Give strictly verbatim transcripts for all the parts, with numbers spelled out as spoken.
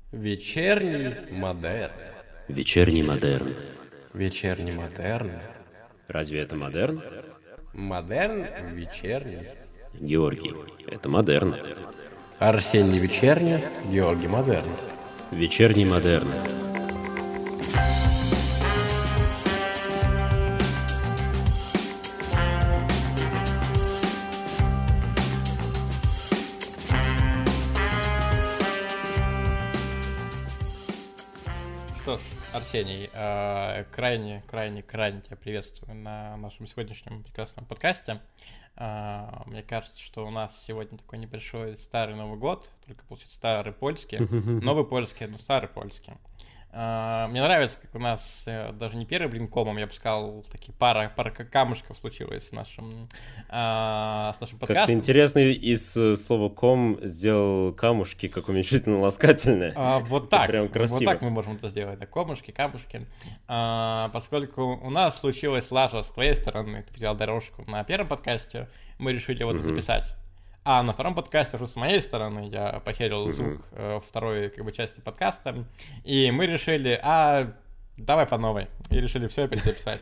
Вечерний модерн. Вечерний модерн. Вечерний модерн. Разве это модерн? Модерн вечерний. Георгий, это модерн. Арсений вечерний, Георгий модерн. Вечерний модерн. Что ж, Арсений, э, крайне, крайне, крайне тебя приветствую на нашем сегодняшнем прекрасном подкасте. Э, Мне кажется, что у нас сегодня такой небольшой старый Новый год, только получается старый польский, новый польский, но старый польский. Э, Мне нравится, как у нас э, даже не первый блин комом, я бы сказал, такие пара, пара камушков случилось с нашим, э, с нашим Как ты подкастом. интересно из э, слова «ком» сделал камушки, как уменьшительно-ласкательное. А, вот Это так, прям вот красиво. так мы можем это сделать, да, комушки, камушки. А, поскольку у нас случилась лажа с твоей стороны, ты потерял дорожку на первом подкасте, мы решили вот Мгм. записать. А на втором подкасте уже с моей стороны я похерил Мгм. звук э, второй как бы части подкаста, и мы решили, а давай по новой, и решили все перезаписать.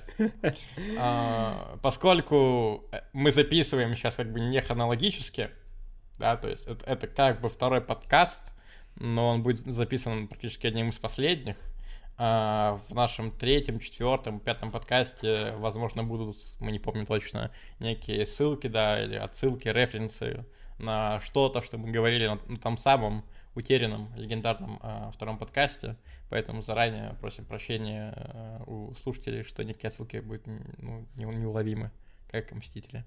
А, Поскольку мы записываем сейчас как бы не хронологически, да, то есть это, это как бы второй подкаст, но он будет записан практически одним из последних. А в нашем третьем, четвертом, пятом подкасте, возможно, будут, мы не помним точно, некие ссылки, да, или отсылки, референсы на что-то, что мы говорили на, на том самом утерянном, легендарном а, втором подкасте. Поэтому заранее просим прощения а, у слушателей, что некие отсылки будут ну, не- неуловимы, как Мстители.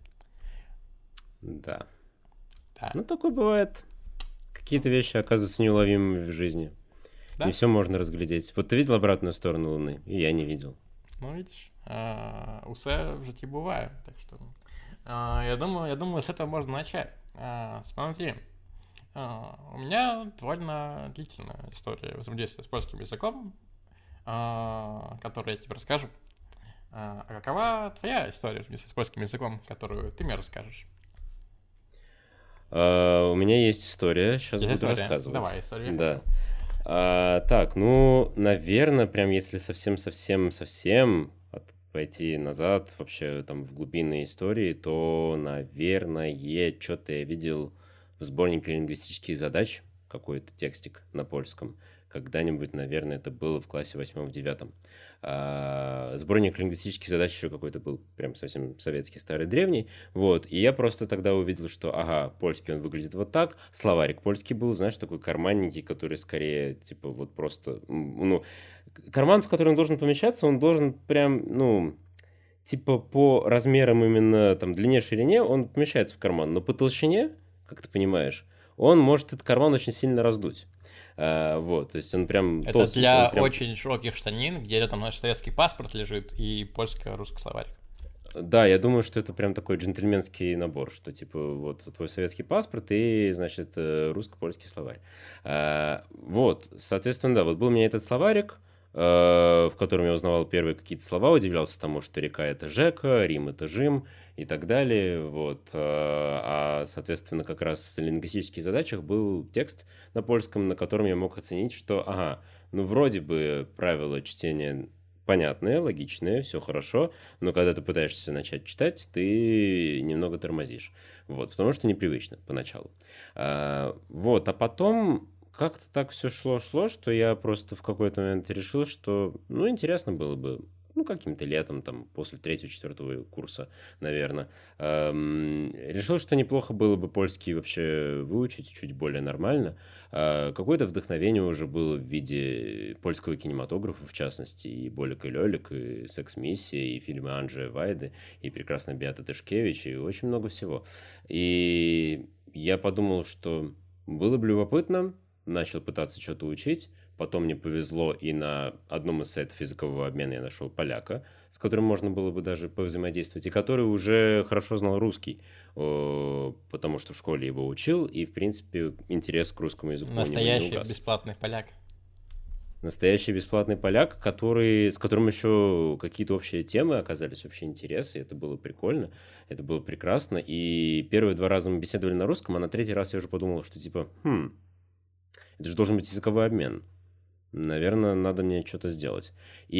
Да. Да. Ну, такое бывает. Какие-то вещи оказываются неуловимыми в жизни. Да? Не все можно разглядеть. Вот ты видел обратную сторону Луны? И я не видел. Ну, видишь, а, усе в житті буває, так что а, я думаю, я думаю, с этого можно начать. А, Смотри, а, у меня довольно длительная история взаимодействия с польским языком, а, которую я тебе расскажу. А а какова твоя история взаимодействия с польским языком, которую ты мне расскажешь? А, у меня есть история, сейчас Есть буду история? рассказывать. Давай, история. Да. А, так, ну, наверное, прям если совсем-совсем-совсем от- пойти назад, вообще там в глубинные истории, то, наверное, что-то я видел в сборнике лингвистических задач, какой-то текстик на польском. Когда-нибудь, наверное, это было в классе восьмом-девятом. Сборник лингвистических задач еще какой-то был прям совсем советский, старый, древний. Вот, и я просто тогда увидел, что, ага, польский он выглядит вот так, словарик польский был, знаешь, такой карманненький, который скорее, типа, вот просто, м, ну, к- карман, в который он должен помещаться, он должен прям, ну, типа, по размерам именно, там, длине, ширине, он помещается в карман, но по толщине, как ты понимаешь, он может этот карман очень сильно раздуть. А, вот, то есть он прям Это толстенький, для он прям... очень широких штанин, где рядом наш советский паспорт лежит и польско-русский словарик. Да, я думаю, что это прям такой джентльменский набор, что типа вот твой советский паспорт и, значит, э, русско-польский словарь. А, вот, соответственно, да, вот был у меня этот словарик, э, в котором я узнавал первые какие-то слова, удивлялся тому, что река — это Жека, Рим — это Жим и так далее, вот. А, а, соответственно, как раз в лингвистических задачах был текст на польском, на котором я мог оценить, что, ага, ну вроде бы правила чтения понятные, логичные, все хорошо, но когда ты пытаешься начать читать, ты немного тормозишь. Вот, потому что непривычно поначалу. А, вот, а потом как-то так все шло-шло, что я просто в какой-то момент решил, что, ну, интересно было бы, ну, каким-то летом, там, после третьего-четвертого курса, наверное, решил, что неплохо было бы польский вообще выучить чуть более нормально. А, Какое-то вдохновение уже было в виде польского кинематографа, в частности, и Болик и Лёлик, и «Секс-миссия», и фильмы Анджея Вайды, и прекрасно Беата Тышкевич, и очень много всего. И я подумал, что было бы любопытно, начал пытаться что-то учить. Потом мне повезло, и на одном из сайтов языкового обмена я нашел поляка, с которым можно было бы даже повзаимодействовать, и который уже хорошо знал русский, о, потому что в школе его учил, и, в принципе, интерес к русскому языку у него не Настоящий угас. бесплатный поляк. Настоящий бесплатный поляк, который, с которым еще какие-то общие темы оказались, общие интересы, это было прикольно, это было прекрасно, и первые два раза мы беседовали на русском, а на третий раз я уже подумал, что типа, хм, Это же должен быть языковой обмен. Наверное, надо мне что-то сделать.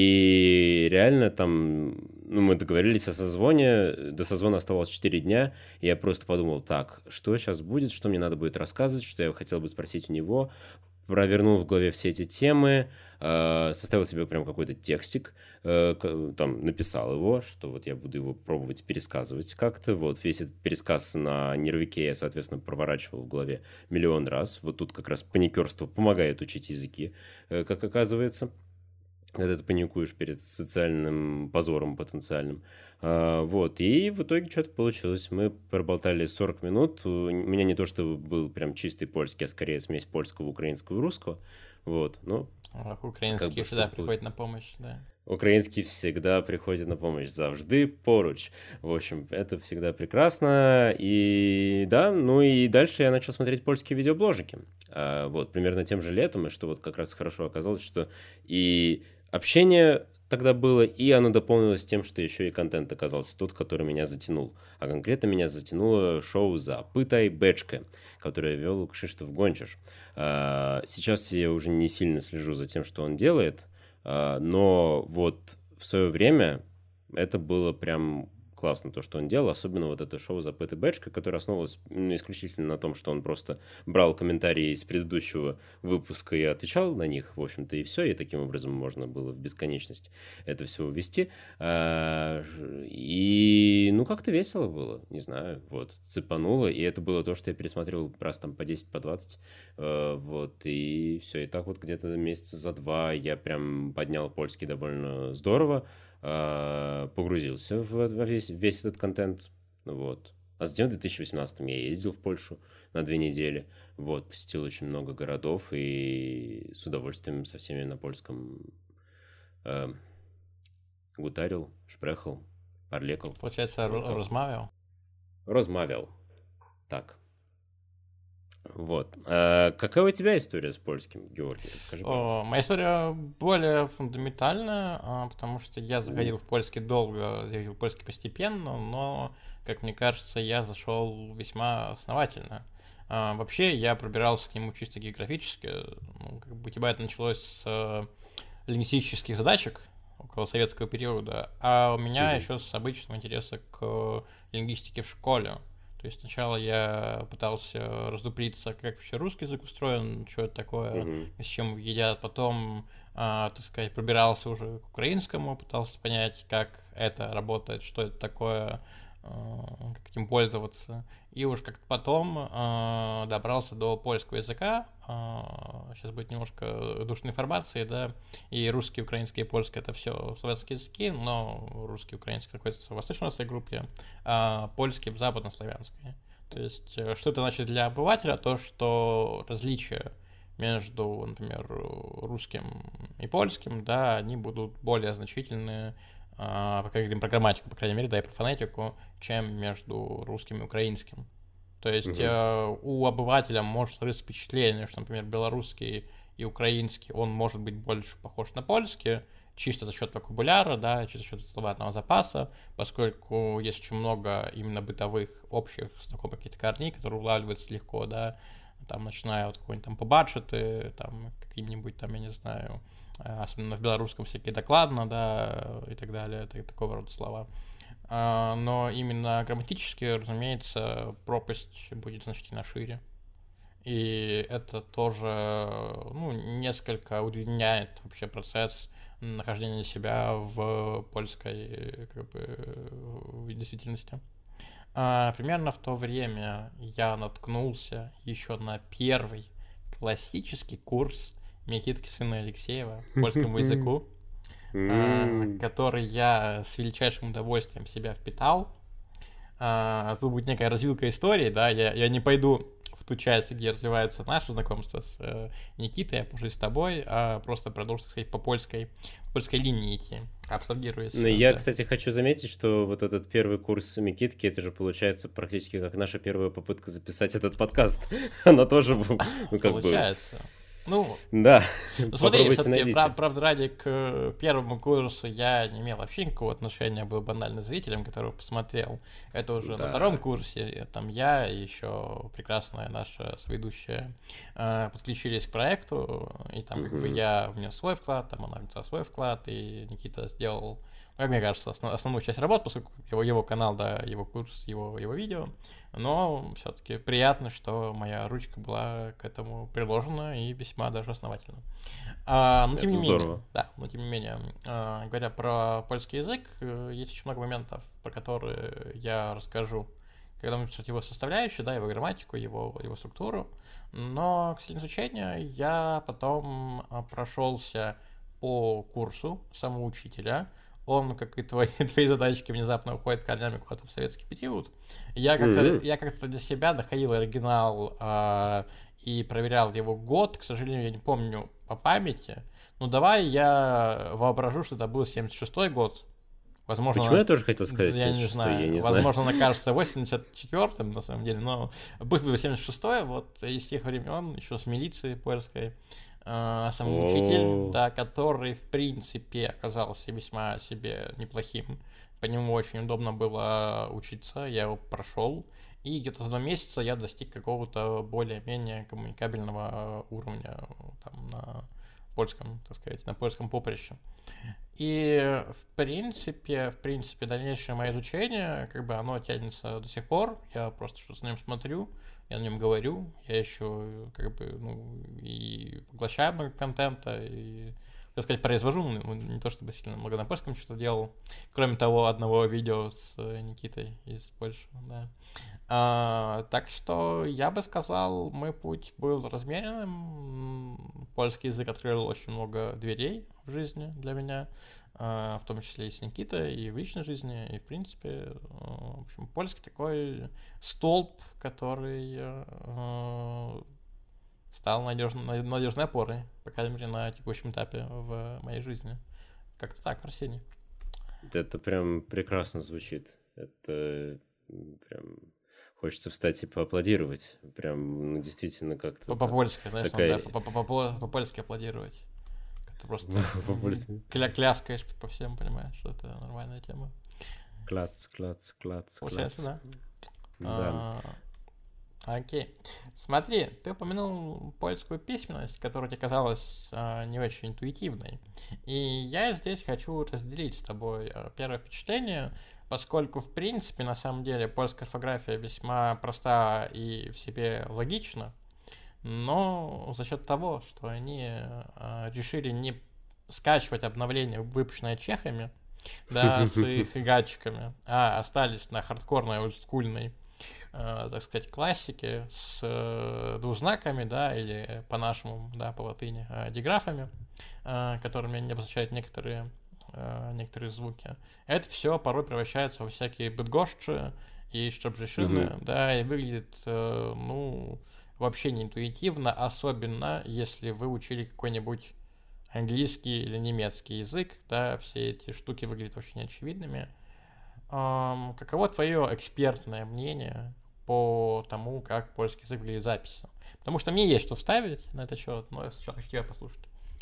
И реально там, ну, мы договорились о созвоне, до созвона оставалось четыре дня, и я просто подумал, так, что сейчас будет, что мне надо будет рассказывать, что я хотел бы спросить у него, провернул в голове все эти темы, э, составил себе прям какой-то текстик, э, к- там написал его, что вот я буду его пробовать пересказывать как-то. Вот весь этот пересказ на нервике я, соответственно, проворачивал в голове миллион раз. Вот тут как раз паникерство помогает учить языки, э, как оказывается, когда ты паникуешь перед социальным позором потенциальным. А, вот, и в итоге что-то получилось. Мы проболтали сорок минут. У меня не то, что был прям чистый польский, а скорее смесь польского, украинского и русского. Вот, ну, Ох, как украинский бы всегда что-то приходит на помощь, да. Украинский всегда приходит на помощь, завжди поруч. В общем, это всегда прекрасно. И да, ну и дальше я начал смотреть польские видеобложики. А, вот, примерно тем же летом, и что вот как раз хорошо оказалось, что и общение тогда было, и оно дополнилось тем, что еще и контент оказался тот, который меня затянул. А конкретно меня затянуло шоу «Запытай Бечке», которое вел Кшиштоф Гончаш. А, сейчас я уже не сильно слежу за тем, что он делает, а, но вот в свое время это было прям классно, то, что он делал, особенно вот это шоу «Запытай Бечке», которое основывалось ну, исключительно на том, что он просто брал комментарии из предыдущего выпуска и отвечал на них, в общем-то, и все, и таким образом можно было в бесконечность это все увести. А, ж- И, ну, как-то весело было, не знаю, вот, цепануло, и это было то, что я пересматривал раз там по десять, по двадцать, э, вот, и все, и так вот где-то месяца за два я прям поднял польский довольно здорово, а, погрузился в, во весь, весь этот контент, вот. А затем в две тысячи восемнадцатом я ездил в Польшу на две недели, вот, посетил очень много городов и с удовольствием со всеми на польском э, гутарил, шпрехал, парлекал, Получается, вот ро- как. размовил. Розмовил. Так, вот. А какая у тебя история с польским, Георгий? Расскажи, О, пожалуйста. моя история более фундаментальная, а, потому что я У, заходил в польский долго, заходил в польский постепенно, но, как мне кажется, я зашел весьма основательно. А, вообще, я пробирался к нему чисто географически. Ну, как бы у тебя это началось с э, лингвистических задачек около советского периода, а у меня Мгм. еще с обычного интереса к лингвистике в школе. То есть сначала я пытался раздуплиться, как вообще русский язык устроен, что это такое, Мгм. с чем едят. Потом, а, так сказать, пробирался уже к украинскому, пытался понять, как это работает, что это такое, а, как этим пользоваться. И уж как-то потом а, добрался до польского языка. А, сейчас будет немножко душной информации, да. И русский, украинский и польский — это все славянские языки, но русский, украинский находится в восточно-русской группе, а польский в западнославянской. То есть, э, что это значит для обывателя? То, что различия между, например, русским и польским, да, они будут более значительны, а, пока говорим про грамматику, по крайней мере, да, и про фонетику, чем между русским и украинским. То есть Мгм. э, у обывателя может сложиться впечатление, что, например, белорусский и украинский, он может быть больше похож на польский, чисто за счет вокабуляра, да, чисто за счет словарного запаса, поскольку есть очень много именно бытовых, общих, знакомых каких-то корней, которые улавливаются легко, да, там, начиная от какой-нибудь там побачити, там, каким-нибудь там, я не знаю, э, особенно в белорусском всякие докладно, да, и так далее, это такого рода слова. А, но именно грамматически, разумеется, пропасть будет значительно шире. И это тоже, ну, несколько удлиняет вообще процесс нахождения себя в польской, как бы, в действительности. А, примерно в то время я наткнулся еще на первый классический курс Микитки сына Алексеева по польскому языку, а, М. который я с величайшим удовольствием в себя впитал. А, тут будет некая развилка истории, да, я, я не пойду в ту часть, где развивается наше знакомство с э, Никитой, а позже с тобой, а просто продолжу, так сказать, по польской, по польской линии идти, абстрагируясь, Ну, э, я, да. кстати, хочу заметить, что вот этот первый курс Микитки, это же получается практически как наша первая попытка записать этот подкаст. Она тоже, был, ну, как бы, Получается. Ну, да. Ну, смотри, все-таки, правда, ради к первому курсу я не имел вообще никакого отношения, был банально зрителем, который посмотрел. Это уже да. на втором курсе, там я и еще прекрасная наша соведущая э, подключились к проекту, и там mm-hmm. как бы я внес свой вклад, там она внесла свой вклад, и Никита сделал, как мне кажется, основ, основную часть работы, поскольку его, его канал, да, его курс, его, его видео. Но все-таки приятно, что моя ручка была к этому приложена и весьма даже основательно. А, но, тем не менее, да, но тем не менее, а, говоря про польский язык, есть очень много моментов, про которые я расскажу, когда мы пишем его составляющую, да, его грамматику, его, его структуру. Но к стилю изучения я потом прошелся по курсу самоучителя. Он, как и твои, твои задачки, внезапно уходит корнями куда-то в советский период. Я как-то, mm-hmm. я как-то для себя доходил оригинал э, и проверял его год. К сожалению, я не помню по памяти. Ну, давай я воображу, что это был семьдесят шестой год. Возможно, Почему я тоже хотел сказать я семьдесят шестой, не знаю, я не возможно, знаю. она кажется восемьдесят четвёртым, на самом деле, но был семьдесят шестой, вот из тех времен, еще с милицией польской. Uh, самоучитель, oh. да, который, в принципе, оказался весьма себе неплохим. По нему очень удобно было учиться, я его прошел, и где-то за два месяца я достиг какого-то более-менее коммуникабельного уровня там, на польском, так сказать, на польском поприще. И, в принципе, в принципе, дальнейшее мое изучение, как бы оно тянется до сих пор, я просто что-то с ним смотрю, я на нем говорю, я еще как бы, ну, и поглощаю много контента, и, так сказать, произвожу, ну, не то чтобы сильно много на польском что-то делал, кроме того одного видео с Никитой из Польши, да. А, так что я бы сказал, мой путь был размеренным, польский язык открыл очень много дверей в жизни для меня, в том числе и с Никитой, и в личной жизни, и в принципе, в общем, польский такой столб, который э, стал надежной, надежной опорой, по крайней мере, на текущем этапе в моей жизни. Как-то так, Арсений. Это прям прекрасно звучит. Это прям хочется встать и поаплодировать. Прям, ну, действительно, как-то... По-польски, знаешь, такая... да, по-польски аплодировать. Ты просто кля- кляскаешь по всем, понимаешь, что это нормальная тема. Клац, клац, клац, Получается, клац. да? Да. А, окей. Смотри, ты упомянул польскую письменность, которая тебе казалась а, не очень интуитивной. И я здесь хочу разделить с тобой а, первое впечатление, поскольку, в принципе, на самом деле, польская орфография весьма проста и в себе логична. Но за счет того, что они э, решили не скачивать обновления, выпущенные чехами, да, с их гатчиками, а остались на хардкорной, олдскульной, э, так сказать, классике с э, двузнаками, да, или по-нашему, да, по латыни, э, диграфами, э, которыми они обозначают некоторые, э, некоторые звуки. Это все порой превращается во всякие быдгошчи и щебжешины, mm-hmm. да, и выглядит, э, ну... вообще не интуитивно, особенно если вы учили какой-нибудь английский или немецкий язык, да, все эти штуки выглядят очень очевидными. Эм, каково твое экспертное мнение по тому, как польский язык выглядит в записи? Потому что мне есть что вставить на этот счет, но я сначала хочу тебя послушать.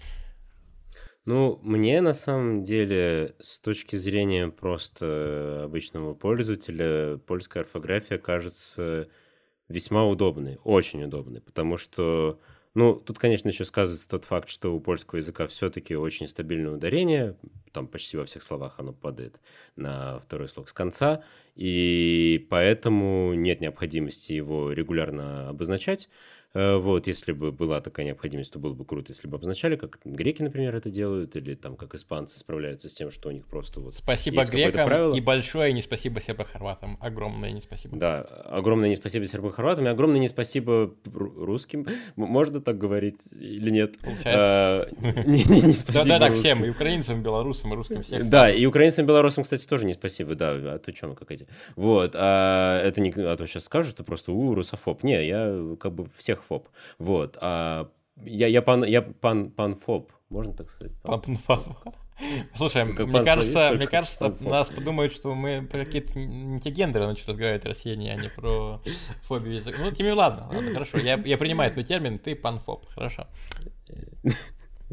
Ну, мне на самом деле, с точки зрения просто обычного пользователя, польская орфография кажется весьма удобный, очень удобный, потому что, ну, тут, конечно, еще сказывается тот факт, что у польского языка все-таки очень стабильное ударение, там почти во всех словах оно падает на второй слог с конца, и поэтому нет необходимости его регулярно обозначать. Вот, если бы была такая необходимость, то было бы круто, если бы обозначали, как греки, например, это делают, или там как испанцы справляются с тем, что у них просто вот... Спасибо грекам и большое не спасибо сербо-хорватам. Огромное не спасибо. Да, огромное не спасибо сербо-хорватам и огромное не спасибо русским. Можно так говорить или нет? Получается. Не спасибо Да-да-да, всем, и украинцам, и белорусам, и русским всем. Да, и украинцам, и белорусам, кстати, тоже не спасибо, да, а то что мы как эти. Вот, а это не... А то сейчас скажут, что просто у, русофоб. Не, я как бы всех фоб. Вот. А я, я, пан, я пан, панфоб. Можно так сказать? Пан, панфоб. Слушай, как мне кажется, мне кажется, нас подумают, что мы про какие-то не те гендеры начали разговаривать в России, а не про фобию языка. Ну, тем и ладно, ладно, хорошо. Я, я принимаю твой термин, ты панфоб. Хорошо.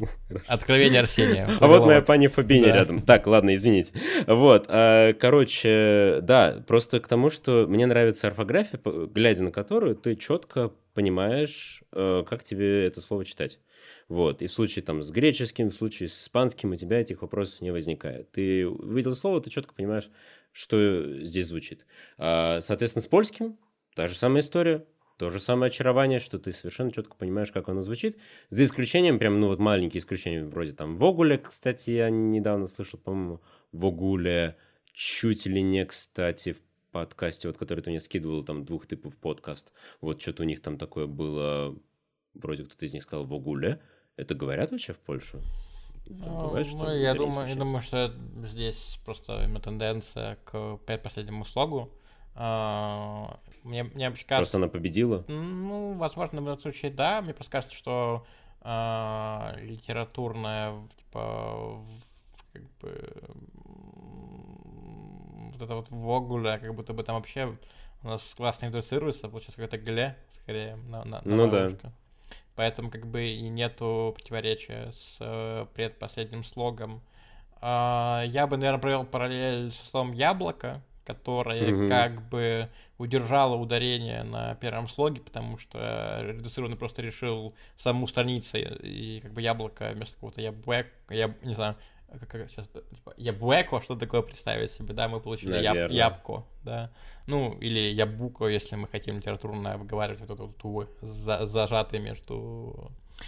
Откровение Арсения. А вот моя пани Фабини Да. рядом. Так, ладно, извините. Вот, а, короче, да, просто к тому, что мне нравится орфография, по- глядя на которую ты четко понимаешь, э, как тебе это слово читать. Вот, и в случае там с греческим, в случае с испанским у тебя этих вопросов не возникает. Ты увидел слово, ты четко понимаешь, что здесь звучит. А, соответственно, с польским та же самая история. То же самое очарование, что ты совершенно четко понимаешь, как оно звучит. За исключением, прям, ну вот маленькие исключения, вроде там Вогуле, кстати, я недавно слышал, по-моему, Вогуле, чуть ли не, кстати, в подкасте, вот который ты мне скидывал, там, двух типов подкаст, вот что-то у них там такое было, вроде кто-то из них сказал Вогуле. Это говорят вообще в Польше? Там Ну, бывает, что ну, я ударение думаю, я смещается? думаю, что здесь просто именно тенденция к предпоследнему слогу. А, Мне, мне вообще Просто кажется, она победила? ну, возможно, в этом случае да. Мне просто кажется, что а, литературная, типа, в- как бы, м, вот это вот вогуля, как будто бы там вообще у нас классно индуцируется, получается какое-то гле, скорее, на, на, Ну новое да. ушко. Поэтому как бы и нету противоречия с э, предпоследним слогом. А, я бы, наверное, провел параллель со словом яблоко, которое Мгм. как бы удержало ударение на первом слоге, потому что редуцированный просто решил саму страницу, и как бы яблоко вместо какого-то яблока, я не знаю, как, как сейчас, типа, яблоко, что такое представить себе, да, мы получили яб, Наверное. ябко, да, ну, или ябуко, если мы хотим литературно выговаривать вот эту вот «у», за- зажатый между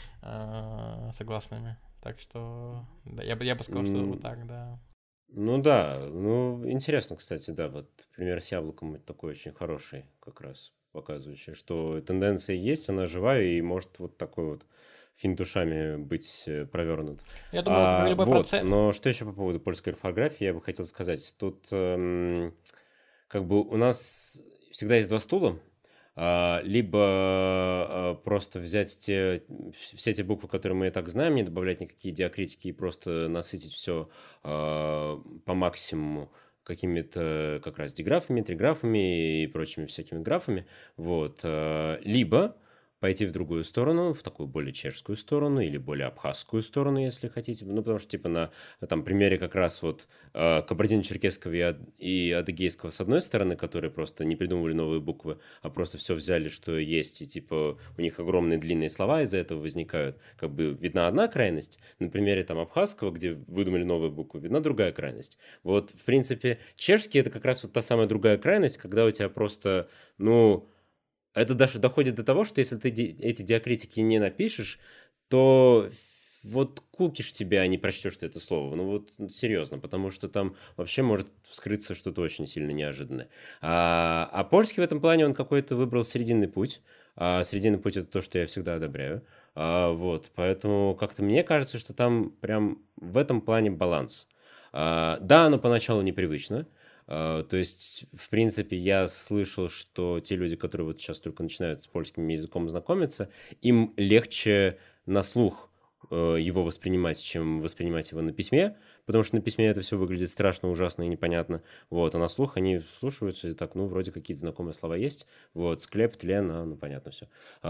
э, согласными. Так что, да, я бы, я бы сказал, что вот М, так, да. Ну да, ну интересно, кстати, да, вот пример с яблоком это такой очень хороший, как раз показывающий, что тенденция есть, она живая и может вот такой вот финт ушами быть э, провернут. Я думаю, как А, любой вот, процесс... но что еще по поводу польской орфографии я бы хотел сказать. Тут эм, как бы у нас всегда есть два стула. А, либо а, просто взять те, вс- все те буквы, которые мы и так знаем, не добавлять никакие диакритики и просто насытить все по максимуму какими-то как раз диграфами, триграфами и прочими всякими графами. Вот. а, Либо пойти в другую сторону, в такую более чешскую сторону или более абхазскую сторону, если хотите. Ну, потому что, типа, на там примере как раз вот э, кабардино-черкесского и, ад- и адыгейского с одной стороны, которые просто не придумывали новые буквы, а просто все взяли, что есть, и типа у них огромные длинные слова из-за этого возникают. Как бы видна одна крайность, на примере там абхазского, где выдумали новые буквы, видна другая крайность. Вот, в принципе, чешский это как раз вот та самая другая крайность, когда у тебя просто, ну, это даже доходит до того, что если ты ди- эти диакритики не напишешь, то вот кукиш тебя, а не прочтешь ты это слово. Ну вот ну, серьезно, потому что там вообще может вскрыться что-то очень сильно неожиданное. А, а польский в этом плане он какой-то выбрал срединный путь. А срединный путь это то, что я всегда одобряю. А, вот, поэтому как-то мне кажется, что там прям в этом плане баланс. А, да, оно поначалу непривычно. А, То есть, в принципе, я слышал, что те люди, которые вот сейчас только начинают с польским языком знакомиться, им легче на слух э, его воспринимать, чем воспринимать его на письме, потому что на письме это все выглядит страшно, ужасно и непонятно. Вот, а на слух они слушаются и так, ну, вроде какие-то знакомые слова есть. Вот, склеп, тлен, а, ну, понятно все.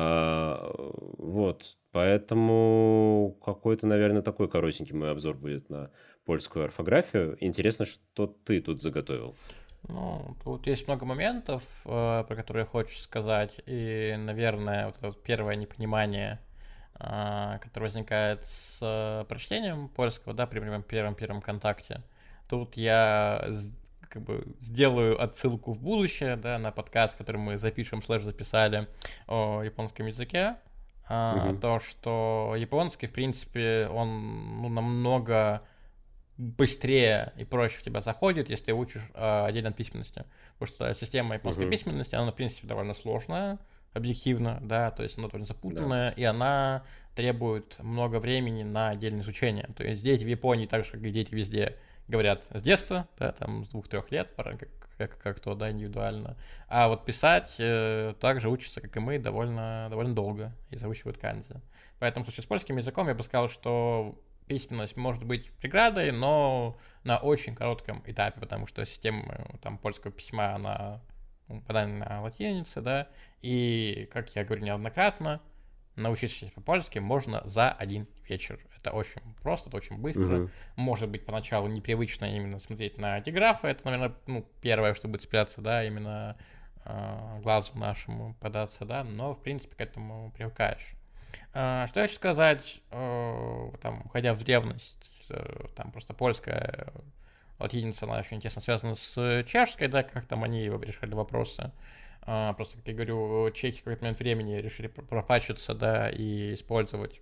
Вот, поэтому какой-то, наверное, такой коротенький мой обзор будет на польскую орфографию. Интересно, что ты тут заготовил. Ну, тут есть много моментов, э, про которые я хочу сказать, и, наверное, вот это вот первое непонимание, а, которое возникает с э, прочтением польского, да, при моем первом-первом контакте. Тут я с- как бы сделаю отсылку в будущее, да, на подкаст, который мы запишем, слэш записали о японском языке. А, Мгм. то, что японский, в принципе, он ну, намного быстрее и проще в тебя заходит, если ты учишь э, отдельно от письменности. Потому что система японской Мгм. письменности, она, в принципе, довольно сложная, объективно, да, то есть она довольно Да. запутанная, и она требует много времени на отдельное изучение. То есть дети в Японии, так же, как и дети везде, говорят с детства, да, там с двух-трех лет, пора- как, как, как то, да, индивидуально. А вот писать э, также учатся, как и мы, довольно, довольно долго и заучивают канзи. Поэтому в случае с польским языком я бы сказал, что письменность может быть преградой, но на очень коротком этапе, потому что система э, там польского письма, она ну, подана на латинице, да, и, как я говорю неоднократно, научиться по-польски можно за один вечер. Это очень просто, это очень быстро. Мгм. Может быть, поначалу непривычно именно смотреть на диграфы. Это, наверное, ну, первое, что будет цепляться, да, именно э, глазу нашему податься, да, но, в принципе, к этому привыкаешь. Э, что я хочу сказать, э, там, уходя в древность, э, там просто польская латиница, она очень тесно связана с чешской, да, как там они решали вопросы. Uh, просто, как я говорю, чехи в какой-то момент времени решили пропачиться, да, и использовать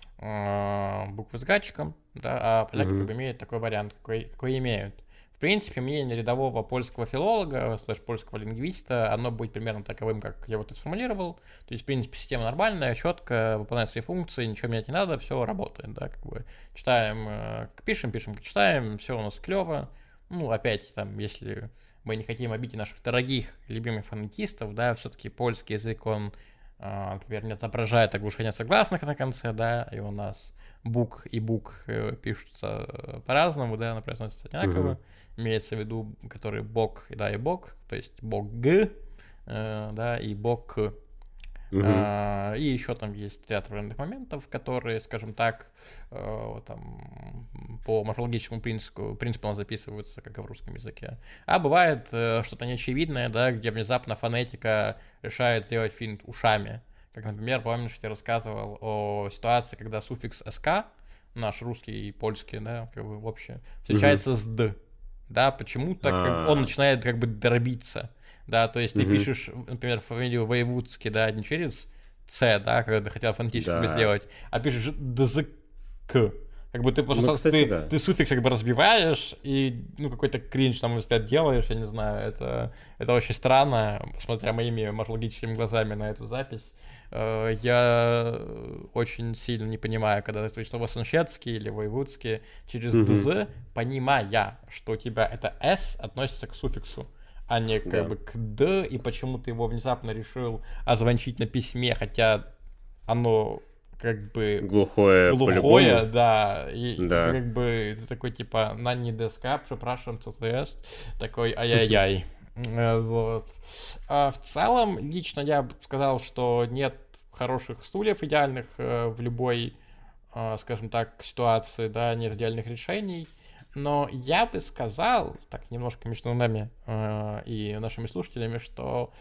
uh, буквы с гачиком, да, а поляки Мгм. как бы имеют такой вариант, какой, какой имеют. В принципе, мнение рядового польского филолога, слэш польского лингвиста, оно будет примерно таковым, как я вот это сформулировал. То есть, в принципе, система нормальная, четко выполняет свои функции, ничего менять не надо, все работает, да, как бы читаем, как пишем, пишем, как читаем, все у нас клево. Ну, опять, там, если мы не хотим обидеть наших дорогих, любимых фонетистов, да, все-таки польский язык, он, э, например, не отображает оглушение согласных на конце, да, и у нас бук и бук э, пишутся по-разному, да, но произносятся одинаково. Мгм. Имеется в виду, который бок, да, и бок, то есть бок г, э, да, и бок. Мгм. А, и еще там есть ряд определенных моментов, которые, скажем так, э, там, по морфологическому принципу, принципу у нас записываются, как и в русском языке. А бывает э, что-то неочевидное, да, где внезапно фонетика решает сделать финт ушами. Как, например, помнишь, я рассказывал о ситуации, когда суффикс sk, наш русский и польский, да, как бы общее, встречается с д. Да, почему-то как бы он А. начинает как бы дробиться. Да, то есть ты Мгм. пишешь, например, фамилию Воевудский, да, не через С, да, когда ты хотел фонетически бы Да. сделать, а пишешь ДЗК. Как бы ты просто Ну, сам- кстати, ты, да. ты суффикс как бы разбиваешь и, ну, какой-то кринж, на мой взгляд, делаешь, я не знаю, это, это очень странно, смотря моими морфологическими глазами на эту запись. Э, Я очень сильно не понимаю, когда ты слышишь слово Саншетский или Воевудский через Мгм. ДЗ, понимая, что у тебя это С относится к суффиксу, а не как Да. бы к Д, и почему ты его внезапно решил озвончить на письме, хотя оно как бы Глухое, глухое, по-любому. да, и, и Да. как бы ты такой типа на не деска, прzepraszam, co to jest, такой ай-яй-яй. Э, Вот. А в целом, лично я бы сказал, что нет хороших стульев идеальных э, в любой, э, скажем так, ситуации, да, нет идеальных решений. Но я бы сказал, так, немножко между нами э, и нашими слушателями, что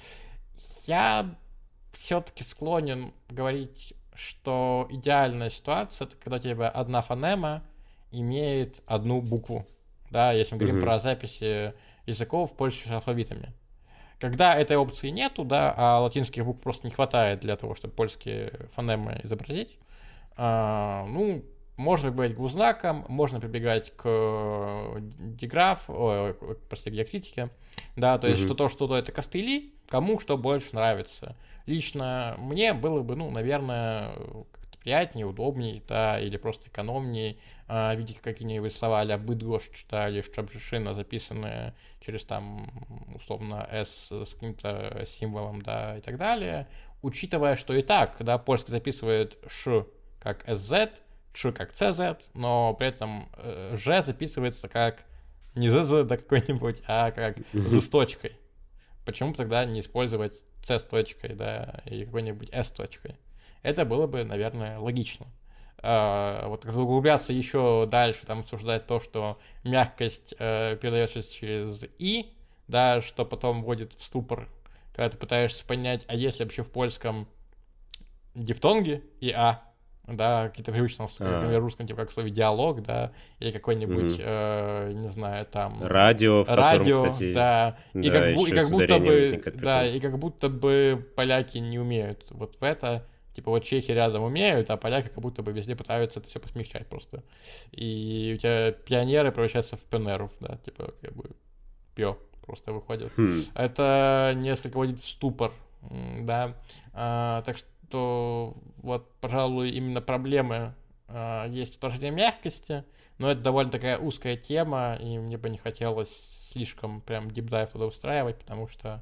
я все-таки склонен говорить, что идеальная ситуация — это когда у тебя одна фонема имеет одну букву. Да, если мы говорим Мгм. про записи языков, пользующихся алфавитами. Когда этой опции нету, да, а латинских букв просто не хватает для того, чтобы польские фонемы изобразить, а, ну, можно прибегать к двузнакам, можно прибегать к диграф, ой, прости, к диакритике, да, то есть Мгм. что-то, что-то это костыли, кому что больше нравится. Лично мне было бы, ну, наверное, как-то приятнее, удобнее, да, или просто экономнее а, видеть какие-нибудь слова а-ля «быдгощ», да, или «шчабжишина», записанные через там, условно, «с» с каким-то символом, да, и так далее, учитывая, что и так, да, польский записывает «ш» как «эс зет», «ч» как «цэ зет», но при этом э, «ж» записывается как не «зз», да, какой-нибудь, а как «з» с точкой. Почему бы тогда не использовать «c» с точкой, да, и какой-нибудь «s» с точкой? Это было бы, наверное, логично. А, вот когда углубляться еще дальше, там обсуждать то, что мягкость э, передается через «и», да, что потом вводит в ступор, когда ты пытаешься понять, а если вообще в польском дифтонги и «а», да, какие-то привычные, например, в русском, типа как в слове «диалог», да, или какой-нибудь, Мгм. э, не знаю, там... Радио, в котором, радио, кстати, да, и да, как, бу- и еще как с будто ударением бы, возникает да, прикол. и как будто бы поляки не умеют вот в это, типа вот чехи рядом умеют, а поляки как будто бы везде пытаются это все посмягчать просто. И у тебя пионеры превращаются в пионеров, да, типа как бы пё просто выходит. Хм. Это несколько вводит в ступор, м, да, А, так что вот, пожалуй, именно проблемы а, есть отражение мягкости, но это довольно такая узкая тема, и мне бы не хотелось слишком прям дипдайв туда устраивать, потому что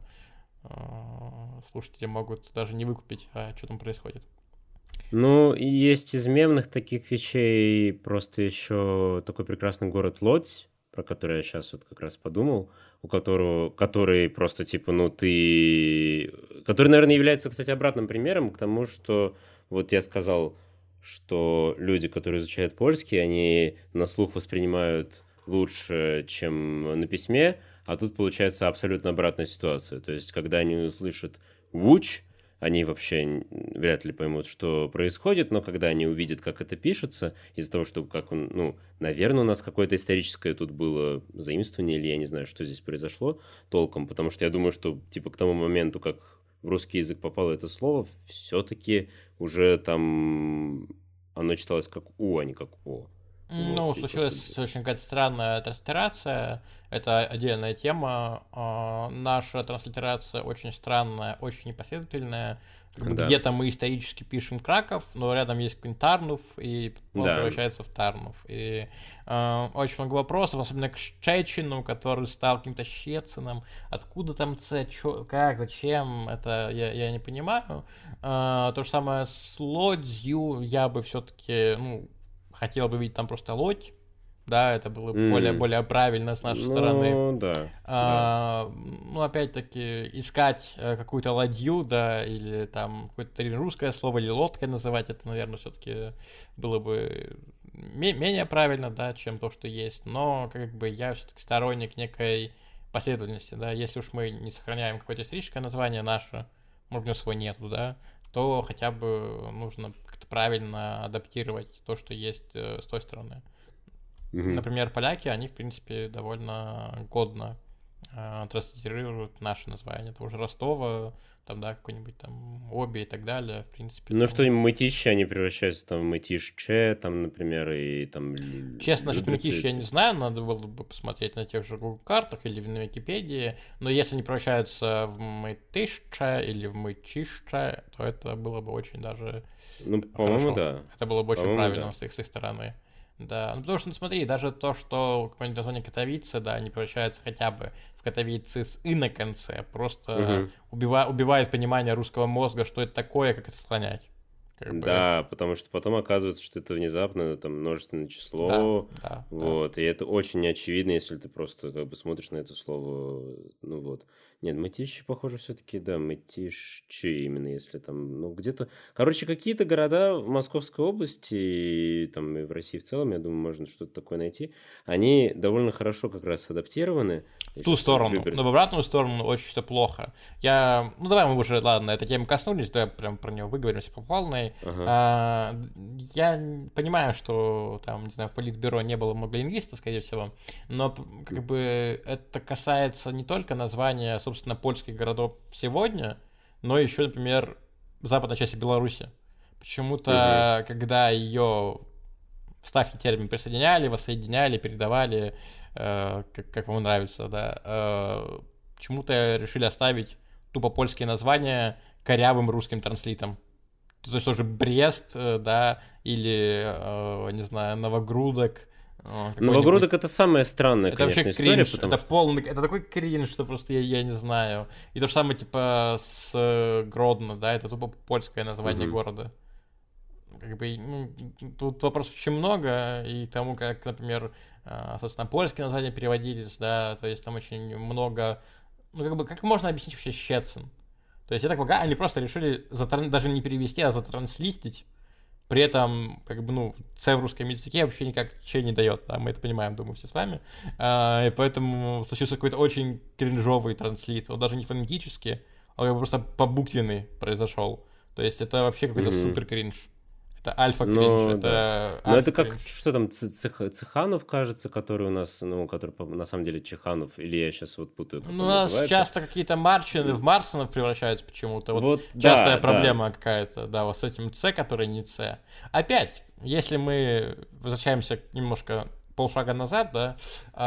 а, слушатели могут даже не выкупить, а что там происходит. Ну, и есть из мемных таких вещей просто еще такой прекрасный город Лодзь, про который я сейчас вот как раз подумал, у которого, который просто типа, ну ты, который, наверное, является, кстати, обратным примером к тому, что вот я сказал, что люди, которые изучают польский, они на слух воспринимают лучше, чем на письме, а тут получается абсолютно обратная ситуация. То есть, когда они услышат «вуч», они вообще вряд ли поймут, что происходит, но когда они увидят, как это пишется, из-за того, что, как он, ну, наверное, у нас какое-то историческое тут было заимствование, или я не знаю, что здесь произошло толком, потому что я думаю, что, типа, к тому моменту, как в русский язык попало это слово, все-таки уже там оно читалось как «у», а не как «о». Ну, Вот, случилась очень какая-то странная транслитерация. Это отдельная тема. А, наша транслитерация очень странная, очень непоследовательная. Как бы Да. где-то мы исторически пишем Краков, но рядом есть какой-нибудь Тарнув, и он Да. превращается в Тарнув. И а, очень много вопросов, особенно к Щечину, который стал каким-то Щецином. Откуда там Ц, чё, как, зачем, это я, я не понимаю. А, то же самое с Лодзью, я бы все-таки, ну, хотел бы видеть там просто лодь, да, это было М. более, более правильно с нашей Ну, стороны. да. да. А, ну, опять-таки, искать э, какую-то ладью, да, или там какое-то русское слово, или лодкой называть, это, наверное, все-таки было бы ме- менее правильно, да, чем то, что есть. Но, как бы, я все-таки сторонник некой последовательности, да, если уж мы не сохраняем какое-то историческое название наше, может, у него свой нету, да, то хотя бы нужно как-то правильно адаптировать то, что есть э, с той стороны. Мгм. Например, поляки, они, в принципе, довольно годно э, транслитерируют наши названия. Это уже Ростова, там, да, какой-нибудь там Оби и так далее, в принципе. Ну, там- что-нибудь мытищи, они превращаются там в мытищ-че, там, например, и там... лю- Честно, насчет Люберцы мытищ я эти. не знаю, надо было бы посмотреть на тех же Google картах или на Википедии, но если они превращаются в мытышча или в мытчища, то это было бы очень даже Ну, по-моему, хорошо. да. Это было бы очень По-моему, правильно да. с их, с их стороны. Да, ну потому что, ну смотри, даже то, что какое-нибудь название Катовице, да, не превращается хотя бы в Катовице с «и» на конце, просто Мгм. убива- убивает понимание русского мозга, что это такое, как это склонять. Как бы, Да, потому что потом оказывается, что это внезапно там множественное да, число, да, да. вот, и это очень неочевидно, если ты просто как бы смотришь на это слово, ну вот. Нет, мытищи, похоже, все-таки, да, мытищи именно, если там, ну где-то, короче, какие-то города в Московской области и там и в России в целом, я думаю, можно что-то такое найти, они довольно хорошо как раз адаптированы. В Я ту щас там сторону, Любер- но в обратную сторону очень все плохо. Я, ну давай мы уже, ладно, этой темы коснулись, давай прям про нее выговоримся по полной. Ага. А, я понимаю, что там, не знаю, в политбюро не было много лингвистов, скорее всего, но п- как бы это касается не только названия, собственно, польских городов сегодня, но еще, например, западной части Беларуси. Почему-то, когда ее вставки термин присоединяли, воссоединяли, передавали, э, как, как вам нравится, да, э, почему-то решили оставить тупо польские названия корявым русским транслитом. То есть тоже Брест, э, да, или, э, не знаю, Новогрудок. э, какой-нибудь. Новогрудок это самая странная, Это конечно, вообще история, кринж, потому это что... полный, это такой кринж, что просто я, я не знаю. И то же самое, типа, с э, Гродно, да, это тупо польское название Мгм. города. Как бы, ну, тут вопросов очень много, и к тому, как, например, а, собственно, польские названия переводились, да, то есть там очень много... Ну, как бы, как можно объяснить вообще Щецин? То есть, я так полагаю, они просто решили затран- даже не перевести, а затранслитить. При этом, как бы, ну, «ц» в русском языке вообще никак «ч» не дает, да, мы это понимаем, думаю, все с вами. А, и поэтому случился какой-то очень кринжовый транслит. Он даже не фонетически, он как бы просто побуквенный произошел. То есть, это вообще какой-то Мгм. супер кринж. Это альфа-кринж, Ну, это да. Ну, это как, архи-кринж. что там, Ц- Цех- Цеханов, кажется, который у нас, ну, который по- на самом деле Чеханов, или я сейчас вот путаю, как Ну, у он нас называется. часто какие-то марчины в Марсонов превращаются почему-то. Вот, Вот, частая да, проблема какая-то, да, вот с этим «ц», который не «ц». Опять, если мы возвращаемся немножко полшага назад, да,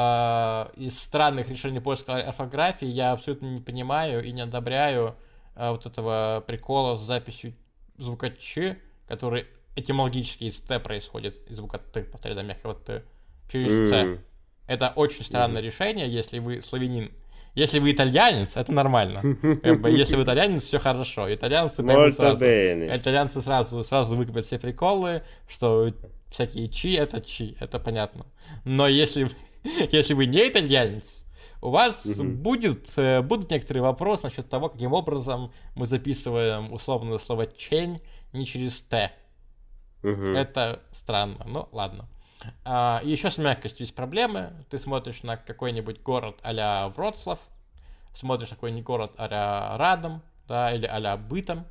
а, из странных решений польской орфографии я абсолютно не понимаю и не одобряю а, вот этого прикола с записью звука «ч», который этимологически из «т» происходит, из звука «т», повторяю, да, мягкого «т», через «ц». М, Это очень странное решение, если вы славянин. Если вы итальянец, это нормально. Как бы, если вы итальянец, все хорошо. Итальянцы поймут Molto сразу. bene. Итальянцы сразу, сразу выкупят все приколы, что всякие чи — это чи, это понятно. Но если, вы- если вы не итальянец, у вас Мгм. будет, э, будут некоторые вопросы насчет того, каким образом мы записываем условное слово «чень» не через «т». Угу. Это странно, ну ладно. А, еще с мягкостью есть проблемы. Ты смотришь на какой-нибудь город а-ля Вроцлав, смотришь на какой-нибудь город а-ля Радом, да, или а-ля Бытом,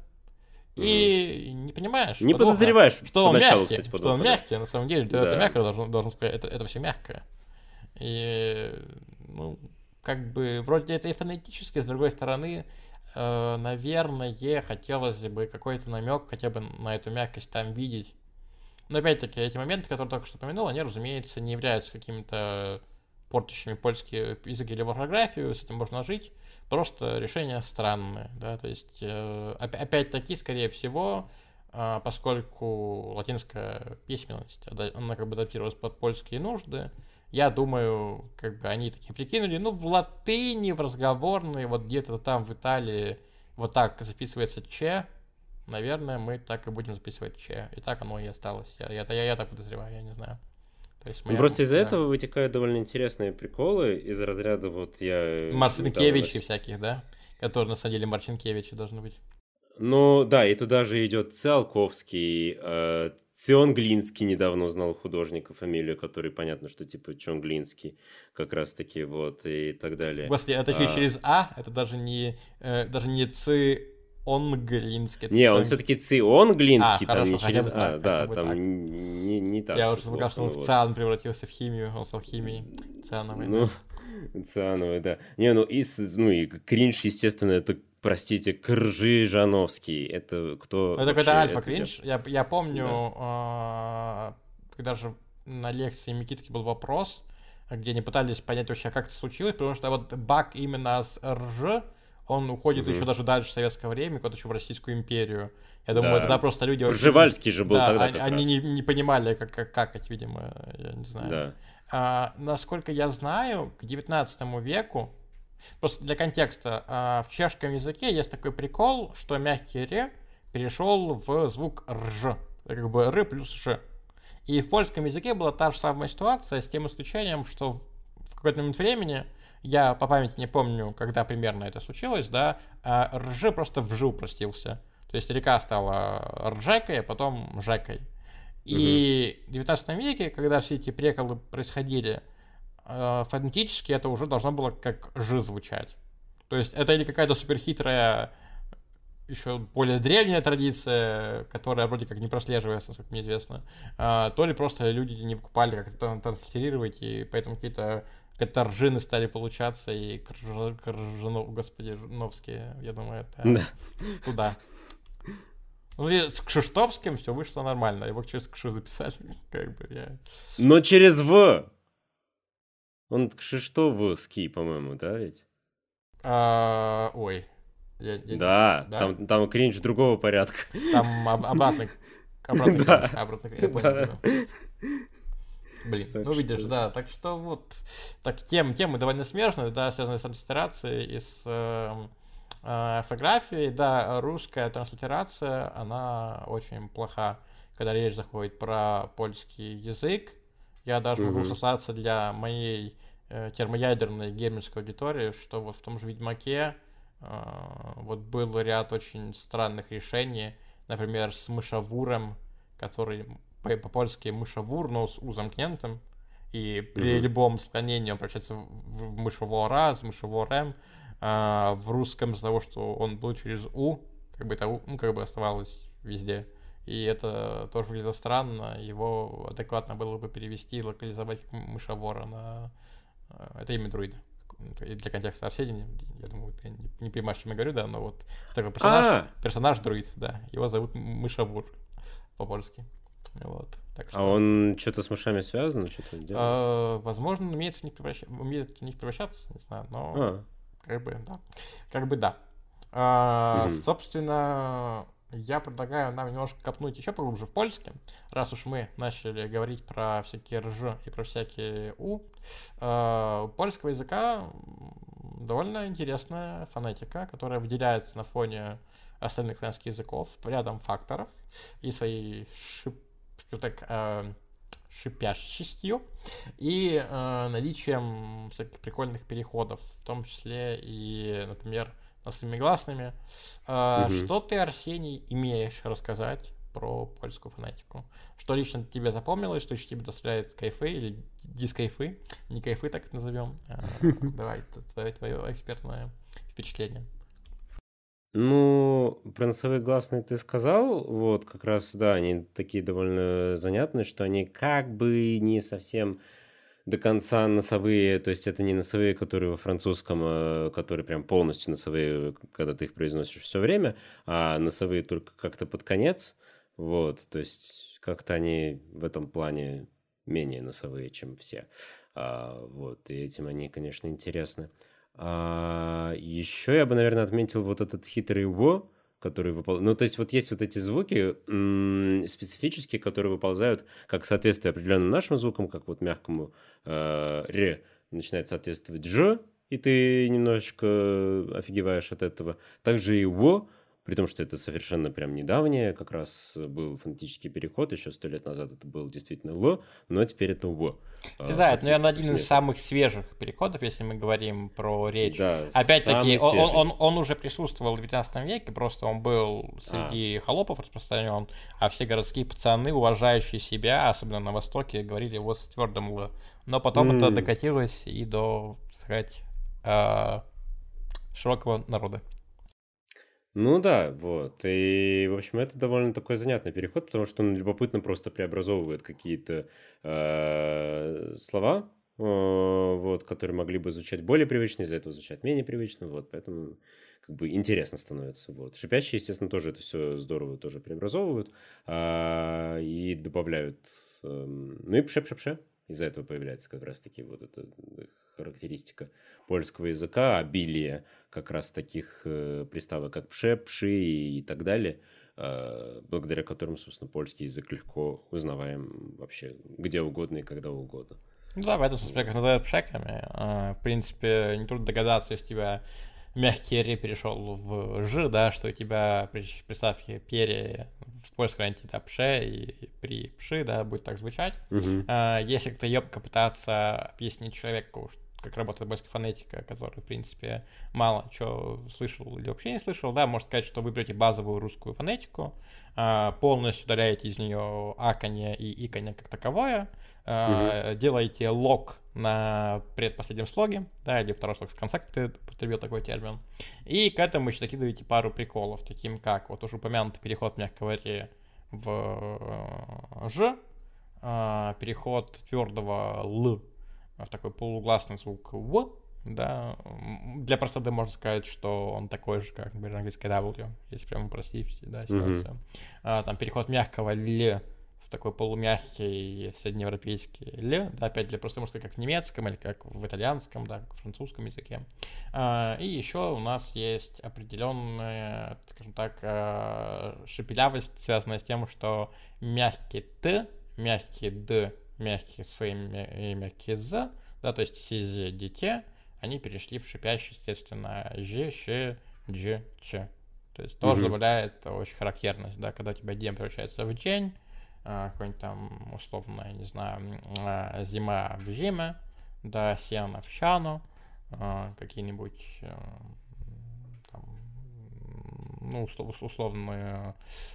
и не понимаешь, Не подвоха, подозреваешь что он поначалу, мягкий, кстати, что он подвоха, да. мягкий, на самом деле, ты Да. это мягко должен, должен сказать, это, это все мягкое. И, ну, как бы, вроде это и фонетически, с другой стороны, э, наверное, хотелось бы какой-то намек хотя бы на эту мягкость там видеть. Но опять-таки, эти моменты, которые только что упомянул, они, разумеется, не являются какими-то портящими польский язык или орфографию, с этим можно жить. Просто решение странное, да, то есть, э, опять-таки, скорее всего, э, поскольку латинская письменность, она как бы адаптировалась под польские нужды, я думаю, как бы они такие прикинули, ну, в латыни, в разговорной, вот где-то там в Италии вот так записывается «че», наверное, мы так и будем записывать «че», и так оно и осталось, я, я, я, я так подозреваю, я не знаю. То есть Ну, моя- просто из-за да. этого вытекают довольно интересные приколы из разряда вот я... Марцинкевичи недавно- всяких, да? Которые на самом деле Марчинкевичи должны быть. Ну, да, и туда же идет Циолковский, э, Ционглинский, недавно узнал художника, фамилию, который, понятно, что типа Чонглинский, как раз-таки, вот, и так далее. Господи, это еще и А, через А, это даже не, э, даже не Ционглинский. это Не, он Цион- все-таки Ционглинский, А, там хорошо, не хотя через бы А, так, да, хотя бы там так. не, не так. Я всё уже сказал, что он плохо, в вот. циан превратился в химию, он стал химией циановой. Ну, Циановый, да. Не, ну и, с- ну и кринж, естественно, это, простите, Кржижановский. Это кто Это вообще какой-то это альфа-кринж. Я, я помню, а, когда же на лекции Микитки был вопрос, где они пытались понять вообще, как это случилось, потому что вот баг именно с РЖ, он уходит Мгм. еще даже дальше в советское время, куда еще в Российскую империю. Я думаю, Да. тогда просто люди... вообще- Пржевальский же был да, тогда они, как они раз. не, не понимали, как, как какать, видимо, я не знаю. Да. А, насколько я знаю, к девятнадцатому веку, просто для контекста, а, в чешском языке есть такой прикол, что мягкий «ре» перешел в звук «рж», как бы «р» плюс «ж». И в польском языке была та же самая ситуация, с тем исключением, что в в какой-то момент времени, я по памяти не помню, когда примерно это случилось, да, а «рж» просто в «ж» упростился. То есть река стала «ржекой», а потом «жекой». И в девятнадцатом веке, когда все эти приколы происходили, э, фонетически это уже должно было как «ж» звучать. То есть это или какая-то суперхитрая, еще более древняя традиция, которая вроде как не прослеживается, насколько мне известно, а, то ли просто люди не покупали, как это транслировать, и поэтому какие-то каторжины стали получаться, и крж- кржано- господи, Жновские, я думаю, это Да. туда. Ну, и с Кшиштовским все вышло нормально, его через Кши записали, как бы я... Но через В. Он Кшиштовский, по-моему, да, ведь? А, ой. Я- я- Да, да? Там, там кринж другого порядка. Там об- обратный, обратный Да. кринж, обратный кринж, я понял Да. тебя. Блин, Так ну видишь, что- да, так что вот, так тем, темы довольно смежные, да, связанные с транслитерацией и с эм, э, орфографией, да, русская транслитерация, она очень плоха, когда речь заходит про польский язык. Я даже могу Мгм. сослаться для моей э, термоядерной геймерской аудитории, что вот в том же Ведьмаке э, вот был ряд очень странных решений, например, с мышавуром, который по- по-польски мышавур, но с у замкнентым, и при Мгм. любом склонении он превращается в в мышавора, с мышаворем. А в русском из-за того, что он был через у, как бы это у, ну, как бы оставалось везде. И это тоже выглядело странно. Его адекватно было бы перевести и локализовать как мышавора на... э, Это имя друида. И для контекста Арсений, я думаю, ты не, не понимаешь, о чем я говорю, да, но вот такой персонаж, А! персонаж друид, да, его зовут Мышавур по-польски. Вот. Так что, А он что-то с мышами связан? Что-то он делает? э, возможно, он умеет в них, превращ- умеет в них превращаться, не знаю, но А, как бы да. Как бы да. А, Мгм. собственно, я предлагаю нам немножко копнуть еще поглубже в польский, раз уж мы начали говорить про всякие рж и про всякие у. А, у польского языка м, довольно интересная фонетика, которая выделяется на фоне остальных славянских языков рядом факторов и своей шип, скажем так, э, шипящестью и э, наличием всяких прикольных переходов, в том числе и, например, носовыми гласными. А, Мгм. что ты, Арсений, имеешь рассказать про польскую фонетику? Что лично тебе запомнилось, что еще тебе доставляет кайфы или дискайфы? Не кайфы, так назовем. А, давай, т- твое, твое экспертное впечатление. Ну, про носовые гласные ты сказал, вот как раз, да, они такие довольно занятные, что они как бы не совсем до конца носовые, то есть это не носовые, которые во французском, э, которые прям полностью носовые, когда ты их произносишь все время, а носовые только как-то под конец, вот, то есть как-то они в этом плане менее носовые, чем все, А, вот, и этим они, конечно, интересны. А, еще я бы, наверное, отметил вот этот хитрый «во», который выпол... Ну, то есть вот есть вот эти звуки м, специфические, которые выползают как соответствие определенным нашим звукам, как вот мягкому э, «ре» начинает соответствовать «ж», и ты немножечко офигеваешь от этого. Также и «во», при том, что это совершенно прям недавнее, как раз был фонетический переход, еще сто лет назад это был действительно «л», но теперь это «во». Ты э, Да, это, наверное, практически один из повсеместно. самых свежих переходов, если мы говорим про речь. Да, Опять-таки, самый он, он, свежий. он- он уже присутствовал в девятнадцатом веке, просто он был А, среди холопов распространен, а все городские пацаны, уважающие себя, особенно на Востоке, говорили вот с твердым «л». Но потом это м. докатилось и до, так сказать, э, широкого народа. Ну да, вот. И, в общем, это довольно такой занятный переход, потому что он любопытно просто преобразовывает какие-то э, слова, э, вот, которые могли бы звучать более привычно, из-за этого звучат менее привычно, вот, поэтому как бы интересно становится, вот. Шипящие, естественно, тоже это все здорово тоже преобразовывают а, и добавляют, эм, ну и пше-пше-пше, из-за этого появляется как раз-таки вот эта характеристика польского языка, обилие как раз таких э, приставок, как пше, пши и так далее, э, благодаря которым, собственно, польский язык легко узнаваем вообще где угодно и когда угодно. Ну да, в этом смысле, Вот. как называют пшеками. А, В принципе, нетрудно догадаться, если у тебя мягкий ре перешел в ж, да, что у тебя при приставке пере в польском варианте это пше, и при пши, да, будет так звучать. Мгм. А, Если как-то емко пытаться объяснить человеку, как работает польская фонетика, который, в принципе, мало чего слышал или вообще не слышал, да, можно сказать, что вы берете базовую русскую фонетику, а, полностью удаляете из нее аканье и иканье как таковое, Мгм. а, делаете лок на предпоследнем слоге, да, или второй слог с конца, как ты употребил такой термин, и к этому еще накидываете пару приколов, таким как вот уже упомянутый переход мягкого ре в э, ж, а, переход твердого л в такой полугласный звук в, да, М, для простоты можно сказать, что он такой же, как, например, английское W, если прям упростить, да, Мгм. ситуацию. А, там переход мягкого л в такой полумягкий среднеевропейский л, да, опять для простоты можно сказать, как в немецком или как в итальянском, да, как в французском языке. А, и еще у нас есть определенная, скажем так, а, шепелявость, связанная с тем, что мягкий т, мягкий д, мягкий с и мя- и мягкий з, да, то есть си, д, т, они перешли в шипящий, естественно, ж, щ, дж, ч. То есть тоже Мгм. добавляет очень характерность, да, когда у тебя день превращается в день, а, какой-нибудь там, условно, я не знаю, м, а, зима в зиме, да, сено в щану, а, какие-нибудь э, там, ну, услов- условные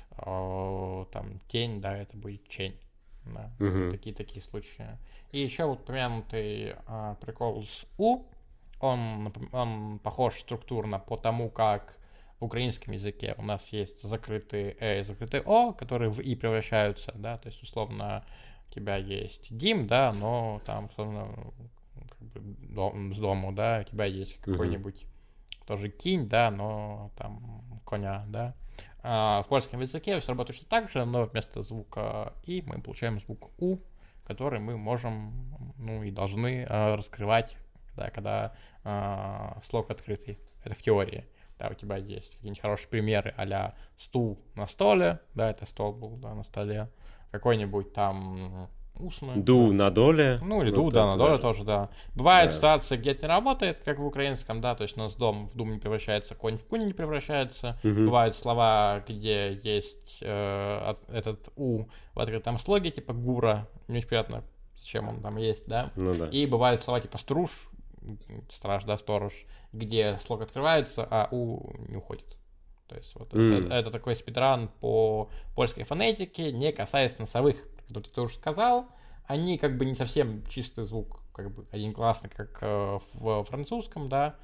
э, там тень, да, это будет чень. Да, Мгм. такие такие случаи. И еще вот упомянутый а, прикол с у, он, напом- он похож структурно по тому, как в украинском языке у нас есть закрытые э и закрытые о, которые в и превращаются, да, то есть условно у тебя есть Дим, да, но там условно как бы дом, с дому, да, у тебя есть Мгм. какой-нибудь тоже кинь, да, но там коня, да. А в польском языке все работает точно так же, но вместо звука и мы получаем звук у, который мы можем, ну и должны а, раскрывать, да, когда а, слог открытый. Это в теории. Да, у тебя есть какие-нибудь хорошие примеры а-ля стул на столе, да, это стол был, да, на столе. Какой-нибудь там усмы, Ду да. на доле, Ну, или ну, ду, то да, на это доле даже, тоже, да. Бывает да. ситуация, где это не работает, как в украинском, да, то есть у нас дом в дум не превращается, конь в кунь не превращается. Мгм. Бывают слова, где есть э, от- этот у в открытом слоге, типа гура, не очень понятно, зачем он там есть, да. Ну да. И бывают слова типа струж, страж, да, сторож, где слог открывается, а у не уходит. То есть вот Mm. это, это такой спидран по польской фонетике, не касаясь носовых, которые ты уже сказал. Они как бы не совсем чистый звук, как бы один классный, как э, в французском, да.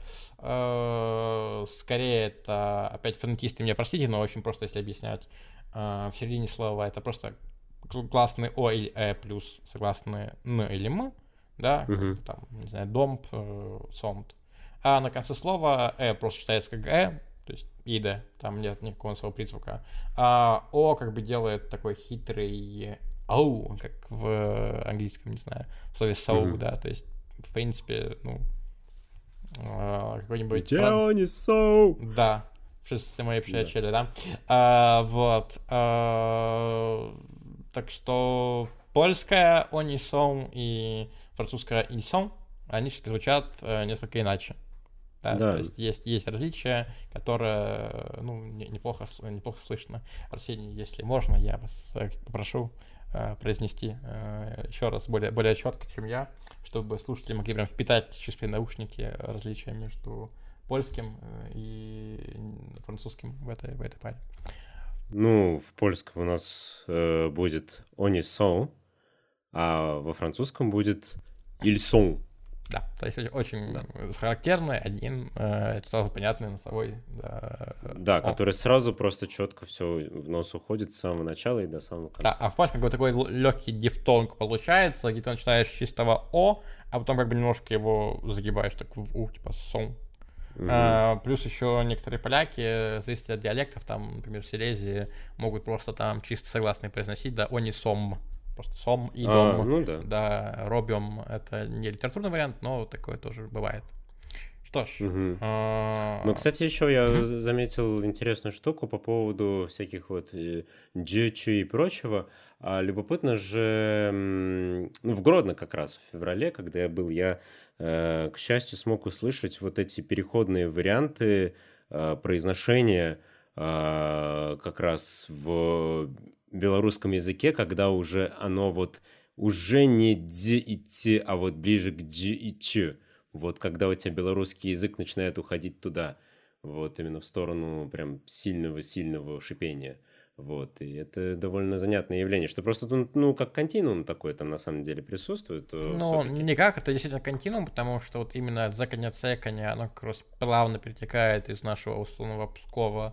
Э, скорее это, опять фонетисты меня простите, но очень просто если объяснять. Э, в середине слова это просто гласные О или Э плюс согласные Н или М, да, Мгм. как, там, не знаю, домп, э, сонд. А на конце слова Э просто читается как Э, то есть иде, там нет никакого носового призвука. А О как бы делает такой хитрый ау, как в английском, не знаю, в слове so, Мгм. да, то есть, в принципе, ну, э, какой-нибудь Где фран- они соу? да, wszyscy мои Да. przyjaciele, да. А, вот. а, так что польская они sont и французская ils sont, они все-таки звучат э, несколько иначе. Да, Да. то есть есть, есть различия, которые, ну, не- неплохо, сл- неплохо слышно. Арсений, если можно, я вас э, попрошу э, произнести э, еще раз более, более четко, чем я, чтобы слушатели могли прям впитать через свои наушники различия между польским э, и французским в этой, в этой паре. Ну, в польском у нас э, будет они sont, а во французском будет ils sont. Да, то есть очень- очень Да. характерный один, э, сразу понятный носовой. Да, Да, о. который сразу просто четко все в нос уходит с самого начала и до самого Да, конца. а в польском какой-то такой легкий дифтонг получается, где ты начинаешь с чистого О, а потом как бы немножко его загибаешь так в У, типа сон. Мгм. А, плюс еще некоторые поляки, зависит от диалектов, там, например, в Силезии, могут просто там чисто согласные произносить, да, они сом, просто сом и А, дом. ну да. Да, робим, это не литературный вариант, но такое тоже бывает. Что ж. Мгм. а, Ну, кстати, еще я Мгм. з- заметил интересную штуку по поводу всяких вот э, джичи и прочего. А любопытно же, м, ну, в Гродно как раз в феврале, когда я был, я, э, к счастью, смог услышать вот эти переходные варианты э, произношения э, как раз в белорусском языке, когда уже оно вот уже не дз и т, а вот ближе к дж и ч. Вот когда у тебя белорусский язык начинает уходить туда, вот именно в сторону прям сильного-сильного шипения. Вот, и это довольно занятное явление, что просто, ну, ну, как континуум такой там на самом деле присутствует Ну, все-таки. никак, это действительно континуум, потому что вот именно дзеканье, цеканье, оно как раз плавно перетекает из нашего условного Пскова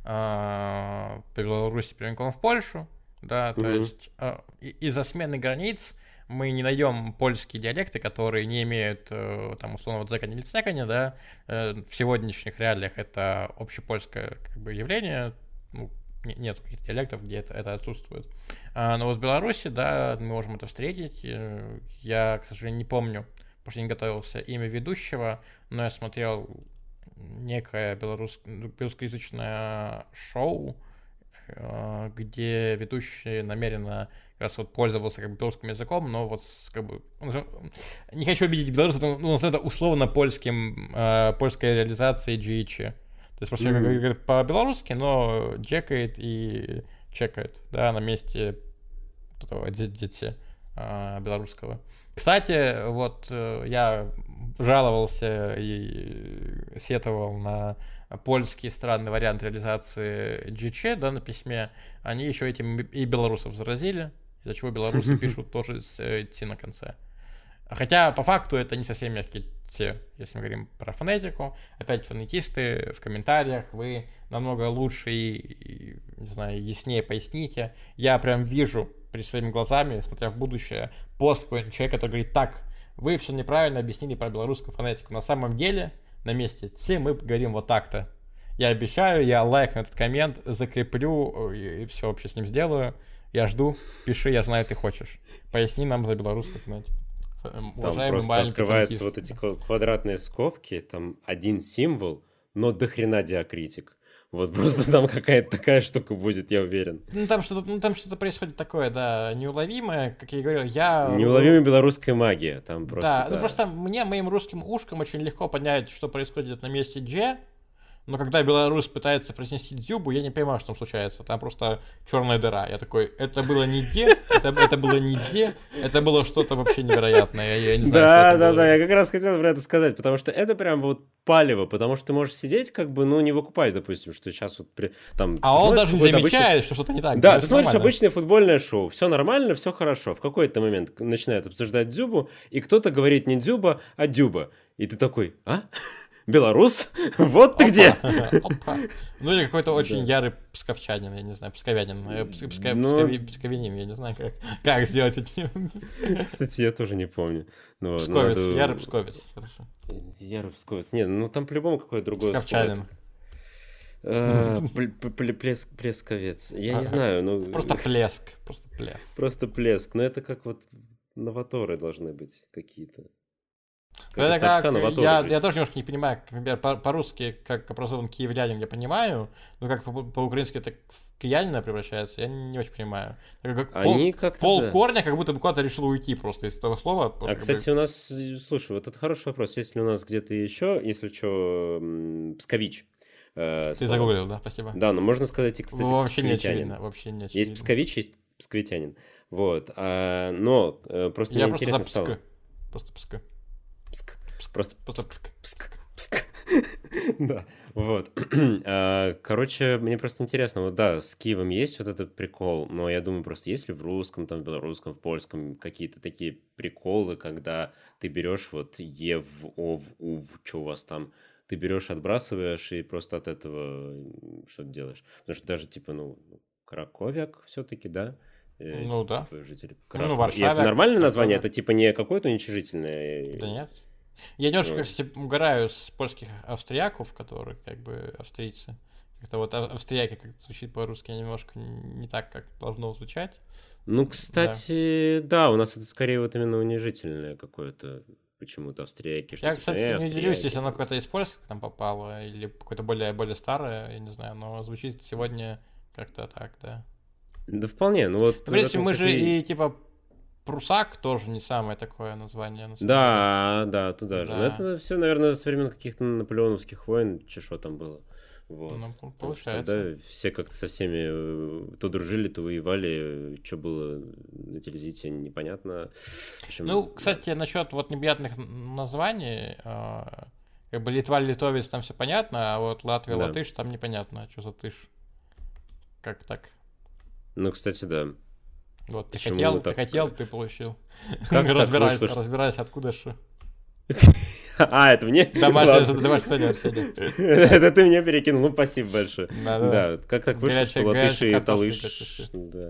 а, по Беларуси прямиком в Польшу, да, то Мгм. есть а, и- из-за смены границ мы не найдем польские диалекты, которые не имеют э, там условного дзеканья или цеканья, да, Э, в сегодняшних реалиях это общепольское как бы явление, ну, не- нет каких-то диалектов, где это, это отсутствует. А, но вот в Беларуси, да, мы можем это встретить. Э, Я, к сожалению, не помню, потому что не готовился, имя ведущего, но я смотрел некое белорус... ну, белорусскоязычное шоу, э, где ведущий намеренно как раз вот пользовался как бы белорусским языком, но вот с, как бы назовем- не хочу обидеть белорусов, но ну, назовем это условно польским, э, польской реализацией джи эйч. То есть просто Мгм. человек говорит по-белорусски, но джекает и чекает, да, на месте вот этого дзе- дети а, белорусского. Кстати, вот э, я жаловался и сетовал на польский странный вариант реализации джи эйч, да, на письме. Они еще этим и белорусов заразили, из-за чего белорусы пишут тоже с э, Т на конце. Хотя, по факту, это не совсем мягкие Т, если мы говорим про фонетику. Опять, фонетисты, в комментариях вы намного лучше и, и, не знаю, яснее поясните. Я прям вижу перед своими глазами, смотря в будущее, пост какой-нибудь человека, который говорит: так, вы все неправильно объяснили про белорусскую фонетику. На самом деле, на месте Т мы говорим вот так-то. Я обещаю, я лайкну этот коммент, закреплю и, и все вообще с ним сделаю. Я жду, пиши, я знаю, ты хочешь. Поясни нам за белорусскую фонетику. Там Уважаемый просто маленький открываются фонетист. вот эти ква- квадратные скобки, там один символ, но дохрена диакритик. Вот просто там какая-то такая штука будет, я уверен. Ну там что-то, ну, там что-то происходит такое, да, неуловимое, как я и говорил, я... Неуловимая белорусская магия, там просто, Да, ну да. просто мне, моим русским ушкам очень легко понять, что происходит на месте G, но когда белорус пытается произнести дзюбу, я не понимаю, что там случается. Там просто черная дыра. Я такой, это было не где, это, это было не где, это было что-то вообще невероятное. Я, я не знаю, Да, что это да, было. да, я как раз хотел про это сказать, потому что это прям вот палево, потому что ты можешь сидеть, как бы, ну, не выкупать, допустим, что сейчас вот при, там... А он даже не замечает, обычный... что что-то не так. Да, Ну, ты это смотришь нормально. обычное футбольное шоу, все нормально, все хорошо. В какой-то момент начинают обсуждать дзюбу, и кто-то говорит не дзюба, а дюба. И ты такой, а? Белорус? Вот ты где! Опа. Ну или какой-то очень Да. ярый псковчанин, я не знаю, псковянин, э, пск- пска- Ну- пскови- псковянин, я не знаю, как, как сделать это. Кстати, я тоже не помню. Ну, вот, Псковец, надо- ярый псковец, хорошо. Ярый псковец. Нет, ну там по-любому какое-то другое слово. Псковчанин. Э, пл- пл- пл- плеск- Плесковец. Я не Ага. знаю, ну... Просто плеск, просто плеск. Просто плеск. Но это как вот новаторы должны быть какие-то. Ну, это из Торжка как, новаторы я, жить. я тоже немножко не понимаю, как, например, по- по-русски, как образован киевлянин, я понимаю, но как по- по-украински это в киянина превращается, я не очень понимаю. Так как пол, Они как-то... пол да. корня как будто бы куда-то решил уйти просто из этого слова. А, просто как кстати, бы- у нас... Слушай, вот это хороший вопрос. Есть ли у нас где-то еще, если что, пскович? э, Ты слово? загуглил, да, спасибо. Да, но можно сказать и, кстати, Вообще не псковитянин. очевидно, вообще не очевидно. Есть пскович, есть псковитянин. Вот. А, но э, просто Я мне просто интересно за стало. пск. Просто пск. Пск. Пск. Просто Просто пск. пск. Пск. Пск. Да. Вот. А, Короче, мне просто интересно, вот да, с Киевом есть вот этот прикол, но я думаю, просто есть ли в русском, там, в белорусском, в польском какие-то такие приколы, когда ты берешь вот Е, в, О, в, У, в, что у вас там, ты берешь, отбрасываешь и просто от этого что-то делаешь. Потому что даже типа, ну, Краковяк все-таки, да? Э, Ну да. типа, жители Ну, Кракова. И Варшавяк, это нормальное как название? тоже. Это типа не какое-то уничижительное? Да нет. Я немножко, Ну. кстати, угораю с польских австрияков, которые как бы австрийцы. Как-то вот ав- австрияки как-то звучит по-русски немножко не так, как должно звучать. Ну, кстати, да. у нас это скорее вот именно унижительное какое-то почему-то австрияки. что Я, типа, кстати, «Э, не австрияки». удивлюсь, если оно какое-то из польских там попало, или какое-то более, более старое, я не знаю, но звучит сегодня как-то так, да. Да вполне, ну вот... В принципе, этом, мы же кстати, и типа прусак тоже не самое такое название. На самом Да, да, туда же. Но Да. это все, наверное, со времен каких-то наполеоновских войн, че что там было. Вот. Ну, по- Потому что получается. тогда все как-то со всеми э, то дружили, то воевали. Что было на телезите, непонятно. В общем, Ну, кстати, насчет вот неприятных н- названий, а, как бы Литва, Литовец, там все понятно, а вот Латвия, Да. Латыш, там непонятно, что за тыш. Как так? Ну, кстати, да. Вот, ты Почему хотел, мы ты так- хотел, ты получил. Как так разбирайся, вышло, что- разбирайся, откуда что. А, это мне? Домашнее, Ладно. домашнее задание сегодня. Это ты мне перекинул, ну спасибо большое. Да-да. Да, как так вышло, Горячая- что латыш горячая и картошка талыш, горячая. да.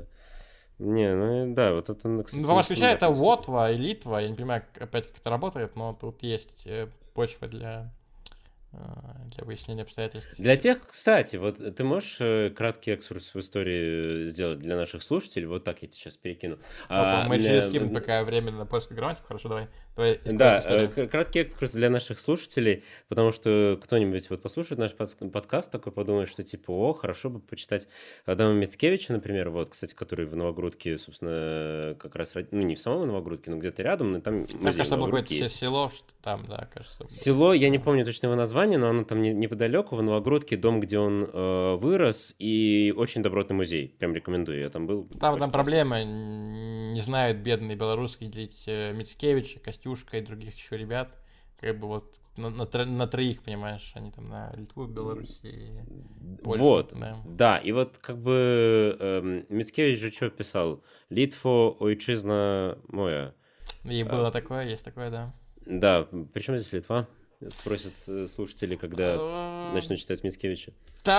Не, ну да, вот это, ну, кстати, Ну, по-моему, это нестандартная история. Лотва и Литва. Я не понимаю, как- опять как это работает, но тут есть э, почва для, э, для выяснения обстоятельств. Для тех, кстати, вот ты можешь э, краткий экскурс в истории сделать для наших слушателей? Вот так я тебе сейчас перекину. Опа, А, мы э, через скинем пока временно на польскую грамматику. Хорошо, давай. Давай искать Да, историю. э, к- краткий экскурс для наших слушателей, потому что кто-нибудь вот послушает наш подс- подкаст такой, подумает, что типа, о, хорошо бы почитать Адама Мицкевича, например, вот, кстати, который в Новогрудке, собственно, как раз, род- ну, не в самом Новогрудке, но где-то рядом, но там Мне музей кажется, в было какое-то Новогрудке се- есть. село, что там, да, кажется. было. Село, я не помню точно его название, но оно там не- неподалеку, в Новогрудке, дом, где он э, вырос, и очень добротный музей. Прям рекомендую, я там был. Там, очень там классно. проблема, н- не знают бедные белорусские делить э, Мицкевича, Костюшка и других еще ребят. Как бы вот на, на тро- на троих, понимаешь, они там на Литву, Беларусь и Польшу. Вот, Да. да, и вот как бы эм, Мицкевич же что писал? «Литво, ойчизна моя». И было такое, есть такое, да. Да, причем здесь Литва? Спросят э, слушатели, когда Э, начнут читать Мицкевича.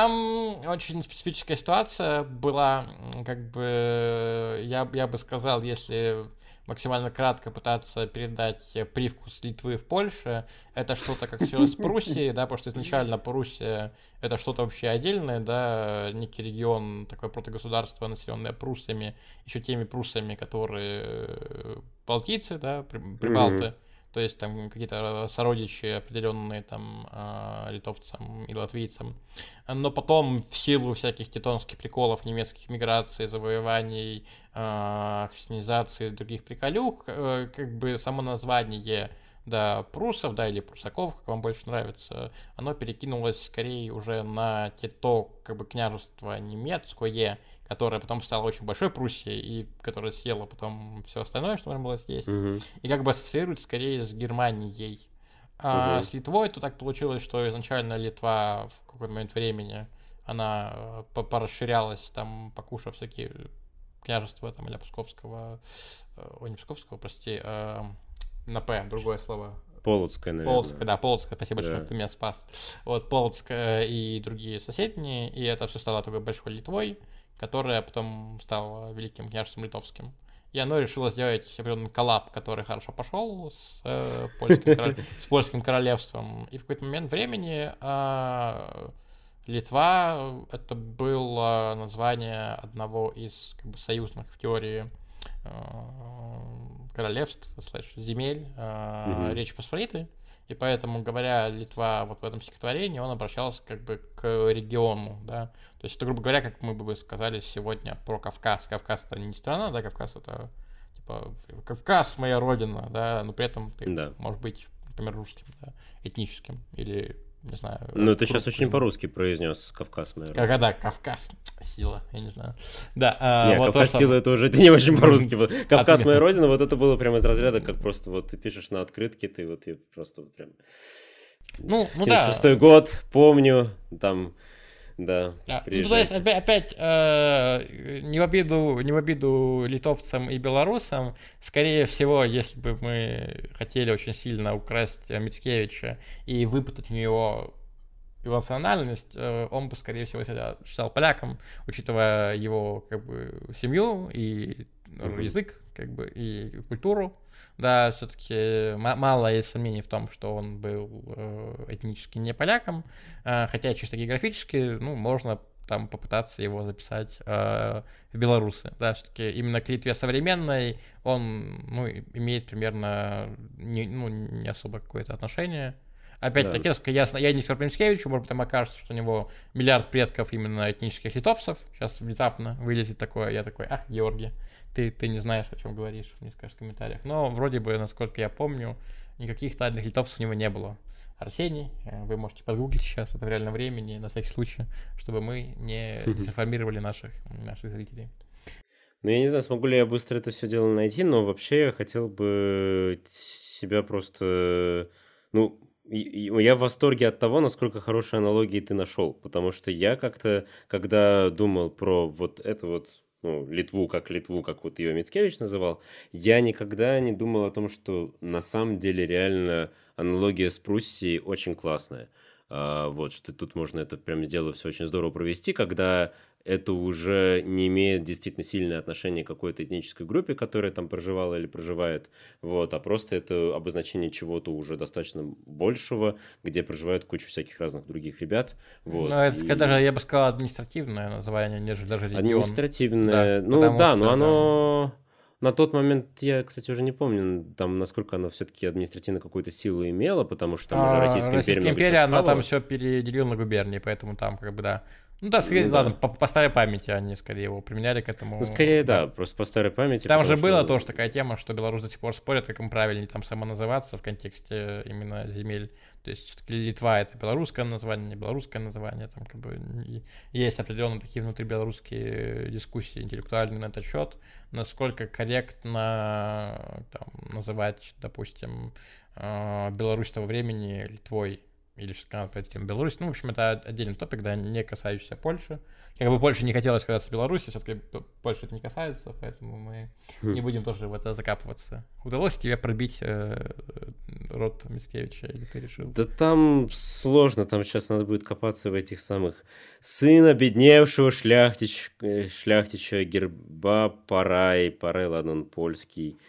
Там очень специфическая ситуация была, м, как бы, я, я бы сказал, если максимально кратко пытаться передать э, привкус Литвы в Польше, это что-то как все с Пруссией, да, потому что изначально Пруссия это что-то вообще отдельное, да, некий регион, такое протогосударство, населенное пруссами, еще теми пруссами, которые э, балтийцы, да, при- прибалты. То есть там какие-то сородичи определенные там а, литовцам и латвийцам. Но потом в силу всяких тевтонских приколов, немецких миграций, завоеваний, а, христианизации и других приколюх, э, как бы само название да, прусов, да, или прусаков, как вам больше нравится, оно перекинулось скорее уже на те, то, как бы, княжество немецкое, которое потом стало очень большой Пруссией, и которое съело потом все остальное, что можно было съесть, Мгм. и как бы ассоциируется скорее с Германией. А Мгм. с Литвой то так получилось, что изначально Литва в какой-то момент времени, она э, по- порасширялась, там, покушав всякие княжества, там, или Псковского, э, ой, не Псковского, прости, э, на П, другое слово. Полоцкая, Полоцк, наверное. да, Полоцк, спасибо большое, Да. ты меня спас. Вот, Полоцк э, и другие соседние, и это все стало такой большой Литвой, которая потом стала Великим княжеством Литовским. И оно решило сделать определенный коллаб, который хорошо пошел с, э, польским, король- с польским королевством. И в какой-то момент времени э, Литва — это было название одного из, как бы, союзных в теории э, королевств, слэш, земель э, Мгм. Речи Посполитой. И поэтому, говоря Литва вот в этом стихотворении, он обращался как бы к региону, да. То есть это, грубо говоря, как мы бы сказали сегодня про Кавказ. Кавказ — это не страна, да, Кавказ — это типа Кавказ — моя родина, да, но при этом ты Да. можешь быть, например, русским, да, этническим или, не знаю... Ну, ты сейчас русским. очень по-русски произнес Кавказ, моя родина. Когда Кавказ, сила, я не знаю. Да, а, Не, вот Кавказ то, что- сила, это уже это не очень по-русски. было. Кавказ От- моя родина, вот это было прямо из разряда, как просто вот ты пишешь на открытке, ты вот и просто вот прям... Ну, ну да. семьдесят шестой год, помню, там, да, Да. Ну, то есть, приезжайте. опять, опять э, не в обиду, не в обиду литовцам и белорусам, скорее всего, если бы мы хотели очень сильно украсть э, Мицкевича и выпытать у него его национальность, э, он бы, скорее всего, себя считал поляком, учитывая его, как бы, семью и Мгм. язык, как бы, и культуру. Да, все-таки мало есть сомнений в том, что он был э, этнически не поляком, э, хотя чисто географически, ну, можно там попытаться его записать э, в белорусы. Да, все-таки именно к Литве современной он, ну, имеет примерно не, ну, не особо какое-то отношение. Опять-таки, Да. насколько ясно, я не эксперт по Мицкевичу, может быть, там окажется, что у него миллиард предков именно этнических литовцев. Сейчас внезапно вылезет такое, я такой, ах, Георгий, ты, ты не знаешь, о чем говоришь, не скажешь в комментариях. Но вроде бы, насколько я помню, никаких тайных литовцев у него не было. Арсений, э, вы можете подгуглить сейчас, это в реальном времени, на всякий случай, чтобы мы не дезинформировали наших, наших зрителей. Ну, я не знаю, смогу ли я быстро это все дело найти, но вообще я хотел бы себя просто... Ну, и- и я в восторге от того, насколько хорошие аналогии ты нашел, потому что я как-то, когда думал про вот это вот, ну, Литву как Литву, как вот ее Мицкевич называл, я никогда не думал о том, что на самом деле реально аналогия с Пруссией очень классная. А, вот, что тут можно это прям дело все очень здорово провести, когда это уже не имеет действительно сильное отношение к какой-то этнической группе, которая там проживала или проживает, вот, а просто это обозначение чего-то уже достаточно большего, где проживает куча всяких разных других ребят. Вот, Ну, это и даже, я бы сказал, административное название, нежели даже регион. административное. Да, Ну потому да, что, но да. оно на тот момент, я, кстати, уже не помню, там, насколько оно все-таки административно какую-то силу имело, потому что там уже А, Российская империя Российская много чего империя, она там схавала. все переделила на губернии, поэтому там как бы, да. Ну да, скорее, Ну да. ладно, по, по старой памяти они скорее его применяли к этому. Ну, скорее, да, просто по старой памяти. Там потому же что, была ну, тоже такая тема, что белорусы до сих пор спорят, как им правильнее там самоназываться в контексте именно земель. То есть все-таки Литва — это белорусское название, не белорусское название. Там как бы и есть определенные такие внутрибелорусские дискуссии интеллектуальные на этот счет, насколько корректно там называть, допустим, э, Беларусь того времени Литвой или что-то по Беларусь. Ну, в общем, это отдельный топик, да, не касающийся Польши. Как бы Польше не хотелось казаться Беларуси, все-таки Польша это не касается, поэтому мы Хм. не будем тоже в это закапываться. Удалось тебе пробить э, род Мицкевича, или ты решил? Да там сложно, там сейчас надо будет копаться в этих самых сын обедневшего шляхтич, э, шляхтича герба Парай, Парай, ладно, он польский.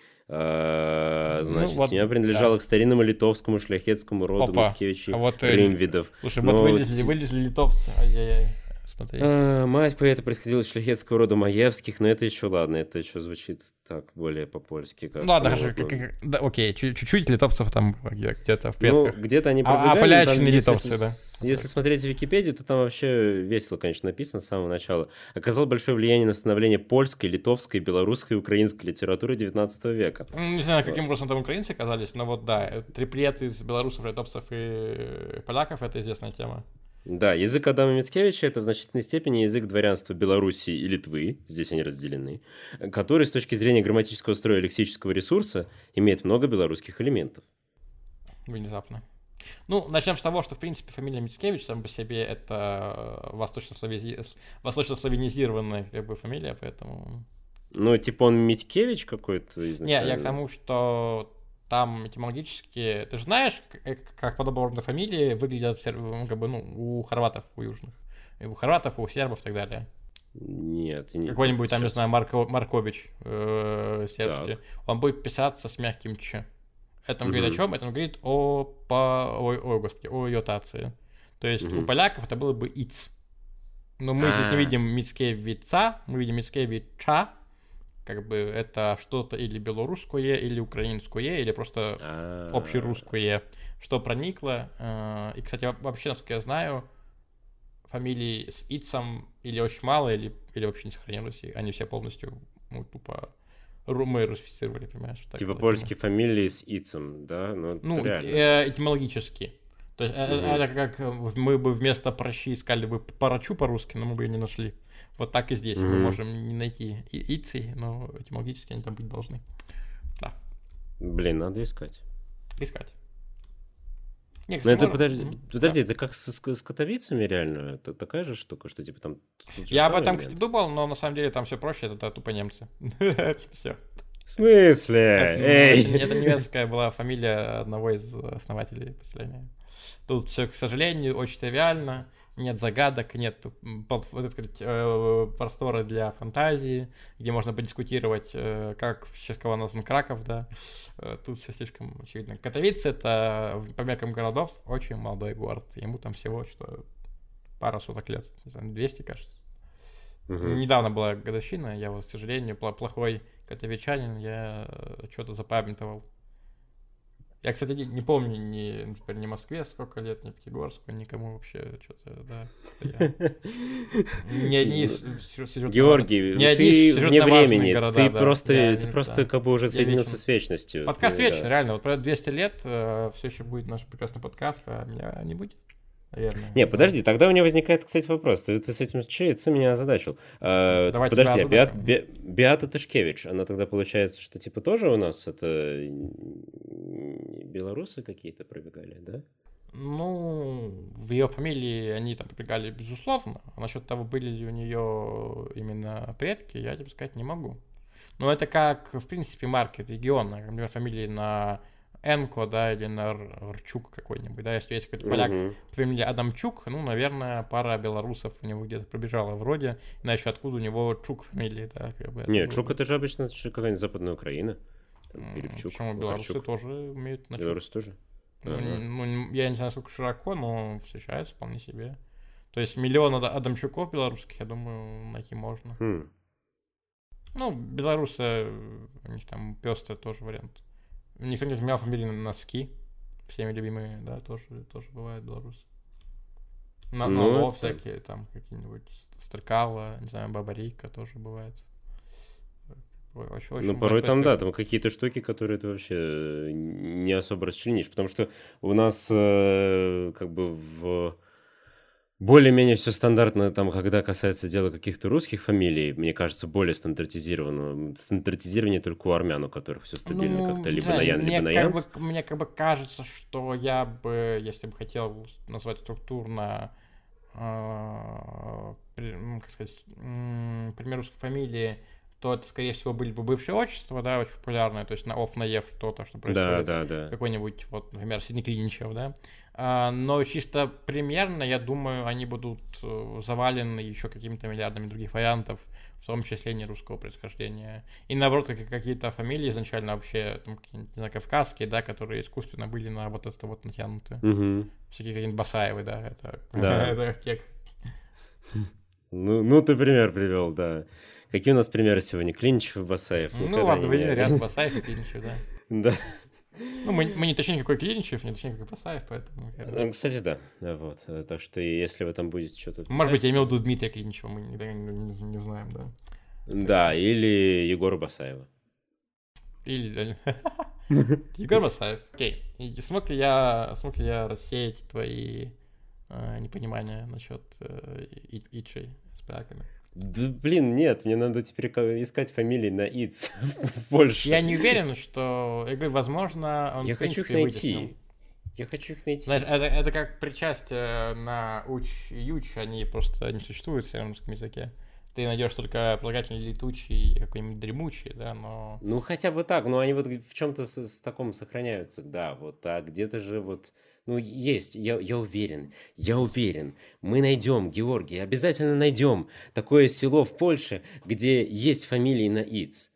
А, Ну, значит, вот, семья принадлежала да. к старинному литовскому шляхетскому роду Опа, Мицкевичей а вот, э, Римвидов. Слушай, Но вот вот вылезли, те- вылезли литовцы. Ай-яй-яй. внутри. А, мать поэта происходила из шляхетского рода Маевских, но это еще ладно, это еще звучит так более по-польски. Как, ну ладно, ну, хорошо, вот, как, ну. как, да, окей, чуть- чуть-чуть литовцев там было где-то в Ну, предках. где-то они А- а пробегали. полячины там, если, литовцы, с- да. если смотреть в Википедию, то там вообще весело, конечно, написано с самого начала. Оказал большое влияние на становление польской, литовской, белорусской и украинской литературы девятнадцатого века. Ну, не знаю, Вот. каким образом там украинцы оказались, но вот да, триплет из белорусов, литовцев и поляков — это известная тема. Да, язык Адама Мицкевича — это в значительной степени язык дворянства Белоруссии и Литвы, здесь они разделены, который с точки зрения грамматического строя и лексического ресурса имеет много белорусских элементов. Внезапно. Ну, начнем с того, что, в принципе, фамилия Мицкевич сам по себе это восточнославязи- восточнославянизированная как бы фамилия, поэтому... Ну, типа он Митькевич какой-то Не, изначально? я к тому, что там этимологически... Ты же знаешь, как, как подобные фамилии выглядят ну, как бы, ну, у хорватов, у южных. И у хорватов, у сербов и так далее. Нет. Не Какой-нибудь там, сейчас. не знаю, Марко, Маркович э, сербский. Так. Он будет писаться с мягким «ч». Это Мгм. говорит о чем? Это говорит о, по... ой, ой, господи, о йотации. То есть Мгм. у поляков это было бы «иц». Но мы здесь не А. видим Мицкевица, мы видим Мицкевича. Как бы это что-то или белорусское, или украинское, или просто А. общерусское, что проникло. Э, И, кстати, во- вообще, насколько я знаю, фамилий с «ицем» или очень мало, или, или вообще не сохранилось. И они все полностью, ну, тупо ру- мы русифицировали, понимаешь? так Типа вот, польские фамилии с ицем, да? Ну, ну, реально. э, этимологически. То есть э, Мгм. это как э, в- мы бы вместо прощи искали бы парачу по-русски, но мы бы ее не нашли. Вот так и здесь. Мы Мгм. можем не найти и- ицей, но этимологически они там быть должны. Блин, надо искать. Искать. Не, Ну кстати, это, можно- подожди, Мгм. подожди, это как с, с- с котовицами реально? Это такая же штука, что типа там... тут же Я об самое этом, или кстати, нет? думал, но на самом деле там все проще, это, это тупо немцы. Все. В смысле? Это, Эй! это немецкая была фамилия одного из основателей поселения. Тут все, к сожалению, очень тривиально. Нет загадок, нет м, пол- вот, так сказать, э, простора для фантазии, где можно подискутировать, э, как в честь кого назван Краков, да. Э, Тут все слишком очевидно. Катовице — это, в- по меркам городов, очень молодой город. Ему там всего что пара соток лет, не знаю, двести, кажется. Мгм. Недавно была годовщина, я вот, к сожалению, пла- плохой катовичанин, я что-то запамятовал. Я, кстати, не, не помню ни, например, ни Москве сколько лет, ни Пятигорску, никому вообще что-то, да. что я- Не одни с- сюжетно- Георгий, не одни ты сюжетно вне важные времени, города, ты да. просто, Я ты не- просто да. как бы уже Я соединился вечен. с вечностью. Подкаст Ты, вечный, да. реально. Вот пройдет двести лет, все еще будет наш прекрасный подкаст, а меня не будет, наверное. Не, подожди, тогда у меня возникает, кстати, вопрос. Ты, ты с этим че, ты меня озадачил. А, Давай подожди, тебя а Беат- озадачим. Бе- Беата Тышкевич, она тогда получается, что типа тоже у нас это белорусы какие-то пробегали, да? Ну, в ее фамилии они там пробегали, безусловно. А насчет того, были ли у нее именно предки, я тебе сказать не могу. Но это как, в принципе, марки региона. Например, фамилии на Энко, да, или на Р- Рчук какой-нибудь, да. Если есть какой-то поляк Мгм. по фамилии Адамчук, ну, наверное, пара белорусов у него где-то пробежала вроде. Иначе откуда у него Чук фамилии, да, как бы. Не, это Чук было. это же обычно ш- какая-нибудь западная Украина. Там, М, Пилипчук, Почему белорусы Вакарчук. тоже умеют на Чук? Белорусы тоже? Ну, Ага. н- ну, н- я не знаю, сколько широко, но встречается вполне себе. То есть миллион Ада- Адамчуков белорусских, я думаю, найти можно. Хм. Ну, белорусы, э, у них там пестрый тоже вариант. Никто не отменял фамилии на носки. Всеми любимые, да, тоже, тоже бывают белорусы. На, Ну, на ло это- всякие, там какие-нибудь Стрыкало, не знаю, Бабарика тоже бывает. Ой, очень- очень Ну, порой большой там, да, спектр. там какие-то штуки, которые ты вообще э, не особо расчленишь, потому что у нас э, как бы в более-менее все стандартно, там, когда касается дела каких-то русских фамилий, мне кажется, более стандартизировано. Стандартизирование только у армян, у которых все стабильно, Ну, как-то не либо знаю, на Ян, мне либо на как Янс. бы, мне как бы кажется, что я бы, если бы хотел назвать структурно, э, при- м, как сказать, м, пример русской фамилии, то это, скорее всего, были бы бывшие отчества, да, очень популярные, то есть на оф, на ев что-то, что Да, происходит. да, да. Какой-нибудь, вот, например, Сидней Клиничев, да. А, но чисто примерно, я думаю, они будут э, завалены еще какими-то миллиардами других вариантов, в том числе не русского происхождения. И наоборот, как- какие-то фамилии изначально вообще, там, какие-нибудь, не знаю, кавказские, да, которые искусственно были на вот это вот натянуты. Мгм. Всякие какие-нибудь Басаевы, да, это, Да. это кек. Ну, ну, ты пример привел, да. Какие у нас примеры сегодня? Клиничев и Басаев. Ну, Никогда не обвели ряд меняли. Басаев и Клиничев, да. Да. Ну, мы, мы не точнее, какой Клиничев, не точнее, какой Басаев, поэтому... как бы- Ну, кстати, да. Да, вот. Э, Так что и если вы там будете что-то Может быть, я писать... имел в виду Дмитрия Клиничева, мы никогда не, не- не знаем, да. Да, или Егора Басаева. Или... Егор Басаев. Окей. И смог ли я, смог ли я рассеять твои э, непонимания насчет э, и- ичей с поляками? Да, блин, нет, мне надо теперь ка- искать фамилии на ИЦ больше. Я не уверен, что, я говорю, возможно, он Я в хочу их принципе вытеснил. найти. Я хочу их найти. Знаешь, это, это как причастие на уч и юч, они просто не существуют в русском языке. Ты найдешь только прилагательный летучий и какой-нибудь дремучий, да, но... Ну, хотя бы так, но они вот в чем-то с, с таком сохраняются, да, вот, а где-то же вот, ну, есть, я, я уверен, я уверен, мы найдем, Георгий, обязательно найдем такое село в Польше, где есть фамилии на ИЦ.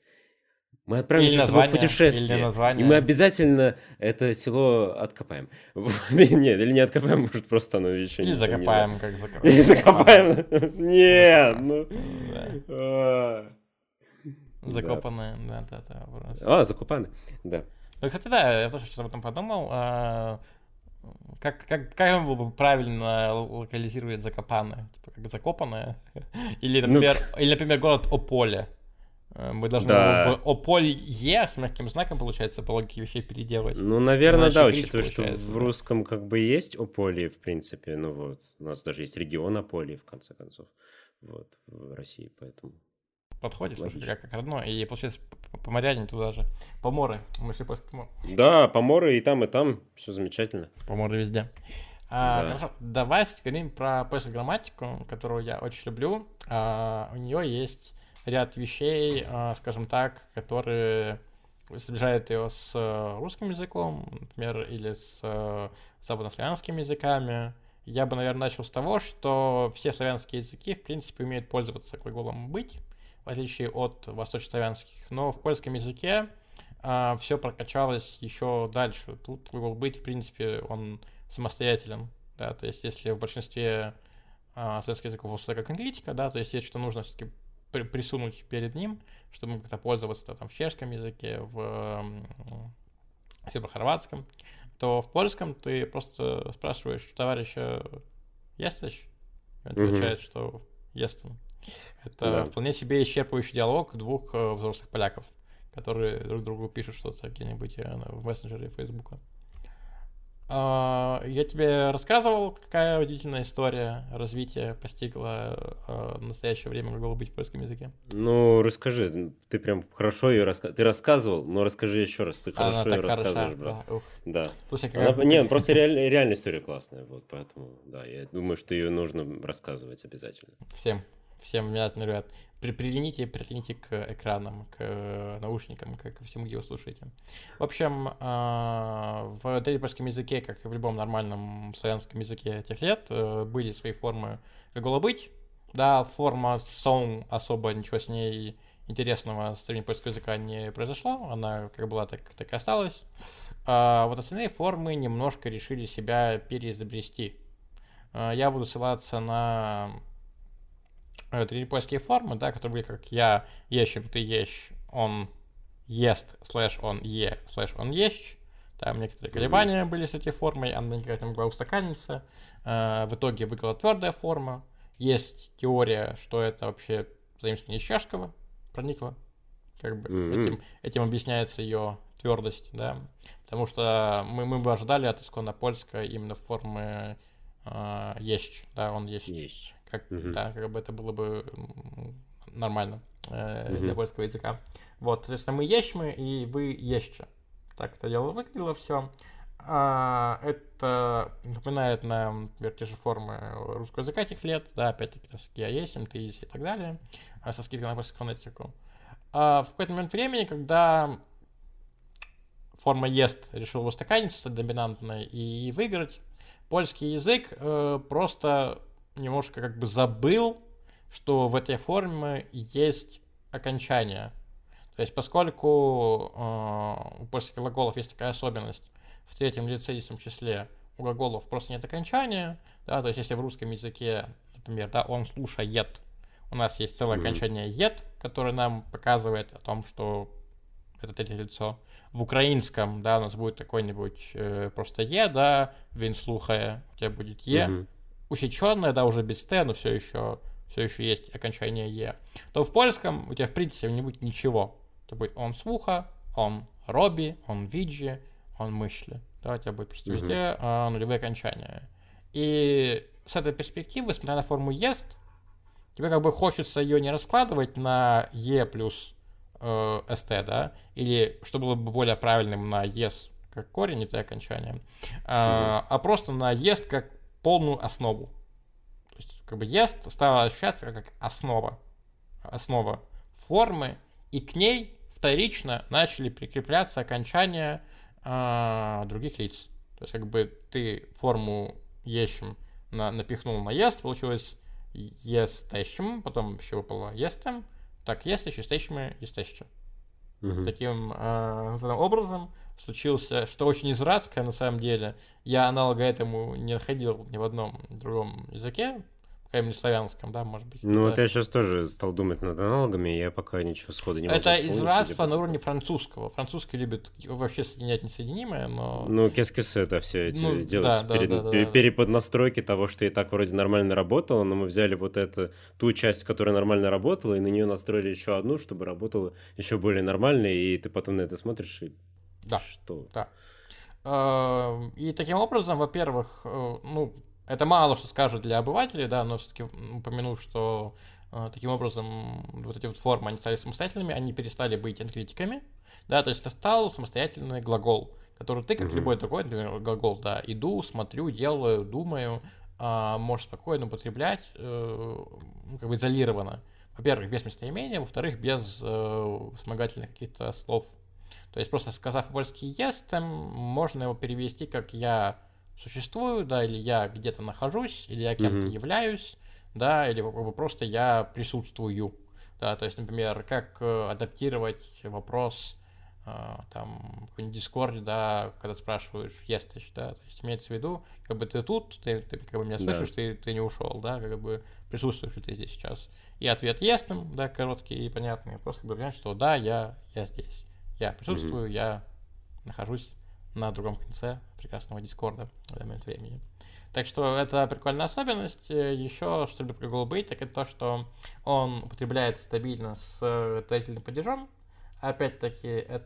Мы отправимся Или с тобой в название, или путешествие, и мы название. обязательно это село откопаем. Нет, или не откопаем, может, просто оно еще Или не... закопаем, как закопаем. Или закопаем. Нет, ну... Да. а. Закопанные, да, да, да. просто. А, Закопаны, да. Ну, кстати, да, я тоже сейчас об этом подумал. а, Как, как, как было бы правильно локализировать Закопаны? Типа, как Закопанное? Или, Ну, например, кс- или, например, город Ополе. Э, Мы должны Да. его в Ополье с мягким знаком, получается, по логике вещей переделать. Ну, наверное, Иначе да, Крич учитывая, что получается, в да. русском как бы есть Ополе, в принципе, ну вот, у нас даже есть регион Аполе, в конце концов, вот, в России, поэтому... Подходит, слушай, Логично. как, как родной. И получается, по- поморяне туда же. Поморы. Мы все после помор. Да, поморы и там, и там, все замечательно. Поморы везде. А, Да. Хорошо, давай говорим про польскую грамматику, которую я очень люблю. А, у нее есть ряд вещей, а, скажем так, которые сближают ее с э, русским языком, например, или с э, западнославянскими языками. Я бы, наверное, начал с того, что все славянские языки, в принципе, умеют пользоваться глаголом «быть», в отличие от восточнославянских. Но в польском языке все прокачалось еще дальше. Тут глагол «быть», в принципе, он самостоятелен, да, то есть если в большинстве а, славянских языков условия как англитика, да, то есть есть что нужно все-таки при- присунуть перед ним, чтобы как-то пользоваться там в чешском языке, в м, сербо-хорватском, то в польском ты просто спрашиваешь у товарища «Естешь?» И он Мгм. отвечает, что «Естем». Это Да. вполне себе исчерпывающий диалог двух э, взрослых поляков, которые друг другу пишут что-то где-нибудь э, в мессенджере Фейсбука. А, Я тебе рассказывал, какая удивительная история развития постигла э, в настоящее время глагола «быть» в польском языке. Ну, расскажи, ты прям хорошо ее рассказывал, ты рассказывал, но расскажи еще раз, ты Она хорошо ее так хороша, рассказываешь, брат. да. Ух. Да. Слушай, Она, какая... не, как- просто реаль- реально история классная, вот, поэтому, да, я думаю, что ее нужно рассказывать обязательно. Всем, всем внимательно, ребят. При- Прильните, прильните к экранам, к э, наушникам, к, ко всему, где вы слушаете. В общем, а, в древнепольском языке, как и в любом нормальном славянском языке тех лет, э, были свои формы глагола «быть». Да, форма «сон» особо ничего с ней интересного с древнепольского языка не произошло. Она как была, так, так и осталась. А вот остальные формы немножко решили себя переизобрести. А, Я буду ссылаться на древнепольские формы, да, которые были как «я ещем», «ты ешь», «он ест», слэш «он е», слэш «он есть». Там некоторые колебания были с этой формой, она никак не могла устаканиться. А, В итоге выиграла твердая форма. Есть теория, что это вообще заимствование из чешского проникло. Как бы Мгм. этим, этим объясняется ее твердость, да. Потому что мы, мы бы ожидали от исконно польской именно формы а, есть, да, он есть. Есть. Как, Мгм. да, как бы это было бы м, нормально э, Мгм. для польского языка. Вот, соответственно, мы есть мы, и вы есть. Так это дело выглядело все. Это напоминает нам, например, те же формы русского языка тех лет, да, опять-таки, то есть, я есть, ты есть и так далее, а со скидкой на польскую фонетику. А в какой-то момент времени, когда форма ест решила устаканиться, стать доминантной и выиграть, польский язык э, просто немножко как бы забыл, что в этой форме есть окончание. То есть поскольку э, у польских глаголов есть такая особенность, в третьем лице числе у глаголов просто нет окончания, да, то есть если в русском языке, например, да, он слушает. У нас есть целое Мгм. окончание «ед», которое нам показывает о том, что это третье лицо. В украинском, да, у нас будет какой-нибудь э, просто «е», да, він слухає, у тебя будет «е». Мгм. Усеченное, да, уже без «т», но все еще, все еще есть окончание «е». То в польском у тебя, в принципе, не будет ничего. У тебя будет «он слуха», «он роби», «он виджи», «он мышли». Да, у тебя будет просто Мгм. везде а, нулевые окончания. И с этой перспективы, смотря на форму «ест», тебе как бы хочется ее не раскладывать на «е» плюс э, «ст», да, или, что было бы более правильным, на «ес» как корень, это окончание, а, а просто на «ест» как полную основу. То есть, как бы «ест» стало ощущаться как основа, основа формы, и к ней вторично начали прикрепляться окончания а, других лиц. То есть, как бы ты форму «ещем» на, напихнул на «ест», получилось «естещем», потом еще выпало «естем», так, «естещ», «естещем», «естеще». Мгм. Таким э, образом случился, что очень израильское на самом деле. Я аналога этому не находил ни в одном другом языке, по крайней мере, славянском, да, может быть. Ну, вот какие-то- я сейчас тоже стал думать над аналогами, я пока ничего сходу не могу Это вспомнить, израильство где на бы уровне французского. Французский любит вообще соединять несоединимое, но... Ну, кескисы это все эти Ну, делают да, да, перед, да, да, пере- да. переподнастройки того, что и так вроде нормально работало, но мы взяли вот эту, ту часть, которая нормально работала, и на нее настроили еще одну, чтобы работала еще более нормально, и ты потом на это смотришь, и Да. что? Да. Э, И таким образом, во-первых, э, ну, это мало что скажет для обывателей, да, но все-таки упомяну, что э, таким образом вот эти вот формы, они стали самостоятельными, они перестали быть аналитиками, да, то есть это стал самостоятельный глагол, который ты, как Мгм. любой другой, например, глагол, да, иду, смотрю, делаю, думаю, а, можешь спокойно употреблять, э, ну, как бы изолированно. Во-первых, без местоимения, во-вторых, без э, вспомогательных каких-то слов. То есть просто сказав по-польски «естем», можно его перевести как «я существую», да, или «я где-то нахожусь», или «я кем-то Мгм. являюсь», да, или как бы просто «я присутствую». Да, то есть, например, как э, адаптировать вопрос э, там в каком-нибудь Дискорде, да, когда спрашиваешь «естешь», да, то есть имеется в виду, как бы ты тут, ты, ты как бы меня Да. слышишь, ты, ты не ушел, да, как бы присутствуешь ли ты здесь сейчас. И ответ «естем», да, короткий и понятный, просто как бы понять, что да, я, я здесь. Я присутствую, я нахожусь на другом конце прекрасного Дискорда в данный момент времени. Так что это прикольная особенность. Э, Еще, что любит глагол быть, так это то, что он употребляется стабильно с э, творительным падежом. Опять-таки,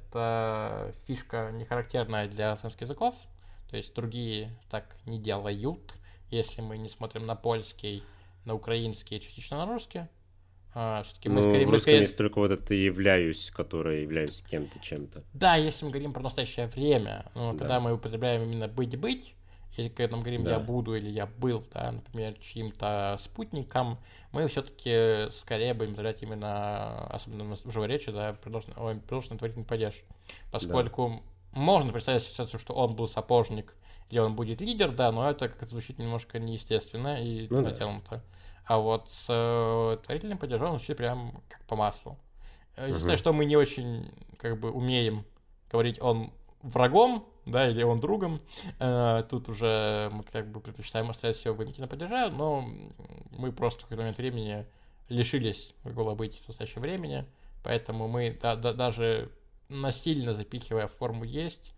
это фишка не характерная для славянских языков. То есть другие так не делают. Если мы не смотрим на польский, на украинский, частично на русский. А, все-таки мы Ну, скорее... в мы русском скорее- есть только вот это «являюсь», которое являюсь кем-то, чем-то. Да, если мы говорим про настоящее время, но Да. когда мы употребляем именно быть-быть, или когда мы говорим я Да. буду или я был, да, например, чьим-то спутником, мы все-таки скорее будем употреблять именно, особенно в живой речи, да, предложенный, ой, предложенный творительный падеж. Поскольку можно представить ситуацию, что он был сапожник, или он будет лидер, да, но это как звучит немножко неестественно и Ну да. натянуто. А вот с э, творительным падежом звучит прям как по маслу. Э, Единственное, Мгм. что мы не очень как бы умеем говорить он врагом, да, или он другом. Э, Тут уже мы как бы предпочитаем оставить все в именительном падеже, но м, мы просто в какой-то момент времени лишились глагола быть в настоящем времени, поэтому мы да- да- даже насильно запихивая в форму есть,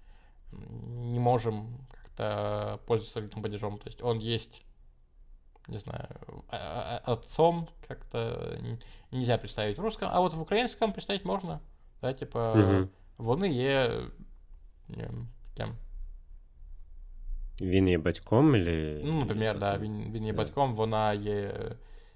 м, не можем как-то пользоваться этим падежом. То есть он есть, не знаю, а- а- отцом как-то н- нельзя представить в русском, а вот в украинском представить можно, да, типа Мгм. вони є ем, кем? Він є батьком или... Ну, наприклад, или да, там- він, він є да. батьком, вона є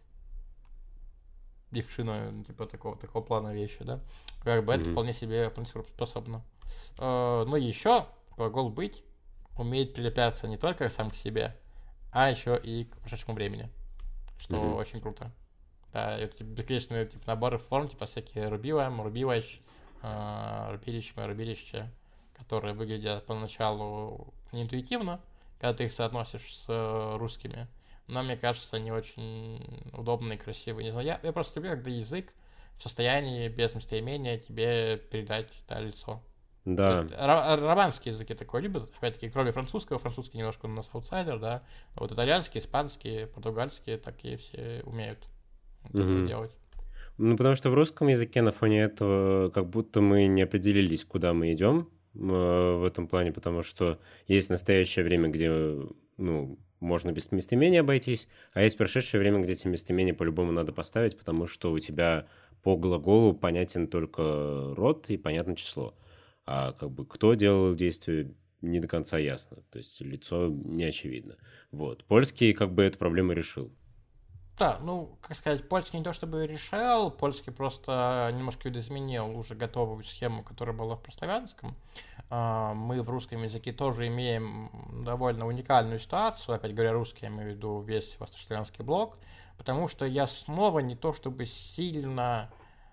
дівчиною, ну, типа такого, такого плана вещи, да. Как бы это Мгм. вполне себе, в принципе, способно. Э, Ну, еще глагол быть умеет прилепляться не только сам к себе, а еще и к прошедшему времени, что Мгм. очень круто. Да, это типа, бесконечные типа, наборы форм, типа всякие рубилом, рубилощ, э, рубилище, рубилище, которые выглядят поначалу неинтуитивно, когда ты их соотносишь с э, русскими. Но мне кажется, они очень удобные, красивые. Не знаю, я, я просто люблю, когда язык в состоянии без местоимения тебе передать да, лицо. То есть Да. ро- романские языки такое любят, опять-таки, кроме французского, французский немножко у нас аутсайдер, да, вот итальянский, испанский, португальский, такие все умеют вот это Мгм. делать. Ну, потому что в русском языке на фоне этого как будто мы не определились, куда мы идем э, в этом плане, потому что есть настоящее время, где, ну, можно без местоимения обойтись, а есть прошедшее время, где эти местоимения по-любому надо поставить, потому что у тебя по глаголу понятен только род и понятно число. А как бы кто делал действие, не до конца ясно. То есть лицо не очевидно. Вот. Польский как бы эту проблему решил. Да, ну, как сказать, польский не то чтобы решал, польский просто немножко видоизменил уже готовую схему, которая была в прославянском. А, Мы в русском языке тоже имеем довольно уникальную ситуацию, опять говоря, русский, я имею в виду весь восточнославянский блок, потому что я снова не то чтобы сильно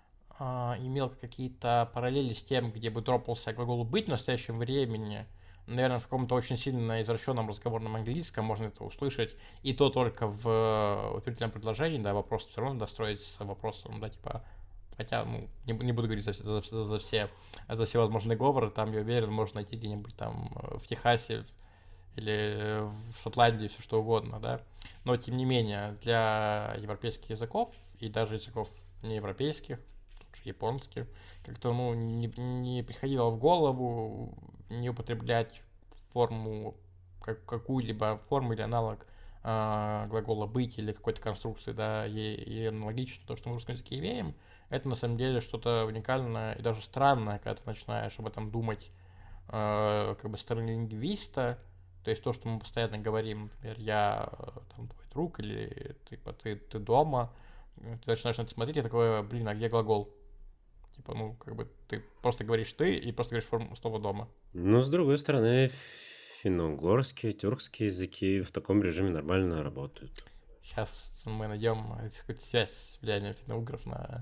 а, имел какие-то параллели с тем, где бы дропался глагол «быть» в настоящем времени. Наверное, в каком-то очень сильно извращенном разговорном английском можно это услышать, и то только в утвердительном предложении, да, вопрос все равно достроить с вопросом, да, типа, хотя, ну, не, не буду говорить за, все- за, за- за все, за все возможные говоры, там, я уверен, можно найти где-нибудь там э, в Техасе или в Шотландии, все что угодно, да, но, тем не менее, для европейских языков и даже языков неевропейских, тот же японский, как-то, ну, не, не приходило в голову не употреблять форму, как, какую-либо форму или аналог а, глагола быть или какой-то конструкции, да, и, и аналогично то, что мы в русском языке имеем, это на самом деле что-то уникальное и даже странное, когда ты начинаешь об этом думать э, как бы со стороны лингвиста, то есть то, что мы постоянно говорим, например, я э, там твой друг или типа ты, ты дома, э, ты начинаешь на это смотреть и такое, блин, а где глагол? Типа, ну, как бы ты просто говоришь ты и просто говоришь форму слова дома. Но, с другой стороны, финно-угорские, тюркские языки в таком режиме нормально работают. Сейчас мы найдем э, какую-то связь с влиянием финно-угров на,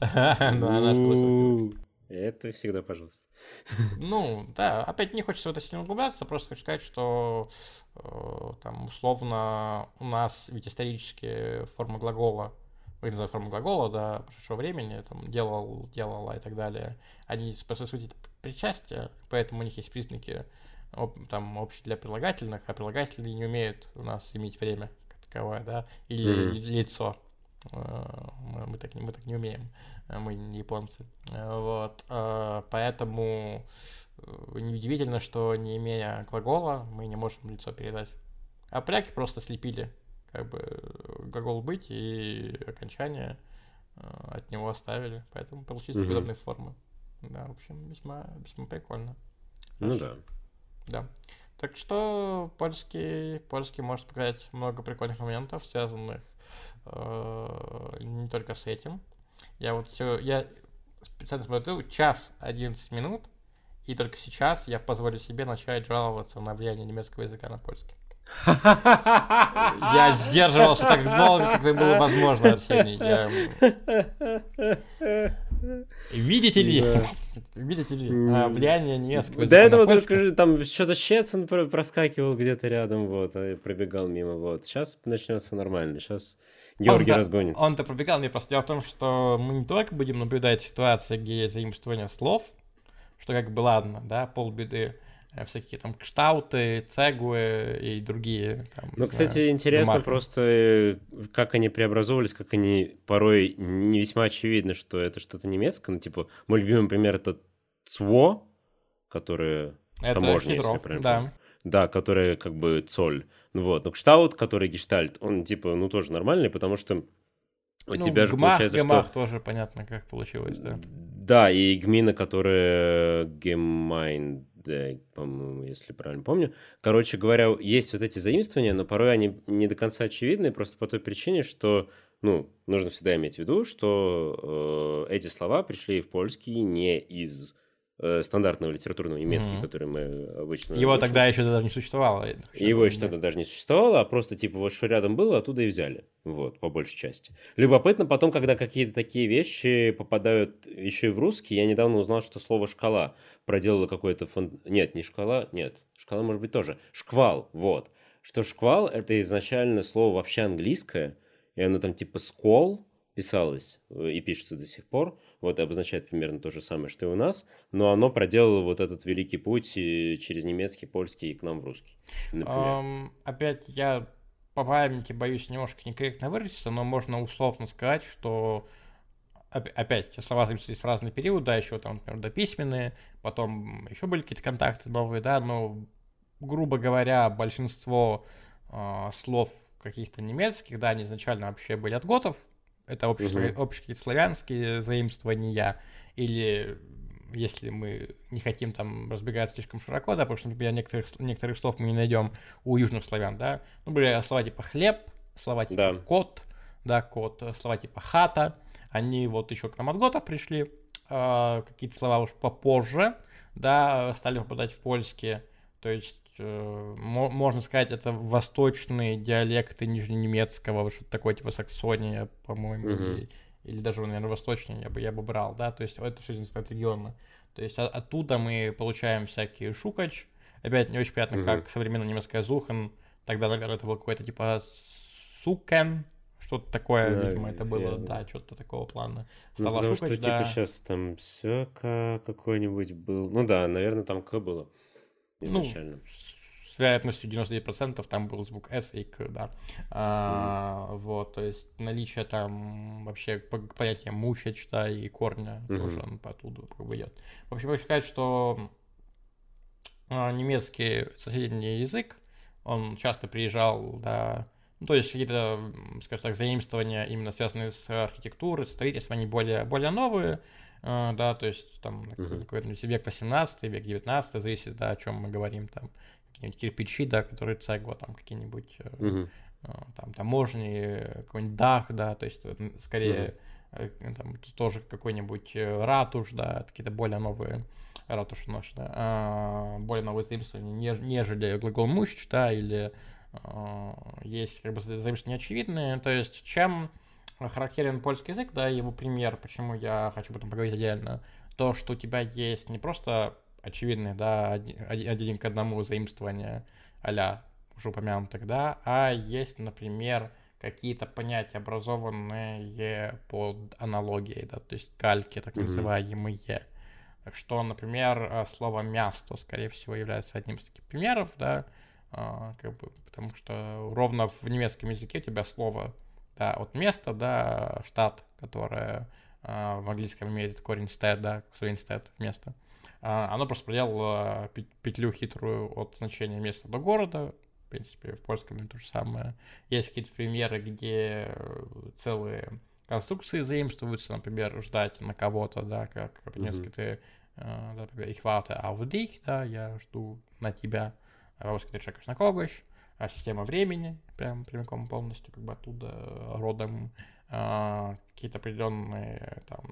на наш русский язык. У, Это всегда пожалуйста. Ну, да, опять не хочется в это сильно углубляться, просто хочу сказать, что э, там условно у нас ведь исторически форма глагола, мы называем форму глагола, да, прошедшего времени, там, делал, делала и так далее, они по своей сути причастия, поэтому у них есть признаки об- там общие для прилагательных, а прилагательные не умеют у нас иметь время как таковое, да, или Мгм. ли- лицо. Э, Мы, мы так, не- мы так не умеем, э, мы не японцы. Э, Вот, э, поэтому э, неудивительно, что не имея глагола, мы не можем лицо передать. А поляки просто слепили как бы э, глагол быть и окончание э, от него оставили, поэтому получились такие Мгм. удобные формы. Да, в общем, весьма, весьма прикольно. Ну Хорошо. да. Да. Так что польский, польский может показать много прикольных моментов, связанных э, не только с этим. Я вот все, я специально смотрю час одиннадцать минут, и только сейчас я позволю себе начать жаловаться на влияние немецкого языка на польский. Я сдерживался так долго, как это было возможно, Арсений. Я... Видите ли, Да. видите ли, а, влияние немецкого До языка на этого только польский. же там что-то Щецин про- проскакивал где-то рядом, вот, а пробегал мимо, вот. Сейчас начнется нормально, сейчас Георгий Он-то, разгонится. он-то пробегал, мне просто дело в том, что мы не только будем наблюдать ситуации, где есть заимствование слов, что как бы ладно, да, полбеды, э, всякие там кштауты, цегуэ и другие, там, Ну, не знаю, кстати, интересно гемахи. просто, э, как они преобразовывались, как они порой не весьма очевидно, что это что-то немецкое. Ну, типа, мой любимый пример — это ЦВО, которое Это таможня, если я хитро, правильно помню. да. Да, которое как бы цоль. Ну вот, но кштаут, который гештальт, он типа, ну, тоже нормальный, потому что у Ну, тебя же гмах, получается, что... гемах тоже понятно, как получилось, да. Да, и гмина, которая гемайн, да, по-моему, если правильно помню. Короче говоря, есть вот эти заимствования, но порой они не до конца очевидны, просто по той причине, что, ну, нужно всегда иметь в виду, что э, эти слова пришли в польский не из э, стандартного литературного немецкого, Мгм. который мы обычно Его учим. тогда еще даже не существовало. я хочу Его еще напомнить, тогда даже не существовало, а просто типа вот что рядом было, оттуда и взяли. Вот, по большей части. Любопытно потом, когда какие-то такие вещи попадают еще и в русский. Я недавно узнал, что слово «шкала» проделало какой-то... Фон... Нет, не шкала, нет. Шкала может быть тоже. Шквал, вот. Что шквал — это изначально слово вообще английское, и оно там типа «скол», писалось э, и пишется до сих пор, вот, и обозначает примерно то же самое, что и у нас, но оно проделало вот этот великий путь э, через немецкий, польский и к нам в русский, например. Ам, опять я по памяти боюсь немножко некорректно выразиться, но можно условно сказать, что оп- опять слова заимствовались в разный период, да, еще там, например, дописьменные, потом еще были какие-то контакты новые, да, но, грубо говоря, большинство а, слов каких-то немецких, да, они изначально вообще были от готов, это общие, Мгм. общие какие-то славянские заимствования, или если мы не хотим там разбегаться слишком широко, да, потому что, например, некоторых, некоторых слов мы не найдем у южных славян, да, ну, были слова типа хлеб, слова типа Да. кот, да, кот, э, слова типа хата, они вот еще к нам от готов пришли, а, какие-то слова уж попозже, да, стали попадать в польские, то есть э, мо- можно сказать, это восточные диалекты нижненемецкого, вот что-то такое типа Саксония, по-моему, Мгм. или, или даже, наверное, восточнее я бы, я бы брал, да, то есть это все зависит от региона. То есть о- оттуда мы получаем всякие шукач, опять не очень понятно, Мгм. как современная немецкая зухен, тогда, наверное, это был какой-то типа сукен, что-то такое, видимо, это было, Наверное. да, что-то такого плана. Ну, Стала потому что, шукач, типа, да, сейчас там Сёка какой-нибудь был. Ну да, наверное, там К было ну, изначально. с вероятностью девяносто девять процентов там был звук S и К, да. Мгм. А, вот, то есть наличие там вообще по- понятия мучач, да, и корня тоже Мгм. он оттуда как бы идет. В общем, хочу сказать, что а, немецкий соседний язык, он часто приезжал, да, ну, то есть какие-то, м, скажем так, заимствования, именно связанные с архитектурой, строительством, они более, более новые, а, да, то есть там Мгм. какой-нибудь век восемнадцатый, век девятнадцатый, зависит, да, о чем мы говорим, там, какие-нибудь кирпичи, да, которые цегла, там, какие-нибудь, э, Мгм. а, там, таможни, какой-нибудь дах, да, то есть м, Мгм. скорее э, там тоже какой-нибудь э, ратуш, да, какие-то более новые ратуши наши, да, а, более новые заимствования, неж- нежели глагол мущ, да, или а, есть как бы за- заимствования очевидные, то есть чем характерен польский язык, да, его пример, почему я хочу об этом поговорить отдельно, то, что у тебя есть не просто очевидные, да, один, один к одному заимствования а-ля уже упомянутых, да, а есть, например, какие-то понятия, образованные под аналогией, да, то есть кальки, так Мгм. называемые. Что, например, э, слово «място», скорее всего, является одним из таких примеров, да, а, как бы, потому что ровно в немецком языке у тебя слово, да, от места, да, штат, которое а, в английском имеет корень instead, да, как слово instead, вместо, а, оно просто проделало пе- петлю хитрую от значения места до города, в принципе, в польском то же самое. Есть какие-то примеры, где э, целые конструкции заимствуются, например, ждать на кого-то, да, как по-немецки Мгм. ты, э, да, например, ich warte auf dich, да, я жду на тебя, а по-русски ты чекаешь на когось, а система времени, прям прямиком полностью, как бы оттуда э, родом, а, какие-то определенные там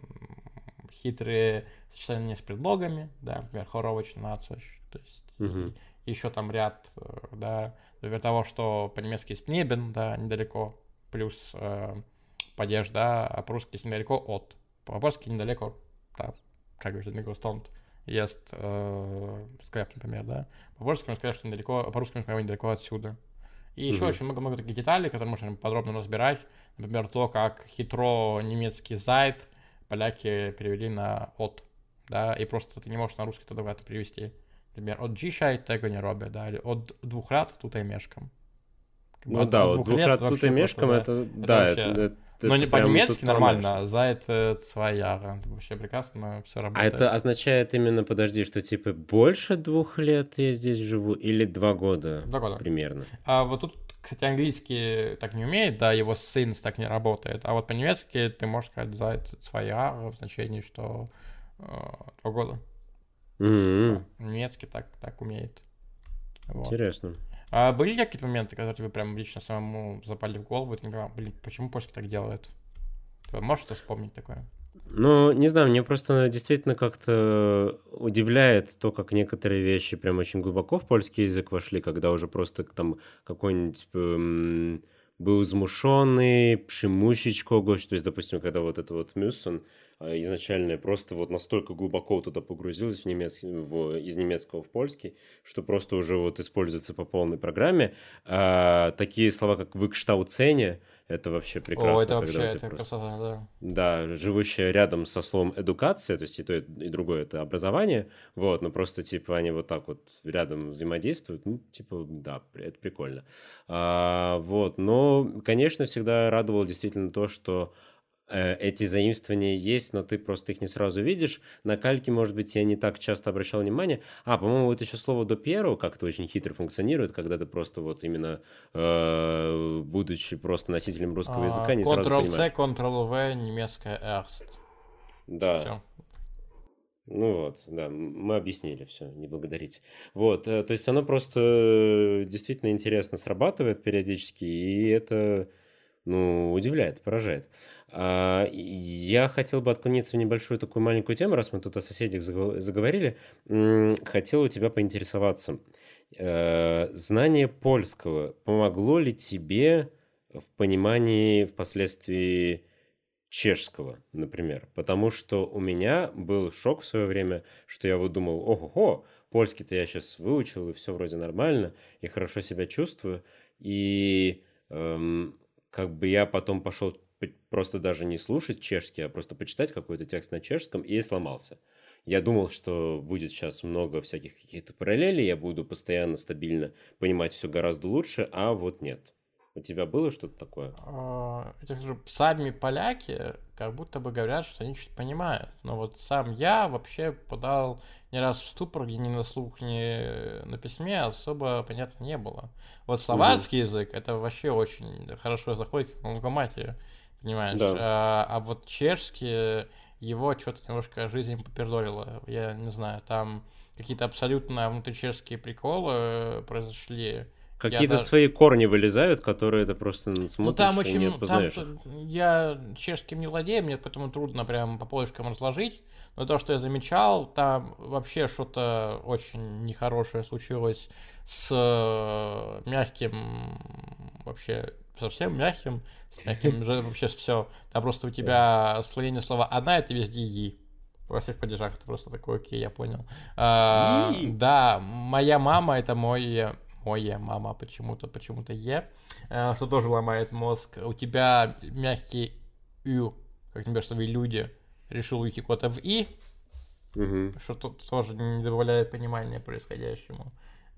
хитрые сочетания с предлогами, да, например, хоровочный нациш, то есть Мгм. и еще там ряд, э, да, например, того, что по-немецки есть небен, да, недалеко, плюс э, падеж, да, а по-русски есть недалеко от, по-польски недалеко, да, как говорится, недалеко есть э, скреп, например, да, по-польски можно сказать, что недалеко, по-русски можно сказать, недалеко отсюда. И еще Мгм. очень много-много таких деталей, которые можно подробно разбирать. Например, то, как хитро немецкий зайд поляки перевели на от, да, и просто ты не можешь на русский тогда это перевести. Например, от dzisiaj tego nie robię, да, или от двух лет тут и мешком. Как бы Ну от, да, от вот двух двух лет это раз тут и вообще просто, мешком, да, это, это да, это, вообще... это, Но это не прям по-немецки тут ломаешься. нормально, зайд zwei Jahre, это вообще прекрасно, все А работает. это означает именно, подожди, что типа больше двух лет я здесь живу или два года Два года. примерно? А вот тут, кстати, английский так не умеет, да, его сын так не работает. А вот по-немецки ты можешь сказать зайд zwei Jahre в значении, что э, два года. Да, М, немецкий так, так умеет. Вот. Интересно. А были ли какие-то моменты, которые тебе прям лично самому запали в голову, и ты не понимал, блин, почему польский так делает? Ты можешь это вспомнить такое? Ну, не знаю, мне просто действительно как-то удивляет то, как некоторые вещи прям очень глубоко в польский язык вошли, когда уже просто там какой-нибудь м, был змушенный, przymusić kogoś, то есть, допустим, когда вот это вот müssen, а, изначально просто вот настолько глубоко туда погрузилась в немецкий, в, из немецкого в польский, что просто уже вот используется по полной программе. А, такие слова, как «выкштауцене», это вообще О, это прекрасно, когда вообще, у тебя это просто... красота, да. Да, живущая рядом со словом «эдукация», то есть и то, и другое — это образование, вот, но просто, типа, они вот так вот рядом взаимодействуют, ну, типа, да, это прикольно. А, вот, но, конечно, всегда радовало действительно то, что э, эти заимствования есть, но ты просто их не сразу видишь. На кальке, может быть, я не так часто обращал внимание. А, по-моему, вот еще слово «допьеро» как-то очень хитро функционирует, когда ты просто вот именно, э, будучи просто носителем русского языка, А, не сразу Ctrl-C, понимаешь. Ctrl-V, немецкая Erst. Да, Все. ну вот, да, м- мы объяснили все, не благодарите. Вот, э, то есть оно просто э, действительно интересно срабатывает периодически, и это, ну, удивляет, поражает. А, и я хотел бы отклониться в небольшую такую маленькую тему, раз мы тут о соседях заго- заговорили. М, Хотел у тебя поинтересоваться. Э, Знание польского помогло ли тебе в понимании впоследствии чешского, например? Потому что у меня был шок в свое время, что я вот думал: ого-го, польский-то я сейчас выучил, и все вроде нормально, и хорошо себя чувствую. И эм, как бы я потом пошел просто даже не слушать чешский, а просто почитать какой-то текст на чешском, и сломался. Я думал, что будет сейчас много всяких каких-то параллелей, я буду постоянно стабильно понимать все гораздо лучше, а вот нет. У тебя было что-то такое? А, это же сами поляки как будто бы говорят, что они что-то понимают. Но вот сам я вообще подал не раз в ступор, где ни на слух, ни на письме особо понятно не было. Вот Угу. словацкий язык, это вообще очень хорошо заходит как на логоматию, понимаешь? Да. А, а вот чешский, его что-то немножко жизнь попердолила. Я не знаю, там какие-то абсолютно внутричешские приколы э, произошли. Я Какие-то даже... свои корни вылезают, которые ты просто н- Ну, там смотришь и не очень, там опознаешь т- их. я чешским не владею, мне поэтому трудно прям по полочкам разложить, но то, что я замечал, там вообще что-то очень нехорошее случилось с э, мягким, вообще совсем мягким, с мягким же вообще все. Там просто у Да. тебя сложение слова «одна» — это везде «и». Во всех падежах это просто такой, окей, я понял. А, И. да, моя мама — это мой Ое, мама почему-то, почему-то Е, э, что тоже ломает мозг. У тебя мягкий Ю, как например, что вы люди, решил уйти куда-то в И, Мгм. что тут тоже не добавляет понимания происходящему.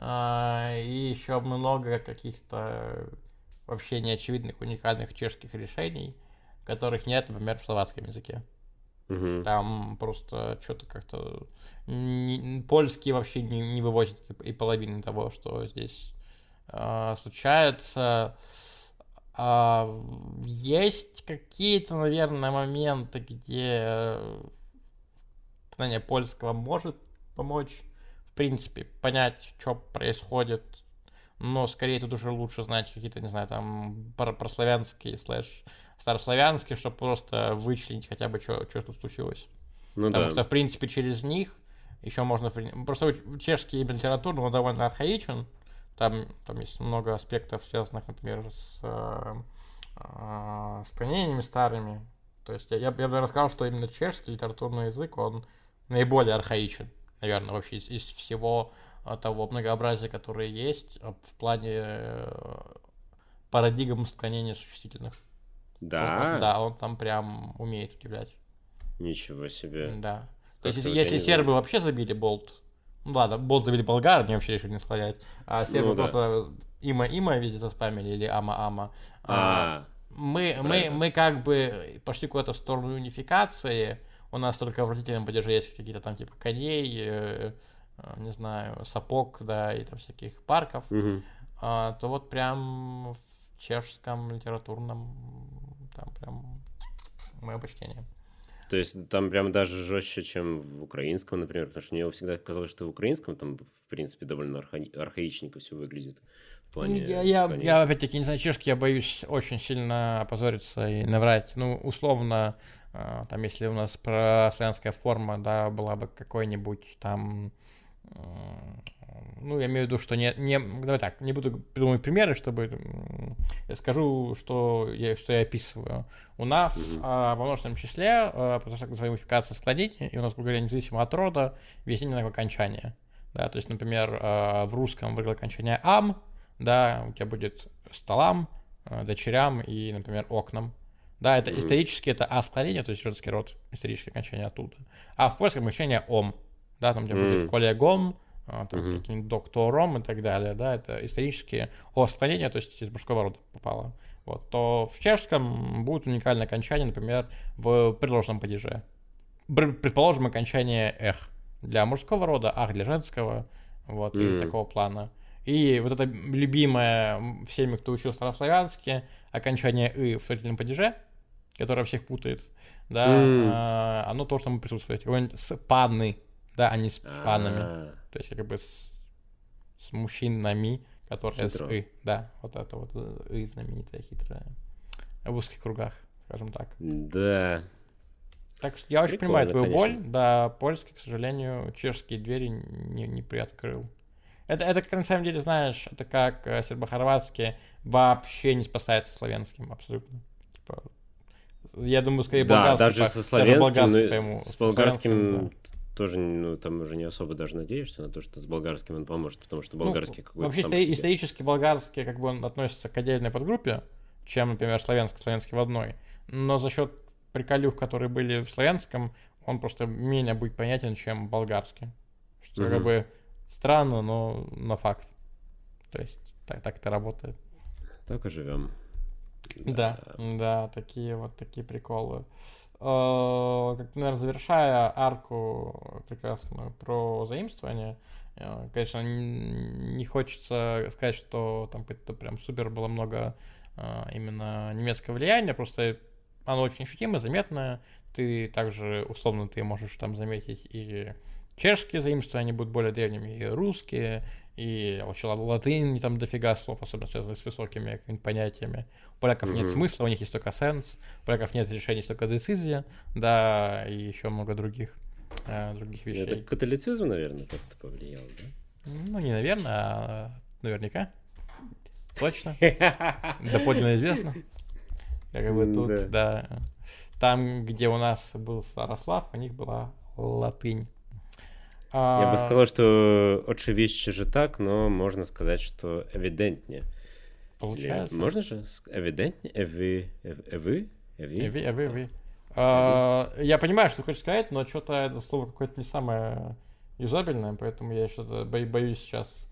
А, и еще много каких-то вообще неочевидных, уникальных чешских решений, которых нет, например, в словацком языке. Мгм. Там просто что-то как-то не- польский вообще не, не вывозит и половины того, что здесь а, случается. А, есть какие-то, наверное, моменты, где э, знание польского может помочь, в принципе, понять, что происходит. Но скорее тут уже лучше знать какие-то, не знаю, там про прославянские слэш старославянские, чтобы просто вычленить хотя бы, что тут случилось. Ну Потому да. что, в принципе, через них еще можно... Просто чешский литература, он довольно архаичен. Там, там есть много аспектов, связанных, например, с э, э, склонениями старыми. То есть я, я, я бы рассказал, что именно чешский литературный язык, он наиболее архаичен, наверное, вообще из, из всего э, того многообразия, которое есть э, в плане э, парадигм склонения существительных. Он, он- Да. да, он там прям умеет удивлять. Ничего себе. Да. То есть, Как-то если, вот я если не знал. сербы вообще забили болт, ну ладно, болт забили болгары, они вообще решили не склонять, а сербы Ну да. просто има-има везде заспамили или ама-ама. А, А, мы, про мы, это. мы как бы пошли куда-то в сторону унификации, у нас только в родительном падеже есть какие-то там типа коней, э, э, не знаю, сапог, да, и там всяких парков, Мгм. а, то вот прям в чешском литературном там прям мое почтение. То есть там прям даже жестче, чем в украинском, например, потому что мне всегда казалось, что в украинском там, в принципе, довольно арха- архаичненько все выглядит в Ну, Я, плане я, склонений. я опять-таки не знаю чешский, я боюсь очень сильно опозориться и наврать. Ну, условно, э, там, если у нас про славянская форма, да, была бы какой-нибудь там Ну, я имею в виду, что не, не, давай так, не буду придумывать примеры, чтобы я скажу, что я, что я описываю. У нас Мгм. а, во множественном числе а, произошла так называемая модификация складений, и у нас, грубо говоря, независимо от рода, везде одинаковое окончание. Да, то есть, например, а, в русском выиграл окончание «ам», да, у тебя будет «столам», а, «дочерям» и, например, «окнам». Да, это Мгм. исторически это а-складение, то есть женский род, историческое окончание оттуда. А в польском окончание «ом». Да, там у тебя будет М. «коллегом», а, там Мгм. каким-нибудь доктором и так далее, да, это исторически о-склонение, то есть из мужского рода попало. Вот, то в чешском будет уникальное окончание, например, в предложенном падеже. Бр- Предположим, окончание «эх» для мужского рода, «ах» для женского, вот, и М. такого плана. И вот это любимое м, всеми, кто учил старославянский, окончание «ы» в вторительном падеже, которое всех путает, да, М. а, оно тоже там присутствует. Какой-нибудь с паны, да, а не с панами. А, То есть как бы с, с мужчинами, которые с хитро. «и». Да, вот это вот э, «и» знаменитая, хитрая. В узких кругах, скажем так. Да, Так что я очень понимаю прикольно, твою боль. конечно. Да, польский, к сожалению, чешские двери не, не приоткрыл. Это, это, как на самом деле, знаешь, это как э, сербо-хорватский вообще не спасается славянским, абсолютно. Типа, я думаю, скорее Да, болгарский, даже по, со даже славянским, болгарский ну, пойму. с Со славянским, да. болгарским тоже, ну, там уже не особо даже надеешься на то, что с болгарским он поможет, потому что Ну, болгарский какой-то вообще сам по истори- себе. исторически болгарский, как бы он относится к отдельной подгруппе, чем, например, славянский, славянский в одной. Но за счет приколюх, которые были в славянском, он просто менее будет понятен, чем болгарский. Что как Мгм. бы странно, но на факт. То есть так, так это работает. Так и живем. Да, да, такие вот такие приколы. Э, Как, наверное, завершая арку прекрасную про заимствование, э, конечно, н- не хочется сказать, что там это прям супер было много э, именно немецкого влияния, просто оно очень ощутимо, заметное. Ты также, условно, ты можешь там заметить и чешские заимствования, они будут более древними, и русские, и вообще ла- латынь, там дофига слов, особенно связанных с высокими какими-то понятиями. У поляков нет Мгм. смысла, у них есть только сенс, у поляков нет решений, есть только децизия, да, и еще много других, э, других Это вещей. католицизм, наверное, как-то повлиял, Ну, не наверное, а наверняка, точно, да? доподлинно известно. Как бы тут, Да. да, там, где у нас был Старослав, у них была латынь. Я бы А, сказал, что очевидно же так, но можно сказать, что эвидентнее. Или получается, можно же ск- эвидентнее? Эви... эв- Эвы? Эви? эви, эви, эви. Эви? А, я понимаю, что ты хочешь сказать, но что-то это слово какое-то не самое юзабельное, поэтому я что-то бо- боюсь сейчас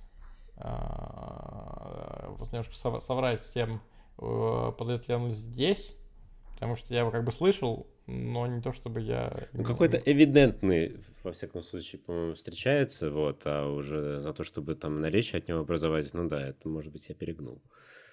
а, просто немножко сов- соврать всем, э, подает ли оно здесь, потому что я его как бы слышал, но не то чтобы я... Ну, им- какой-то им- эвидентный, во всяком случае, по-моему, встречается, вот, а уже за то, чтобы там наречие от него образовать, ну да, это, может быть, я перегнул.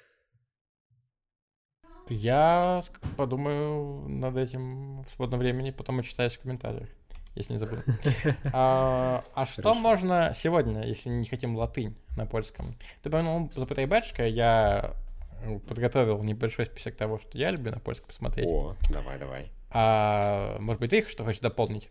Я ск- подумаю над этим в свободном времени, потом отчитаюсь в комментариях, если не забуду. А, а что Хорошо. можно сегодня, если не хотим латынь на польском? Ты упомянул «Запытай батюшка», я э, подготовил небольшой список того, что я люблю на польском посмотреть. О, давай, давай. А может быть, ты их что хочешь дополнить?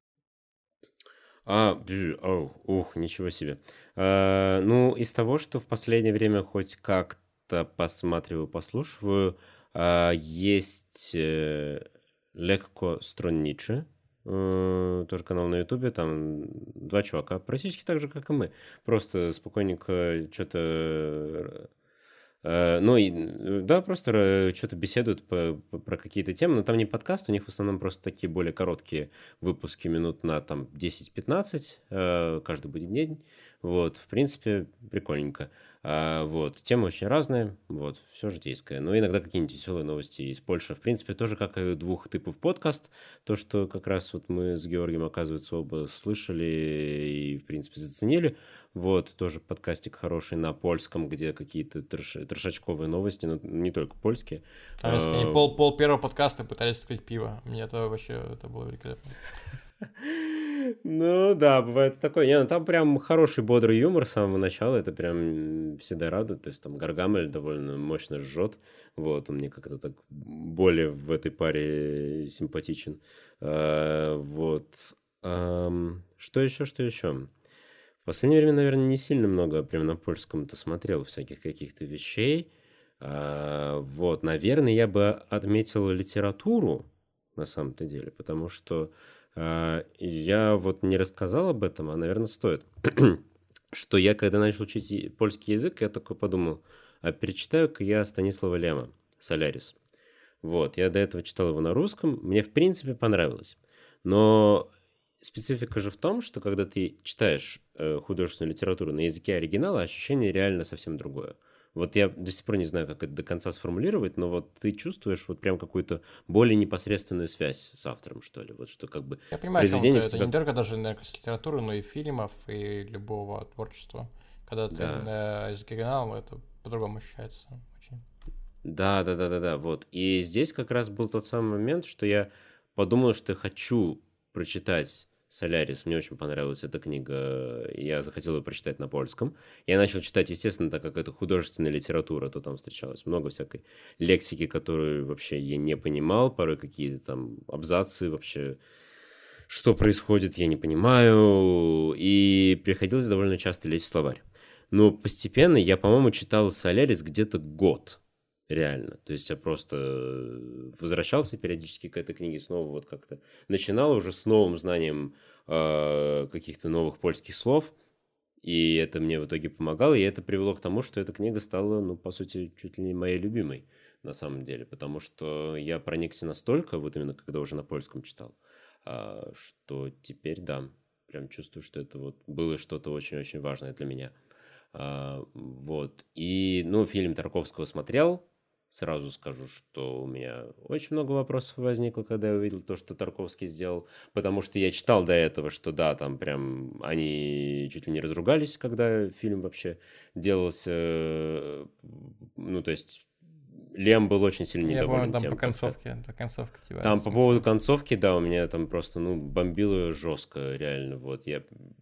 А, бежи, оу, ух, ничего себе. А, ну, из того, что в последнее время хоть как-то посматриваю, послушиваю, а, есть э, Lekko Stronniczy, э, тоже канал на Ютубе, там два чувака, практически так же, как и мы, просто спокойненько что-то... Э, Ну, и, э, да, просто что-то беседуют по- по- про какие-то темы, но там не подкаст, у них в основном просто такие более короткие выпуски, минут на там десять-пятнадцать, э, каждый будет день, вот, в принципе, прикольненько. А, вот, темы очень разные, вот, все житейское, но иногда какие-нибудь веселые новости из Польши, в принципе, тоже как и двух типов подкаст, то, что как раз вот мы с Георгием, оказывается, оба слышали и, в принципе, заценили, вот, тоже подкастик хороший на польском, где какие-то трэш- трэшачковые новости, но не только польские. Там, если они А, пол, пол первого подкаста пытались открыть пиво. Мне это вообще это было великолепно. Ну да, бывает такое. Не, ну там прям хороший бодрый юмор с самого начала, это прям всегда радует. То есть там Гаргамель довольно мощно жжет. Вот, он мне как-то так более в этой паре симпатичен. А, вот. Ам, Что еще, что еще? последнее время, наверное, не сильно много прям на польском-то смотрел всяких каких-то вещей. А, вот, наверное, я бы отметил литературу на самом-то деле, потому что а, я вот не рассказал об этом, а, наверное, стоит. Что я, когда начал учить и- польский язык, я такой подумал, а перечитаю-ка я Станислава Лема «Солярис». Вот, я до этого читал его на русском, мне, в принципе, понравилось. Но специфика же в том, что когда ты читаешь э, художественную литературу на языке оригинала, ощущение реально совсем другое. Вот я до сих пор не знаю, как это до конца сформулировать, но вот ты чувствуешь вот прям какую-то более непосредственную связь с автором, что ли. Вот что как бы Я понимаю, о чем ты. произведение в Это тебя... не только даже, наверное, с литературы, но и фильмов, и любого творчества. Когда ты Да. на языке оригинала, это по-другому ощущается. Очень. Да, да, да, да, да, вот. И здесь как раз был тот самый момент, что я подумал, что я хочу прочитать «Солярис». Мне очень понравилась эта книга, и я захотел ее прочитать на польском. Я начал читать, естественно, так как это художественная литература, то там встречалось много всякой лексики, которую вообще я не понимал, порой какие-то там абзацы вообще, что происходит, я не понимаю, и приходилось довольно часто лезть в словарь. Но постепенно я, по-моему, читал «Солярис» где-то год. Реально. То есть я просто э, возвращался периодически к этой книге, снова вот как-то начинал уже с новым знанием э, каких-то новых польских слов, и это мне в итоге помогало, и это привело к тому, что эта книга стала, ну, по сути, чуть ли не моей любимой на самом деле, потому что я проникся настолько, вот именно когда уже на польском читал, а, что теперь, да, прям чувствую, что это вот было что-то очень-очень важное для меня. А, вот. И, ну, фильм Тарковского смотрел. Сразу скажу, что у меня очень много вопросов возникло, когда я увидел то, что Тарковский сделал, потому что я читал до этого, что да, там прям они чуть ли не разругались, когда фильм вообще делался, э, ну, то есть Лем был очень сильно Я помню, недоволен там тем, по как-то. концовке, это концовка типа. Там по поводу концовки, да, у меня там просто, ну, бомбило жестко, реально, вот, я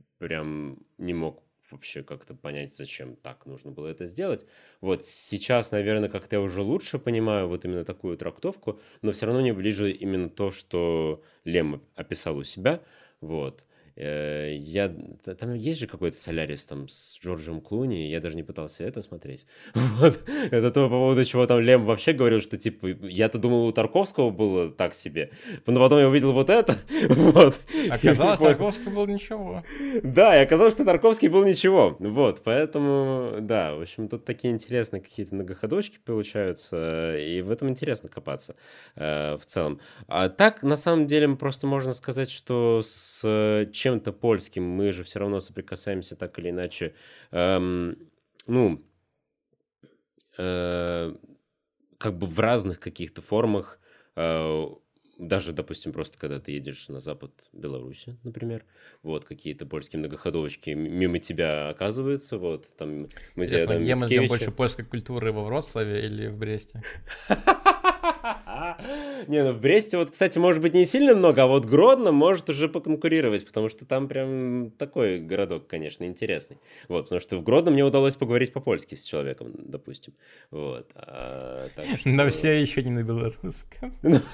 прям не мог вообще как-то понять, зачем так нужно было это сделать. Вот сейчас, наверное, как-то я уже лучше понимаю вот именно такую трактовку, но все равно мне ближе именно то, что Лем описал у себя, вот. Э, Я... т- Там есть же какой-то «Солярис» там с Джорджем Клуни, я даже не пытался это смотреть. Вот. Это то, по поводу чего там Лем вообще говорил, что, типа, я-то думал, у Тарковского было так себе, но потом я увидел вот это, вот. Оказалось, И понял. Тарковский был ничего. Да, и оказалось, что Тарковский был ничего. Вот, поэтому, да, в общем, тут такие интересные какие-то многоходочки получаются, и в этом интересно копаться э, в целом. А так, на самом деле, просто можно сказать, что с э, чем-то польским мы же все равно соприкасаемся так или иначе, эм, ну, э, как бы в разных каких-то формах, э, даже, допустим, просто когда ты едешь на запад Беларуси, например, вот, какие-то польские многоходовочки м- мимо тебя оказываются, вот, там музей Интересно, Адама где мы ждем Мицкевича. больше польской культуры, во Вроцлаве или в Бресте? Не, ну в Бресте вот, кстати, может быть не сильно много, а вот Гродно может уже поконкурировать, потому что там прям такой городок, конечно, интересный. Вот, потому что в Гродно мне удалось поговорить по-польски с человеком, допустим. Вот. а, так Но что- все еще не на белорусском.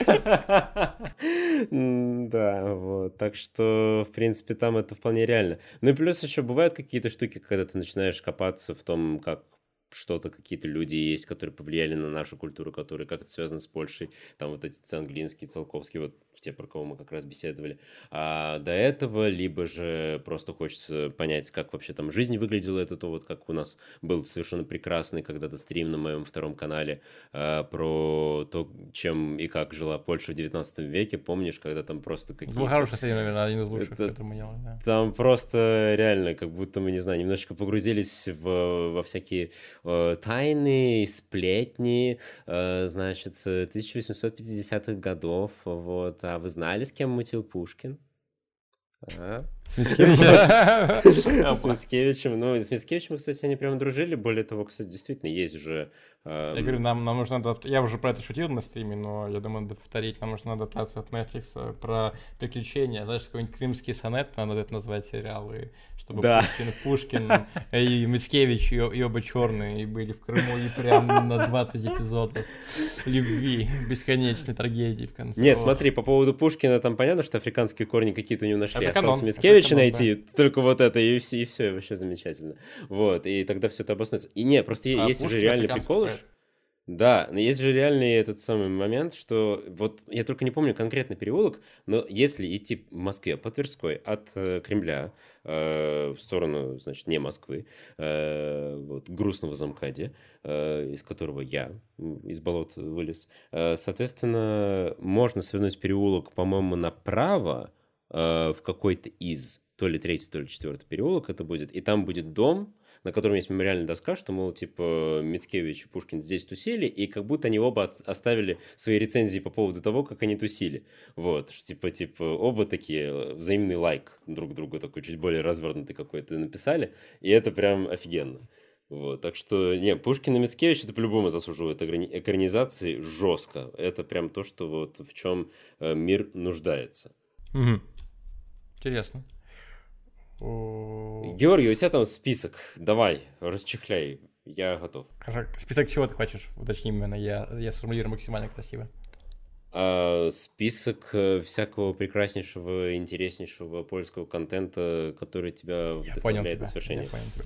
М, Да, вот. Так что, в принципе, там это вполне реально. Ну и плюс еще бывают какие-то штуки, когда ты начинаешь копаться в том, как что-то, какие-то люди есть, которые повлияли на нашу культуру, которые как-то связаны с Польшей. Там вот эти Ценглинские, Циолковские, вот те, про кого мы как раз беседовали. А до этого, либо же просто хочется понять, как вообще там жизнь выглядела. Это то, вот как у нас был совершенно прекрасный когда-то стрим на моем втором канале а, про то, чем и как жила Польша в девятнадцатом веке. Помнишь, когда там просто Это был какие-то... хороший стрим, наверное, один из лучших, Это- который мы делали. Да. Там просто реально, как будто мы, не знаю, немножечко погрузились в, во всякие э, тайны, сплетни, э, значит, э, тысяча восемьсот пятидесятых годов, вот. А вы знали, с кем мутил Пушкин? А? С Мицкевичем. С Мицкевичем. Ну, с Мицкевичем, кстати, они прям дружили. Более того, кстати, действительно, есть уже... эм, Я говорю, нам, нам нужно адап- Я уже про это шутил на стриме, но я думаю, надо повторить. Нам нужна адаптация от Netflix про приключения. Знаешь, какой-нибудь крымский сонет, надо это назвать сериал, и чтобы Да. Пушкин, Пушкин и Мицкевич, и, и оба черные, и были в Крыму, и прям на двадцать эпизодов любви, бесконечной трагедии в конце. Нет, Ох. смотри, по поводу Пушкина, там понятно, что африканские корни какие-то у него нашли. Это Остался канон, Мицкевич, Мицкевича найти, только вот это, и все, и все, вообще замечательно. Вот, и тогда все это обоснуется. И не, просто А есть же Пушкин реальный африканский прикол. поэт. Да, но есть же реальный этот самый момент, что вот я только не помню конкретный переулок, но если идти в Москве по Тверской от э, Кремля э, в сторону, значит, не Москвы, э, вот, грустного замкадия, э, из которого я м, из болот вылез, э, соответственно, можно свернуть переулок, по-моему, направо э, в какой-то из, то ли третий, то ли четвертый переулок это будет, и там будет дом, на котором есть мемориальная доска, что, мол, типа, Мицкевич и Пушкин здесь тусили, и как будто они оба от- оставили свои рецензии по поводу того, как они тусили. Вот, что, типа, типа, оба такие, э, взаимный лайк друг другу, такой чуть более развернутый какой-то написали, и это прям офигенно. Вот, так что, не, Пушкин и Мицкевич это по-любому заслуживает экрани- экранизации жестко. Это прям то, что вот в чем э, мир нуждается. Мгм. Интересно. О, Георгий, у тебя там список. Давай, расчехляй. Я готов. хорошо. Список чего ты хочешь? Уточни именно, я, я сформулирую максимально красиво. А, список э, всякого прекраснейшего, интереснейшего польского контента, который тебя Я понял вдохновляет тебя. на свершение. Я понял тебя.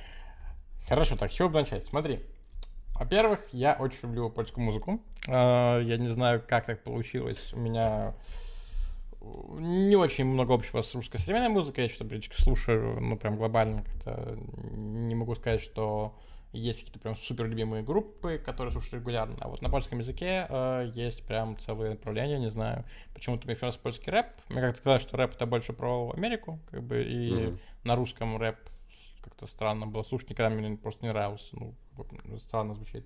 Хорошо, так, с чего бы начать? Смотри. Во-первых, я очень люблю польскую музыку. А, Я не знаю, как так получилось. У меня э, не очень много общего с русской современной музыкой. Я что-то практически слушаю, ну, прям глобально как-то. Не могу сказать, что есть какие-то прям супер любимые группы, которые слушаю регулярно. А вот на польском языке э, есть прям целые направления, не знаю. Почему-то мне нравится польский рэп. Мне как-то казалось, что рэп это больше про Америку, как бы, и Мгм. на русском рэп как-то странно было слушать, никогда мне просто не нравился. Ну, вот, странно звучит.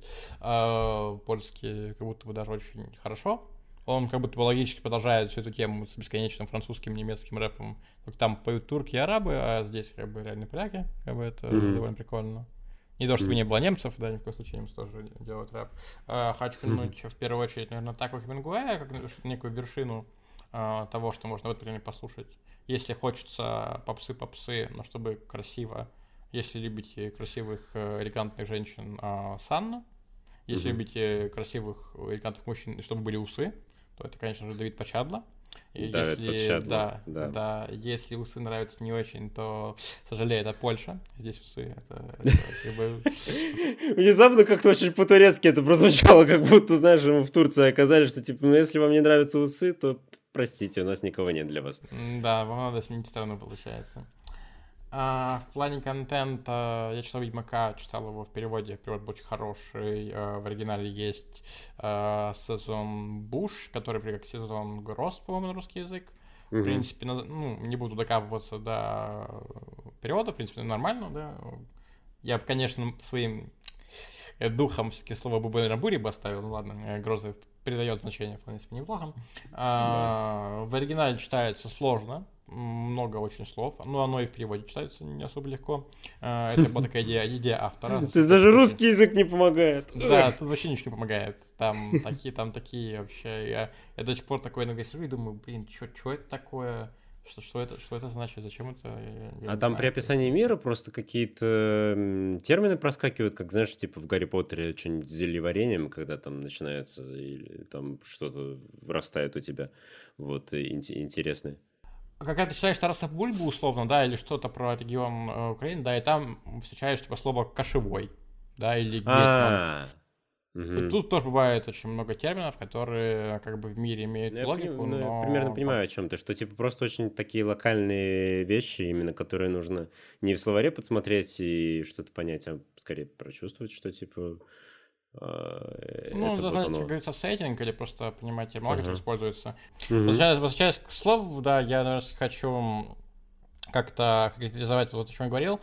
А польский как будто бы даже очень хорошо. Он как будто бы логически продолжает всю эту тему с бесконечным французским, немецким рэпом. Только там поют турки и арабы, а здесь как бы реально поляки. Как бы это Мгм. довольно прикольно. Не то, чтобы Мгм. не было немцев, да, ни в коем случае немцы тоже делают рэп. А, хочу Мгм. упомянуть в первую очередь, наверное, Таку Хемингуэя, как некую вершину а, того, что можно в это время послушать. Если хочется попсы-попсы, но чтобы красиво. Если любите красивых, э, элегантных женщин, а, Санна. Если Мгм. любите красивых, элегантных мужчин, чтобы были усы, то это, конечно же, Давид Почадло. И Да, это если, Почадло, да, да. да, если усы нравятся не очень, то, сожалею, это Польша. Здесь усы, это, это как бы... Внезапно как-то очень по-турецки это прозвучало, как будто, знаешь, мы в Турции оказались, что типа, ну если вам не нравятся усы, то простите, у нас никого нет для вас. М, Да, вам надо сменить страну, получается. А, в плане контента я читал Ведьмака, читал его в переводе. Перевод был очень хороший. А, в оригинале есть а, сезон Буш, который как сезон Гросс, по-моему, на русский язык. В Мгм. принципе, наз- ну, не буду докапываться до перевода, в принципе, нормально, да. Я бы, конечно, своим э, духом все-таки слово бы, наверное, бури бы оставил. Ну ладно, э, Грозы передает значение, в принципе, неплохо. Да. А, в оригинале читается сложно, м, много очень слов. Ну, оно и в переводе читается не особо легко. А, это была такая идея, идея автора. То есть Что даже такие- русский язык не помогает. Да, тут вообще ничего не помогает. Там такие, там такие вообще. Я, я до сих пор такой иногда сижу и думаю, блин, что это такое? Что, что, это, что это значит? Зачем это? Я, я А не там при знаю. описании мира просто какие-то м, термины проскакивают, как, знаешь, типа в Гарри Поттере что-нибудь с зельеварением, когда там начинается, или там что-то вырастает у тебя, вот, и инте- интересное. А Когда ты читаешь Тараса Бульбу, условно, да, или что-то про регион э, Украины, да, и там встречаешь, типа, слово «кошевой», да, или «гетьман». А, И мгм. тут тоже бывает очень много терминов, которые как бы в мире имеют Ну, я пони- логику, ну, я примерно но... понимаю, о чем ты, что типа просто очень такие локальные вещи, именно которые нужно не в словаре подсмотреть и что-то понять, а скорее прочувствовать, что типа а, Ну, это это, вот знаете, как оно. говорится, сеттинг или просто понимать терминологию, которая Ага. используется. Мгм. Возвращаясь, возвращаясь к слову, да, я, наверное, хочу как-то характеризовать вот о чем я говорил.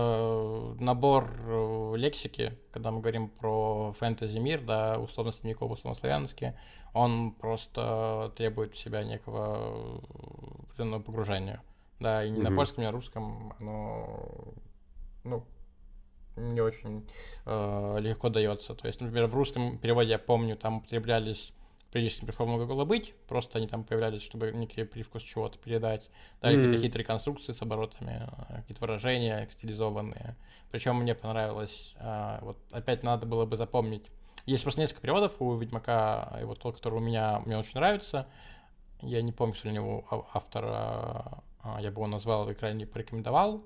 Э, набор э, лексики, когда мы говорим про фэнтези-мир, да, условно средневековый, условно славянский, он просто требует в себя некого определенного погружения. Да, и ни на Мгм. польском, ни на русском оно, ну, не очень э, легко дается. То есть, например, в русском переводе, я помню, там употреблялись приличные приформы глагола «быть», просто они там появлялись, чтобы некий привкус чего-то передать. Да, или какие-то Мгм. хитрые конструкции с оборотами, э, какие-то выражения стилизованные. Причем мне понравилось, э, вот опять надо было бы запомнить. Есть просто несколько переводов у Ведьмака, и вот тот, который у меня, мне очень нравится. Я не помню, что у него а- автора, я бы его назвал или крайне порекомендовал.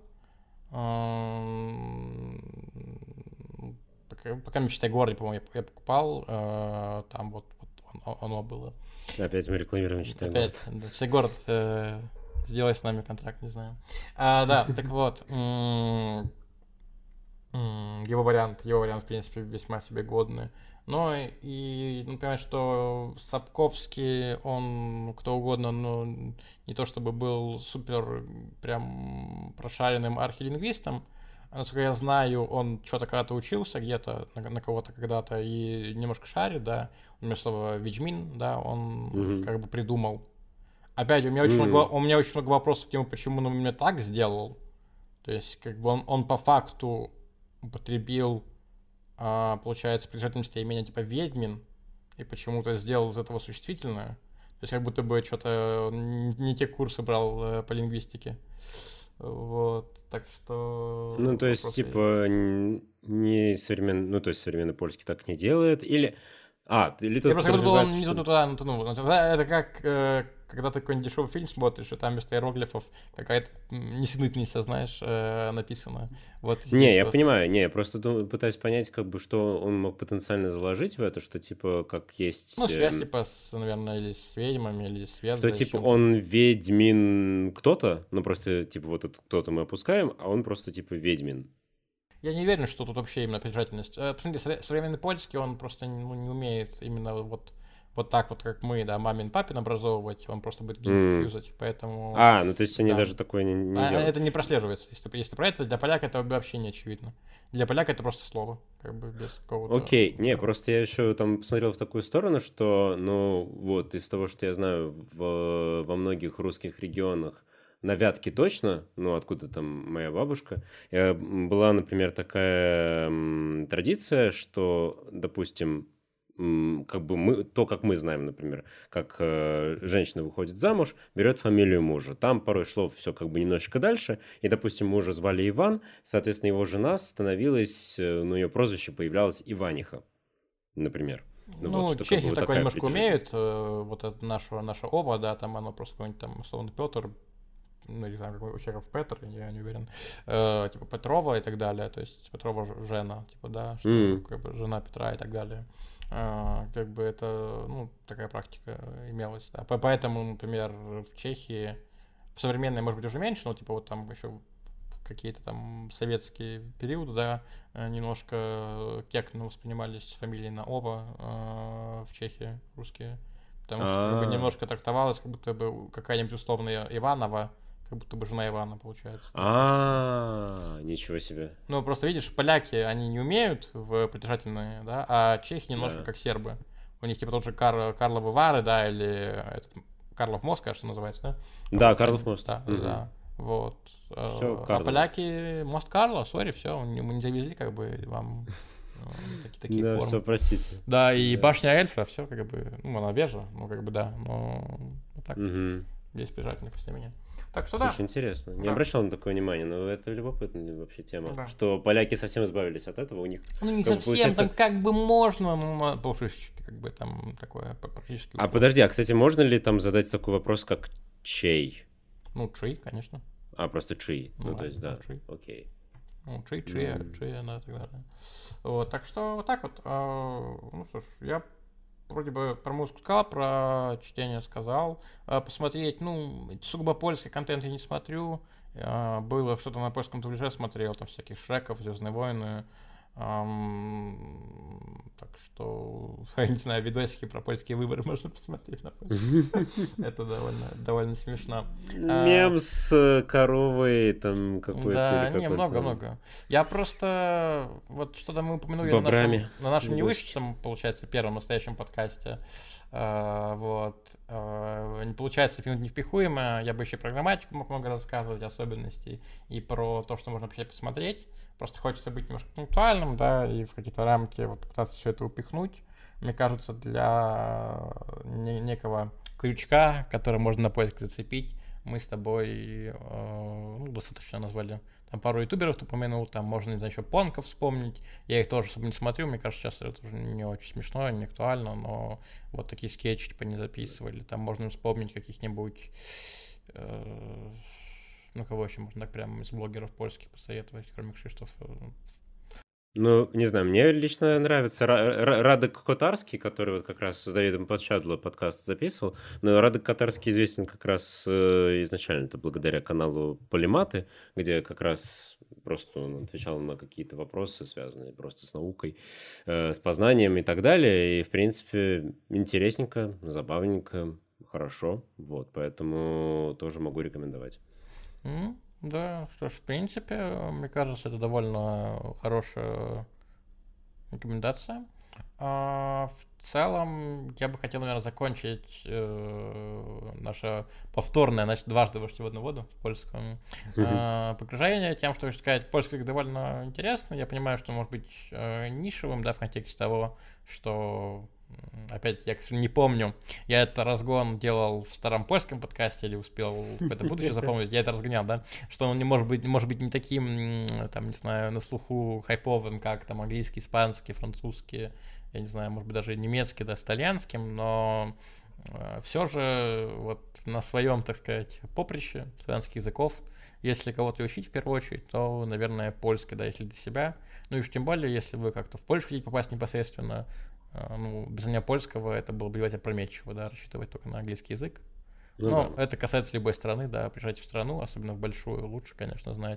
Пока, пока «Мечтай городе», по-моему, я, я покупал. Там вот, вот он, оно было. Опять мы рекламируем «Мечтай город». Опять, да, «Мечтай город». Э, сделай с нами контракт, не знаю. А, да, так вот. М- м- его вариант, его вариант, в принципе, весьма себе годный. Но и, ну, понимаешь, что Сапковский, он кто угодно, но не то чтобы был супер прям прошаренным архилингвистом. Насколько я знаю, он что-то когда-то учился где-то, на, на кого-то когда-то, и немножко шарит, да. У меня слово «Ведьмин», да, он mm-hmm. как бы придумал. Опять, у меня, очень mm-hmm. много, у меня очень много вопросов к нему, почему он именно так сделал. То есть, как бы он, он по факту употребил, а, получается, придержательное местоимение типа «Ведьмин», и почему-то сделал из этого существительное. То есть, как будто бы что-то не те курсы брал э, по лингвистике. Вот, так что... Ну, то есть, типа, есть. не современный, ну, то есть, современный польский так не делает, или... А, или тут я просто как будто он не что... туда, ну, ну, это как, э, когда ты какой-нибудь дешевый фильм смотришь, и там вместо иероглифов какая-то несенытница, знаешь, э, написана. Вот не, я тоже. понимаю, не, я просто думаю, пытаюсь понять, как бы, что он мог потенциально заложить в это, что, типа, как есть... Ну, связь, типа, с, наверное, или с ведьмами, или с ведьмами. Что, типа, он ведьмин кто-то, ну, просто, типа, вот этот кто-то мы опускаем, а он просто, типа, ведьмин. Я не уверен, что тут вообще именно придержательность. Посмотрите, современный польский, он просто ну, не умеет именно вот, вот так вот, как мы, да, мамин, папин образовывать, он просто будет гимн mm. юзать, поэтому... А, ну то есть они да. даже такое не, не а, делают. Это не прослеживается. Если, если про это, для поляка это вообще не очевидно. Для поляка это просто слово, как бы без какого-то... Окей, okay. не, просто я еще там посмотрел в такую сторону, что, ну, вот, из того, что я знаю в, во многих русских регионах, на Вятке точно, ну, откуда там моя бабушка, была, например, такая м, традиция, что, допустим, м, как бы мы, то, как мы знаем, например, как э, женщина выходит замуж, берет фамилию мужа. Там порой шло все как бы немножечко дальше, и, допустим, мужа звали Иван, соответственно, его жена становилась, ну, ее прозвище появлялось Иваниха, например. Ну, ну вот, чехи как бы, такое немножко умеют, э, вот это наше, наше ова, да, там оно просто какой-нибудь там, условно, Петр, ну, или там какой у чехов Петр, я не уверен, э, типа Петрова и так далее, то есть Петрова жена, типа, да, что mm. как бы жена Петра и так далее. Э, как бы это, ну, такая практика имелась, да. Поэтому, например, в Чехии в современной, может быть, уже меньше, но типа вот там еще какие-то там советские периоды, да, немножко кекно воспринимались фамилии на оба э, в Чехии, русские. Потому что как бы, немножко трактовалось, как будто бы какая-нибудь условная Иванова, как будто бы жена Ивана, получается. А, ничего себе. Ну, просто видишь, поляки, они не умеют в притяжательные, да, а чехи немножко да. как сербы. У них типа тот же Кар... Карловы Вары, да, или этот... Карлов мост, кажется, называется, да? Да, вот, Карлов мост. Да, угу. да, вот. Все, а поляки, мост Карла, сори, все, мы не завезли, как бы, вам... Такие, такие да, формы. все, простите. Да, и да. башня Эльфра, все как бы, ну, она вежа, ну, как бы, да, но вот так, угу. без прижательных меня. Так что Слушай, да. интересно. Не да. обращал на такое внимание, но это любопытная вообще тема, да. что поляки совсем избавились от этого, у них... Ну, не совсем, получается... там как бы можно, но полшишечки, как бы, там такое практически... А подожди, а, кстати, можно ли там задать такой вопрос, как чей? Ну, чей, конечно. А, просто чей, ну, ну то есть, да, чей. окей. Ну, чей, чей, mm. чей, да, и так далее. Вот, так что вот так вот. А, ну, что ж, я вроде бы про музыку сказал, про чтение сказал. А, посмотреть, ну, сугубо польский контент я не смотрю. А, было что-то на польском дубляже смотрел, там всяких Шреков, Звездные войны. Um, так что, я не знаю, видосики про польские выборы можно посмотреть на польском. Это довольно, довольно смешно. Мем с коровой там какой-то. Да, не, много-много. Я просто, вот что-то мы упомянули на нашем, на нашем не вышедшем, получается, первом настоящем подкасте. Uh, вот. Uh, не получается финуть невпихуемо. Я бы еще про грамматику мог много рассказывать, особенностей, и про то, что можно вообще посмотреть. Просто хочется быть немножко пунктуальным, да, и в какие-то рамки вот пытаться все это упихнуть. Мне кажется, для не- некого крючка, который можно на поиск зацепить, мы с тобой э, ну, достаточно назвали. Там пару ютуберов ты упомянул, там можно, не знаю, еще Понков вспомнить. Я их тоже особо не смотрю, мне кажется, сейчас это уже не очень смешно, не актуально, но вот такие скетчи типа не записывали. Там можно вспомнить каких-нибудь... Э, Ну, кого еще можно так прямо из блогеров польских посоветовать, кроме Кшиштофа? Ну, не знаю, мне лично нравится Ра- Ра- Радек Котарский, который вот как раз с Давидом Подшадло подкаст записывал. Но Радек Котарский известен как раз э, изначально-то благодаря каналу Полиматы, где как раз просто он отвечал на какие-то вопросы, связанные просто с наукой, э, с познанием и так далее. И, в принципе, интересненько, забавненько, хорошо. Вот, поэтому тоже могу рекомендовать. М, Да, что ж, в принципе, мне кажется, это довольно хорошая рекомендация. А, в целом, я бы хотел, наверное, закончить э, наше повторное, значит, дважды вошли в одну воду в польском э, погружение тем, что, сказать, польский язык довольно интересный. Я понимаю, что может быть э, нишевым, да, в контексте того, что опять, я, к сожалению, не помню, я этот разгон делал в старом польском подкасте или успел какое-то будущее запомнить, я это разгонял, да, что он не может быть, может быть не таким, там, не знаю, на слуху хайповым, как там английский, испанский, французский, я не знаю, может быть даже немецкий, да, с итальянским, но э, все же вот на своем, так сказать, поприще славянских языков, если кого-то учить в первую очередь, то, наверное, польский, да, если для себя, ну и уж тем более, если вы как-то в Польшу хотите попасть непосредственно, ну, без знания польского это было бы делать опрометчиво, да, рассчитывать только на английский язык. Ну, Но да. Это касается любой страны, да, приезжайте в страну, особенно в большую, лучше, конечно, знать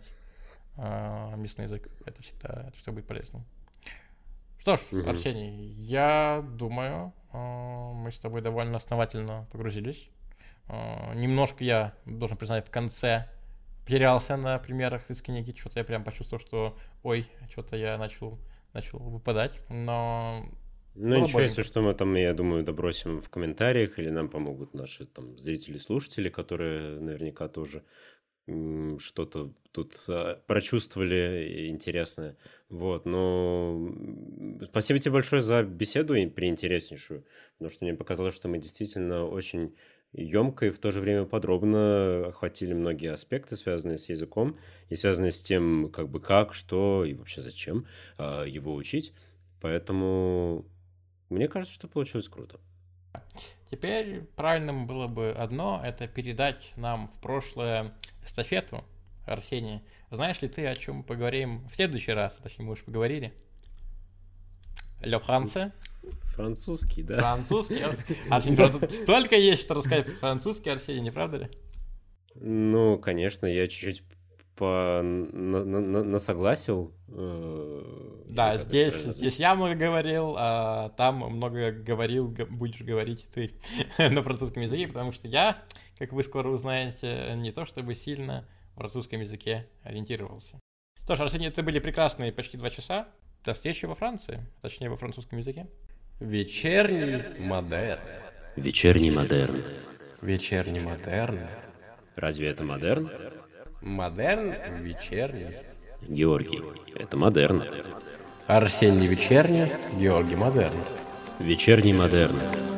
а, местный язык. Это всегда, это всегда будет полезно. Что ж, угу. Арсений, я думаю, а, мы с тобой довольно основательно погрузились. А, немножко я, должен признать, в конце потерялся на примерах из книги, что-то я прям почувствовал, что, ой, что-то я начал, начал выпадать, но... Ну, ничего, если что, мы там, я думаю, добросим в комментариях, или нам помогут наши там зрители-слушатели, которые наверняка тоже м, что-то тут а, прочувствовали интересное. Вот, но спасибо тебе большое за беседу и преинтереснейшую, потому что мне показалось, что мы действительно очень емко и в то же время подробно охватили многие аспекты, связанные с языком и связанные с тем, как бы как, что и вообще зачем а, его учить. Поэтому... Мне кажется, что получилось круто. Теперь правильным было бы одно, это передать нам в прошлое эстафету, Арсений. Знаешь ли ты, о чем мы поговорим в следующий раз? Точнее, мы уже поговорили. Ле Франце. Французский, да? Французский. Арсений, тут столько есть, что рассказать по-французски, Арсений, не правда ли? Ну, конечно, я чуть-чуть по на, на, на согласил. Э, да, здесь, здесь я много говорил, а там много говорил, будешь говорить ты на французском языке, потому что я, как вы скоро узнаете, не то чтобы сильно в французском языке ориентировался. Что ж, Арсений, это были прекрасные почти два часа. До встречи во Франции, точнее во французском языке. Вечерний модерн. Вечерний модерн. Вечерний модерн. Разве это модерн? Модерн вечерний. Георгий, это модерн. Арсений вечерний, Георгий модерн. Вечерний модерн.